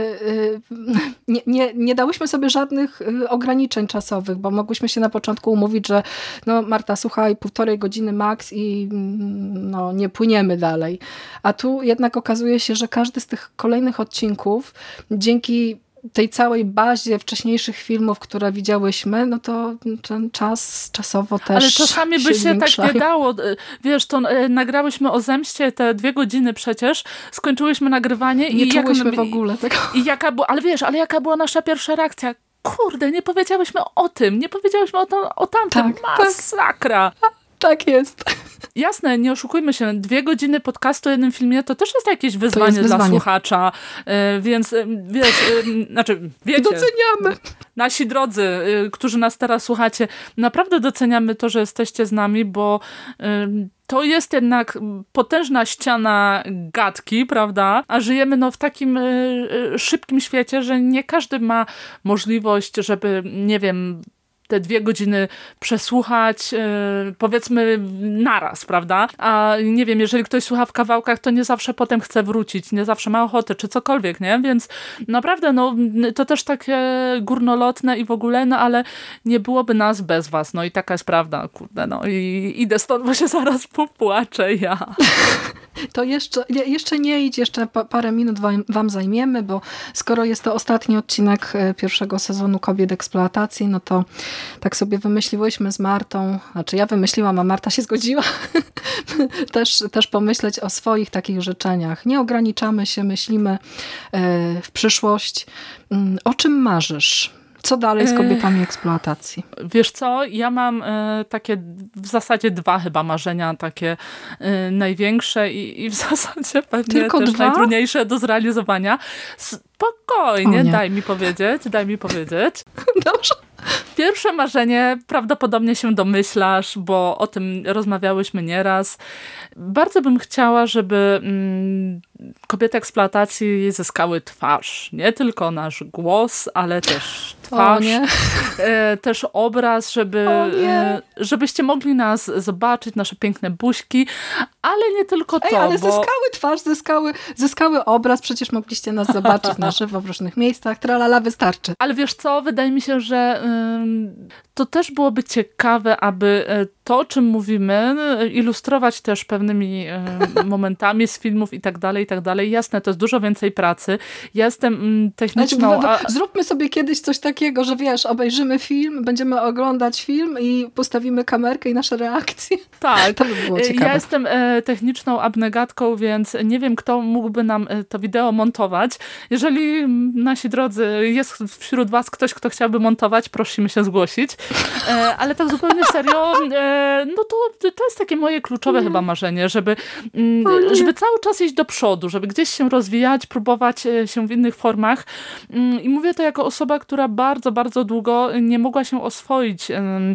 Nie dałyśmy sobie żadnych ograniczeń czasowych, bo mogłyśmy się na początku umówić, że Marta, słuchaj, 1,5 godziny max i nie płyniemy dalej. A tu jednak okazuje się, że każdy z tych kolejnych odcinków dzięki tej całej bazie wcześniejszych filmów, które widziałyśmy, to ten czasowo też ale czasami by się tak nie dało. Wiesz, to nagrałyśmy o Zemście te 2 godziny przecież, skończyłyśmy nagrywanie nie czułyśmy w ogóle tego. I jaka była nasza pierwsza reakcja? Kurde, nie powiedziałyśmy o tym, nie powiedziałyśmy o tamtym. Masakra. Tak jest. Jasne, nie oszukujmy się, 2 godziny podcastu o jednym filmie to też jest jakieś wyzwanie dla słuchacza, więc wiecie, doceniamy. Nasi drodzy, którzy nas teraz słuchacie, naprawdę doceniamy to, że jesteście z nami, bo to jest jednak potężna ściana gadki, prawda? A żyjemy w takim szybkim świecie, że nie każdy ma możliwość, żeby, nie wiem, te 2 godziny przesłuchać, powiedzmy naraz, prawda? A nie wiem, jeżeli ktoś słucha w kawałkach, to nie zawsze potem chce wrócić, nie zawsze ma ochotę, czy cokolwiek, nie? Więc naprawdę, no, to też takie górnolotne i w ogóle, no, ale nie byłoby nas bez was, no i taka jest prawda, kurde, no i idę stąd, bo się zaraz popłaczę ja. To jeszcze nie idź, jeszcze parę minut wam zajmiemy, bo skoro jest to ostatni odcinek pierwszego sezonu Kobiet Eksploatacji, no to tak sobie wymyśliłyśmy z Martą, znaczy ja wymyśliłam, a Marta się zgodziła, też pomyśleć o swoich takich życzeniach. Nie ograniczamy się, myślimy w przyszłość. O czym marzysz? Co dalej z kobietami eksploatacji? Wiesz co, ja mam takie w zasadzie 2 chyba marzenia, takie największe i w zasadzie pewnie tylko też 2? Najtrudniejsze do zrealizowania. Spokojnie, daj mi powiedzieć. Dobrze. Pierwsze marzenie, prawdopodobnie się domyślasz, bo o tym rozmawiałyśmy nieraz. Bardzo bym chciała, żeby kobiety eksploatacji zyskały twarz. Nie tylko nasz głos, ale też twarz. Też obraz, żebyście mogli nas zobaczyć, nasze piękne buźki, ale nie tylko to. Ale zyskały twarz, zyskały obraz, przecież mogliście nas zobaczyć na żywo w różnych miejscach. Tralala, wystarczy. Ale wiesz co, wydaje mi się, że to też byłoby ciekawe, aby to, o czym mówimy, ilustrować też pewnymi momentami z filmów i tak dalej, i tak dalej. Jasne, to jest dużo więcej pracy. Ja jestem techniczną... Zróbmy sobie kiedyś coś takiego, że wiesz, obejrzymy film, będziemy oglądać film i postawimy kamerkę i nasze reakcje. Tak. To by było ciekawe. Ja jestem techniczną abnegatką, więc nie wiem, kto mógłby nam to wideo montować. Jeżeli nasi drodzy, jest wśród was ktoś, kto chciałby montować, prosimy się zgłosić. Ale tak zupełnie serio, no to jest takie moje kluczowe chyba marzenie, żeby cały czas iść do przodu, żeby gdzieś się rozwijać, próbować się w innych formach. I mówię to jako osoba, która bardzo, bardzo długo nie mogła się oswoić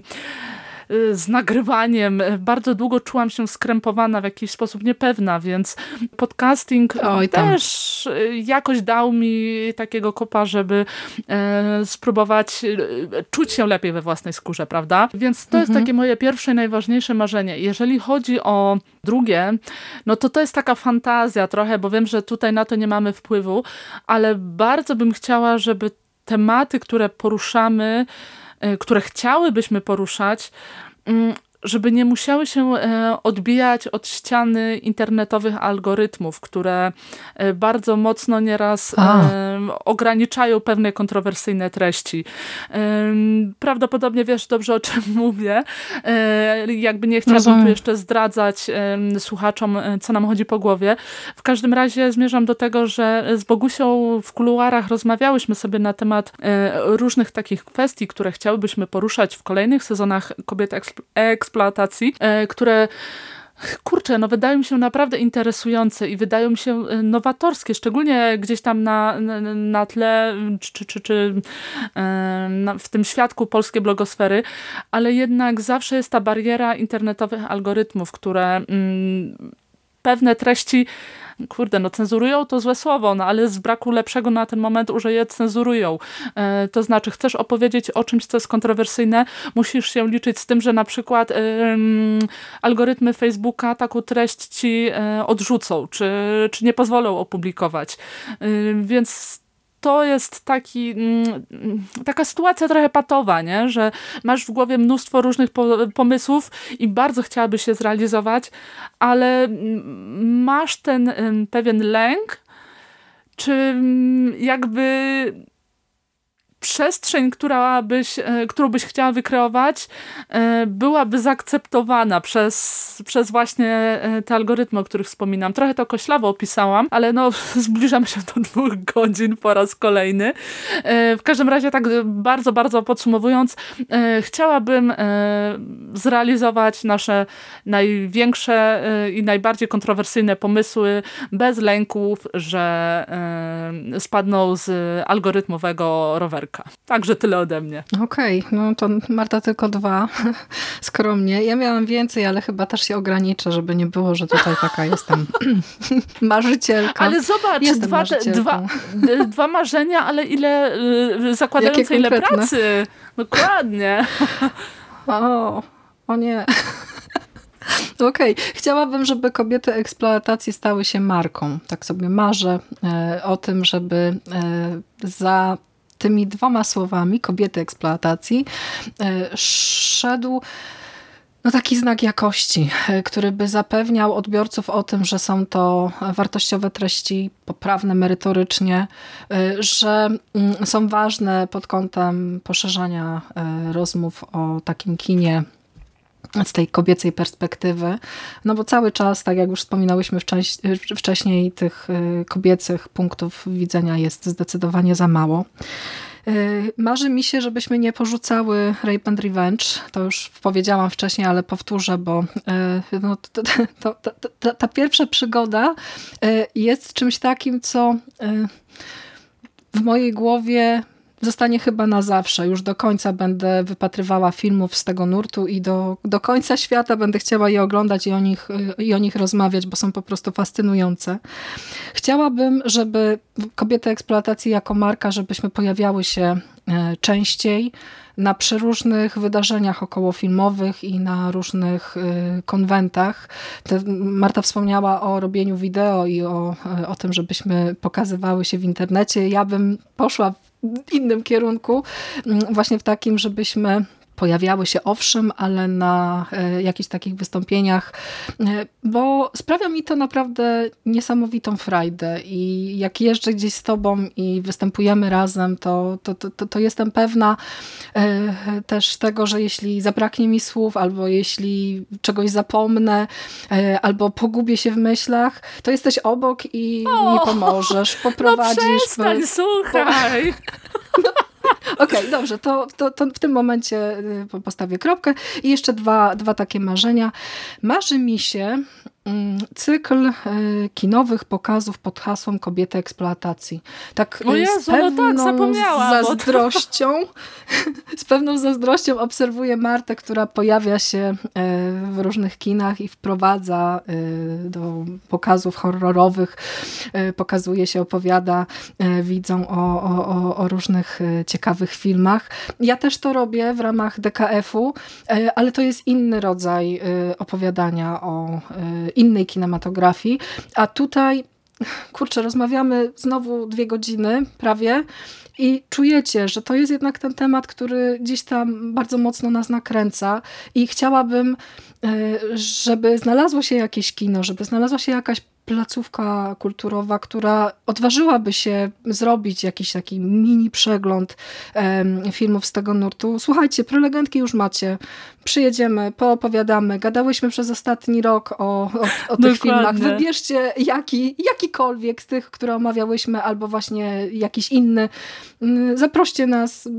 z nagrywaniem. Bardzo długo czułam się skrępowana, w jakiś sposób niepewna, więc podcasting też jakoś dał mi takiego kopa, żeby spróbować czuć się lepiej we własnej skórze, prawda? Więc to jest takie moje pierwsze i najważniejsze marzenie. Jeżeli chodzi o drugie, no to jest taka fantazja trochę, bo wiem, że tutaj na to nie mamy wpływu, ale bardzo bym chciała, żeby tematy, które poruszamy, które chciałybyśmy poruszać, żeby nie musiały się odbijać od ściany internetowych algorytmów, które bardzo mocno nieraz ograniczają pewne kontrowersyjne treści. Prawdopodobnie wiesz dobrze, o czym mówię. Jakby nie chciałabym tu jeszcze zdradzać słuchaczom, co nam chodzi po głowie. W każdym razie zmierzam do tego, że z Bogusią w kuluarach rozmawiałyśmy sobie na temat różnych takich kwestii, które chciałybyśmy poruszać w kolejnych sezonach Kobiet Eksploatacji, które wydają mi się naprawdę interesujące i wydają mi się nowatorskie, szczególnie gdzieś tam na tle czy w tym świadku polskiej blogosfery, ale jednak zawsze jest ta bariera internetowych algorytmów, które pewne treści cenzurują to złe słowo, ale z braku lepszego na ten moment użyję cenzurują. To znaczy, chcesz opowiedzieć o czymś, co jest kontrowersyjne, musisz się liczyć z tym, że na przykład algorytmy Facebooka taką treść ci odrzucą, czy nie pozwolą opublikować. Więc to jest taka sytuacja trochę patowa, nie? Że masz w głowie mnóstwo różnych pomysłów i bardzo chciałabyś się zrealizować, ale masz ten pewien lęk, czy jakby przestrzeń, którą byś chciała wykreować, byłaby zaakceptowana przez właśnie te algorytmy, o których wspominam. Trochę to koślawo opisałam, ale zbliżamy się do 2 godzin po raz kolejny. W każdym razie tak bardzo, bardzo podsumowując, chciałabym zrealizować nasze największe i najbardziej kontrowersyjne pomysły bez lęków, że spadną z algorytmowego rowerka. Marka. Także tyle ode mnie. Okej, no to Marta tylko 2, skromnie. Ja miałam więcej, ale chyba też się ograniczę, żeby nie było, że tutaj taka jestem marzycielka. Ale zobacz, dwa marzenia, ale ile zakładające ile pracy. Dokładnie. O nie. Okej. Chciałabym, żeby kobiety eksploatacji stały się marką. Tak sobie marzę o tym, żeby za tymi 2 słowami kobiety eksploatacji szedł taki znak jakości, który by zapewniał odbiorców o tym, że są to wartościowe treści, poprawne merytorycznie, że są ważne pod kątem poszerzania rozmów o takim kinie z tej kobiecej perspektywy, no bo cały czas, tak jak już wspominałyśmy wcześniej, tych kobiecych punktów widzenia jest zdecydowanie za mało. Marzy mi się, żebyśmy nie porzucały Rape and Revenge. To już powiedziałam wcześniej, ale powtórzę, bo ta pierwsza przygoda jest czymś takim, co w mojej głowie zostanie chyba na zawsze. Już do końca będę wypatrywała filmów z tego nurtu i do końca świata będę chciała je oglądać i o nich rozmawiać, bo są po prostu fascynujące. Chciałabym, żeby kobiety eksploatacji jako marka, żebyśmy pojawiały się częściej na przeróżnych wydarzeniach okołofilmowych i na różnych konwentach. Marta wspomniała o robieniu wideo i o tym, żebyśmy pokazywały się w internecie. Ja bym poszła w innym kierunku, właśnie w takim, żebyśmy pojawiały się owszem, ale na jakichś takich wystąpieniach, bo sprawia mi to naprawdę niesamowitą frajdę i jak jeżdżę gdzieś z tobą i występujemy razem, to jestem pewna też tego, że jeśli zabraknie mi słów, albo jeśli czegoś zapomnę, albo pogubię się w myślach, to jesteś obok i mi pomożesz, poprowadzisz. No przestań, słuchaj! Okej, dobrze, to w tym momencie postawię kropkę. I jeszcze dwa takie marzenia. Marzy mi się cykl kinowych pokazów pod hasłem kobiety eksploatacji. Tak z pewną zazdrością, z pewną zazdrością obserwuję Martę, która pojawia się w różnych kinach i wprowadza do pokazów horrorowych, pokazuje się, opowiada widzom o różnych ciekawych filmach. Ja też to robię w ramach DKF-u, ale to jest inny rodzaj opowiadania o innej kinematografii, a tutaj, kurczę, rozmawiamy znowu 2 godziny prawie i czujecie, że to jest jednak ten temat, który gdzieś tam bardzo mocno nas nakręca i chciałabym, żeby znalazło się jakieś kino, żeby znalazła się jakaś placówka kulturowa, która odważyłaby się zrobić jakiś taki mini przegląd filmów z tego nurtu. Słuchajcie, prelegentki już macie. Przyjedziemy, poopowiadamy. Gadałyśmy przez ostatni rok o tych filmach. Wybierzcie jakikolwiek z tych, które omawiałyśmy, albo właśnie jakiś inny. Zaproście nas,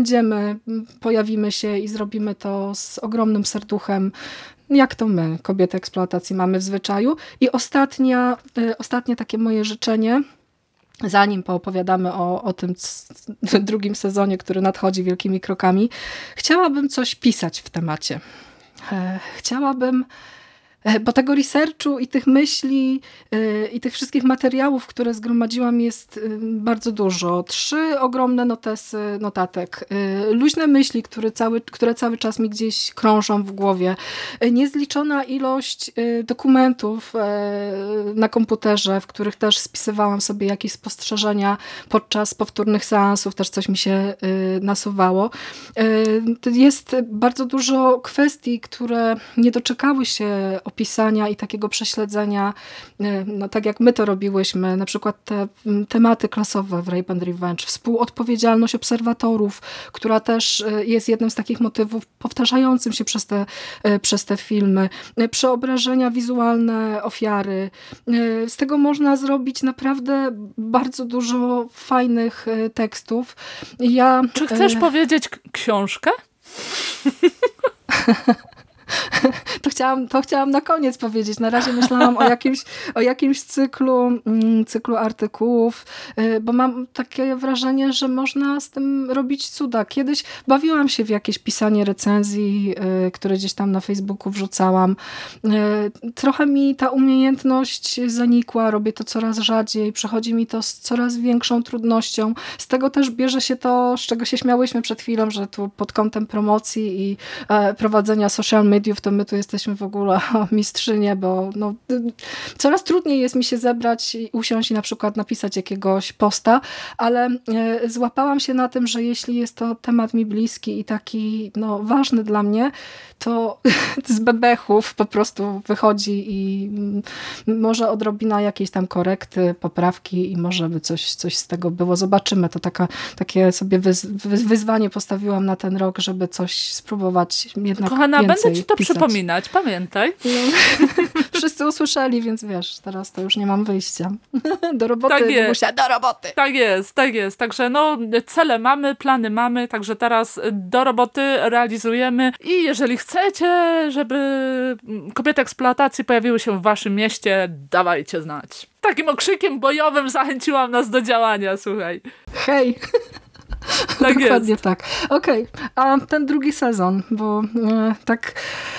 pojawimy się i zrobimy to z ogromnym serduchem. Jak to my, kobiety eksploatacji, mamy w zwyczaju. I ostatnie takie moje życzenie, zanim poopowiadamy o tym 2. sezonie, który nadchodzi wielkimi krokami, chciałabym coś pisać w temacie. Chciałabym, bo tego researchu i tych myśli i tych wszystkich materiałów, które zgromadziłam, jest bardzo dużo. 3 ogromne notesy notatek. Luźne myśli, które cały czas mi gdzieś krążą w głowie. Niezliczona ilość dokumentów na komputerze, w których też spisywałam sobie jakieś spostrzeżenia podczas powtórnych seansów, też coś mi się nasuwało. Jest bardzo dużo kwestii, które nie doczekały się opisania i takiego prześledzenia, no tak jak my to robiłyśmy, na przykład te tematy klasowe w Rape and Revenge, współodpowiedzialność obserwatorów, która też jest jednym z takich motywów powtarzającym się przez te filmy, przeobrażenia wizualne ofiary. Z tego można zrobić naprawdę bardzo dużo fajnych tekstów. Czy chcesz powiedzieć książkę? To chciałam na koniec powiedzieć. Na razie myślałam o jakimś cyklu artykułów, bo mam takie wrażenie, że można z tym robić cuda. Kiedyś bawiłam się w jakieś pisanie recenzji, które gdzieś tam na Facebooku wrzucałam. Trochę mi ta umiejętność zanikła, robię to coraz rzadziej, przechodzi mi to z coraz większą trudnością. Z tego też bierze się to, z czego się śmiałyśmy przed chwilą, że tu pod kątem promocji i prowadzenia social mediów, to my tu jesteśmy w ogóle mistrzynie, bo no, coraz trudniej jest mi się zebrać i usiąść i na przykład napisać jakiegoś posta, ale złapałam się na tym, że jeśli jest to temat mi bliski i taki no, ważny dla mnie, to z bebechów po prostu wychodzi i może odrobina jakiejś tam korekty, poprawki i może by coś z tego było. Zobaczymy. To takie sobie wyzwanie postawiłam na ten rok, żeby coś spróbować jednak Kochana, więcej będę ci to pisać. przypominać, pamiętaj. No, wszyscy usłyszeli, więc wiesz, teraz to już nie mam wyjścia. Do roboty, tak jest. Bogusia, do roboty! Tak jest. Także no, cele mamy, plany mamy, także teraz do roboty realizujemy i jeżeli chcecie, żeby kobiety eksploatacji pojawiły się w waszym mieście, dawajcie znać. Takim okrzykiem bojowym zachęciłam nas do działania, słuchaj. Hej! Tak Dokładnie jest. tak. Okej, a ten drugi sezon, bo tak...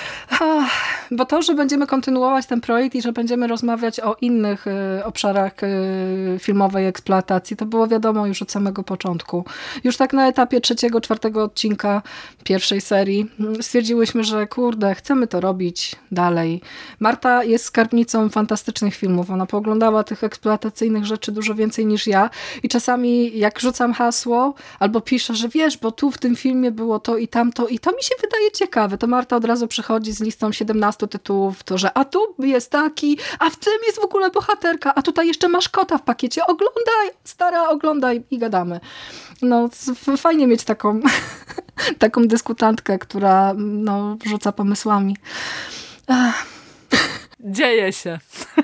Bo to, że będziemy kontynuować ten projekt i że będziemy rozmawiać o innych obszarach filmowej eksploatacji, to było wiadomo już od samego początku. Już tak na etapie 3., 4. odcinka pierwszej serii stwierdziłyśmy, że kurde, chcemy to robić dalej. Marta jest skarbnicą fantastycznych filmów. Ona pooglądała tych eksploatacyjnych rzeczy dużo więcej niż ja i czasami jak rzucam hasło albo piszę, że wiesz, bo tu w tym filmie było to i tamto i to mi się wydaje ciekawe, to Marta od razu przychodzi z listą 17 tytułów, to że a tu jest taki, a w tym jest w ogóle bohaterka, a tutaj jeszcze masz kota w pakiecie, oglądaj, stara, oglądaj i gadamy. No, fajnie mieć taką dyskutantkę, która no, rzuca pomysłami. Dzieje się.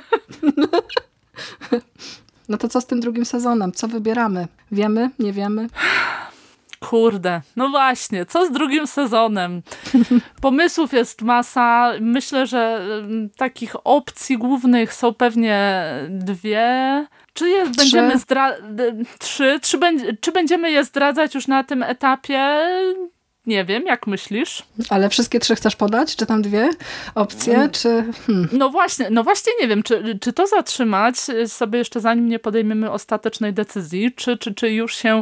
No to co z tym drugim sezonem? Co wybieramy? Wiemy? Nie wiemy? Kurde, no właśnie, co z drugim sezonem? Pomysłów jest masa. Myślę, że takich opcji głównych są pewnie 2. Czy będziemy czy będziemy je zdradzać już na tym etapie? Nie wiem, jak myślisz? Ale wszystkie 3 chcesz podać? Czy tam 2 opcje? Czy... No właśnie nie wiem, czy to zatrzymać sobie jeszcze zanim nie podejmiemy ostatecznej decyzji, czy już się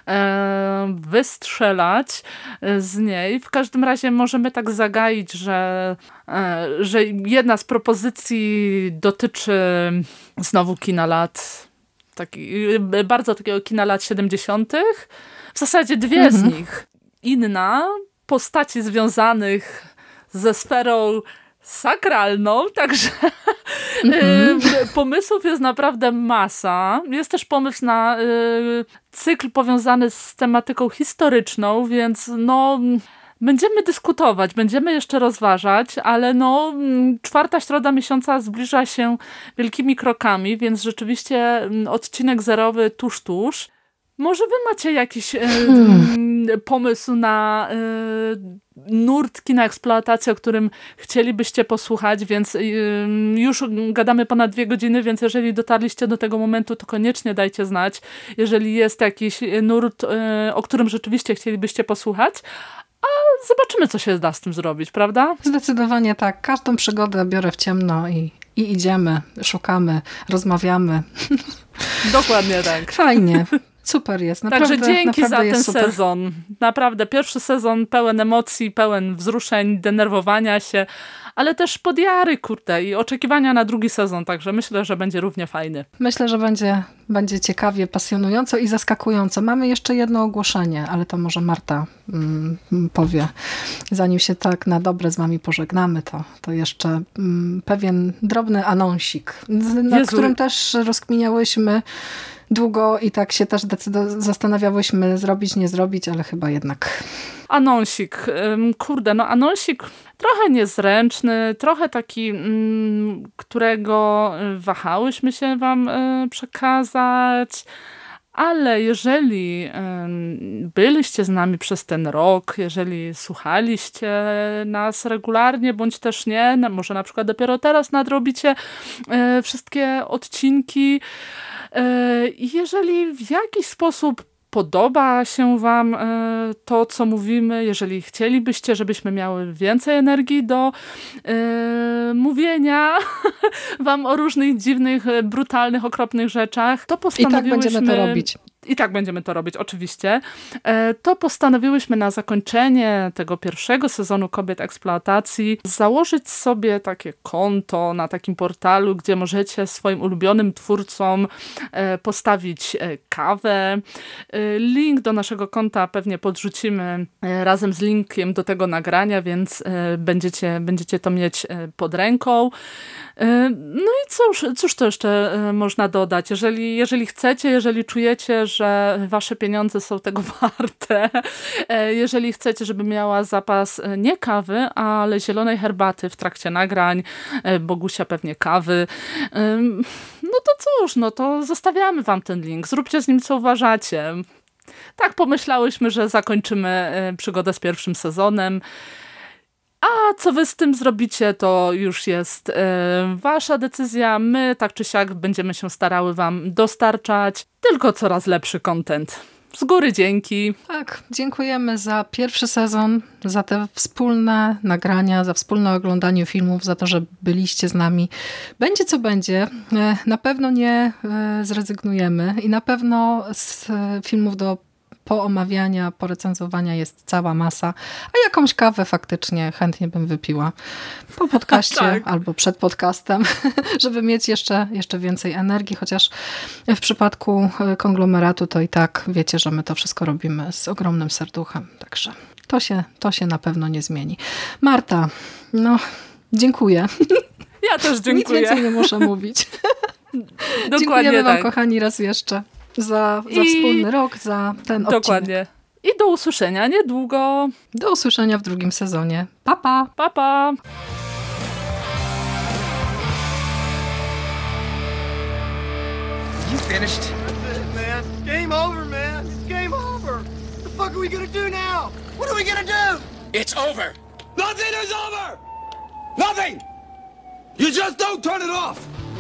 wystrzelać z niej. W każdym razie możemy tak zagaić, że jedna z propozycji dotyczy znowu kina lat, bardzo takiego kina lat 70. W zasadzie 2 z nich. Inna, postaci związanych ze sferą sakralną, także pomysłów jest naprawdę masa. Jest też pomysł na cykl powiązany z tematyką historyczną, więc no będziemy dyskutować, będziemy jeszcze rozważać, ale no 4. środa miesiąca zbliża się wielkimi krokami, więc rzeczywiście odcinek 0 tuż. Może wy macie jakiś pomysł na nurt kina eksploatacji, o którym chcielibyście posłuchać, więc już gadamy ponad 2 godziny, więc jeżeli dotarliście do tego momentu, to koniecznie dajcie znać, jeżeli jest jakiś nurt, o którym rzeczywiście chcielibyście posłuchać, a zobaczymy, co się da z tym zrobić, prawda? Zdecydowanie tak. Każdą przygodę biorę w ciemno i idziemy, szukamy, rozmawiamy. Dokładnie tak. Fajnie. Super jest. Naprawdę, także dzięki naprawdę za ten super. sezon. Naprawdę, pierwszy sezon pełen emocji, pełen wzruszeń, denerwowania się, ale też podjary, kurde, i oczekiwania na drugi sezon, także myślę, że będzie równie fajny. Myślę, że będzie ciekawie, pasjonująco i zaskakująco. Mamy jeszcze jedno ogłoszenie, ale to może Marta powie. Zanim się tak na dobre z wami pożegnamy, to jeszcze pewien drobny anonsik, na którym też rozkminiałyśmy długo i tak się też zastanawiałyśmy zrobić, nie zrobić, ale chyba jednak. Anonsik. Kurde, no anonsik trochę niezręczny, trochę taki, którego wahałyśmy się wam przekazać, Ale jeżeli byliście z nami przez ten rok, jeżeli słuchaliście nas regularnie, bądź też nie, może na przykład dopiero teraz nadrobicie wszystkie odcinki, jeżeli w jakiś sposób podoba się wam to, co mówimy, jeżeli chcielibyście, żebyśmy miały więcej energii do mówienia wam o różnych dziwnych, brutalnych, okropnych rzeczach, to postanowiłyśmy... I tak będziemy to robić. I tak będziemy to robić, oczywiście. To postanowiłyśmy na zakończenie tego pierwszego sezonu Kobiet Eksploatacji założyć sobie takie konto na takim portalu, gdzie możecie swoim ulubionym twórcom postawić kawę. Link do naszego konta pewnie podrzucimy razem z linkiem do tego nagrania, więc będziecie to mieć pod ręką. No i cóż to jeszcze można dodać? Jeżeli chcecie, jeżeli czujecie, że wasze pieniądze są tego warte, jeżeli chcecie, żeby miała zapas nie kawy, ale zielonej herbaty w trakcie nagrań, Bogusia pewnie kawy, no to cóż, no to zostawiamy wam ten link. Zróbcie z nim, co uważacie. Tak pomyślałyśmy, że zakończymy przygodę z pierwszym sezonem. A co wy z tym zrobicie, to już jest wasza decyzja. My tak czy siak będziemy się starały wam dostarczać tylko coraz lepszy content. Z góry dzięki. Tak, dziękujemy za pierwszy sezon, za te wspólne nagrania, za wspólne oglądanie filmów, za to, że byliście z nami. Będzie co będzie. Na pewno nie zrezygnujemy i na pewno z filmów do poomawiania, porecenzowania jest cała masa, a jakąś kawę faktycznie chętnie bym wypiła po podcaście tak. Albo przed podcastem, żeby mieć jeszcze więcej energii, chociaż w przypadku konglomeratu to i tak wiecie, że my to wszystko robimy z ogromnym serduchem, także to się na pewno nie zmieni. Marta, no dziękuję. Ja też dziękuję. Nic więcej nie muszę mówić. Dokładnie. Dziękujemy wam, tak. kochani, raz jeszcze. Za wspólny rok, za ten odcinek. Dokładnie. I do usłyszenia niedługo. Do usłyszenia w drugim sezonie. Pa, pa! Pa, pa! You finished? That's it, man. Game over, man. It's game over. What the fuck are we gonna do now? What are we gonna do? It's over. Nothing is over! Nothing! You just don't turn it off!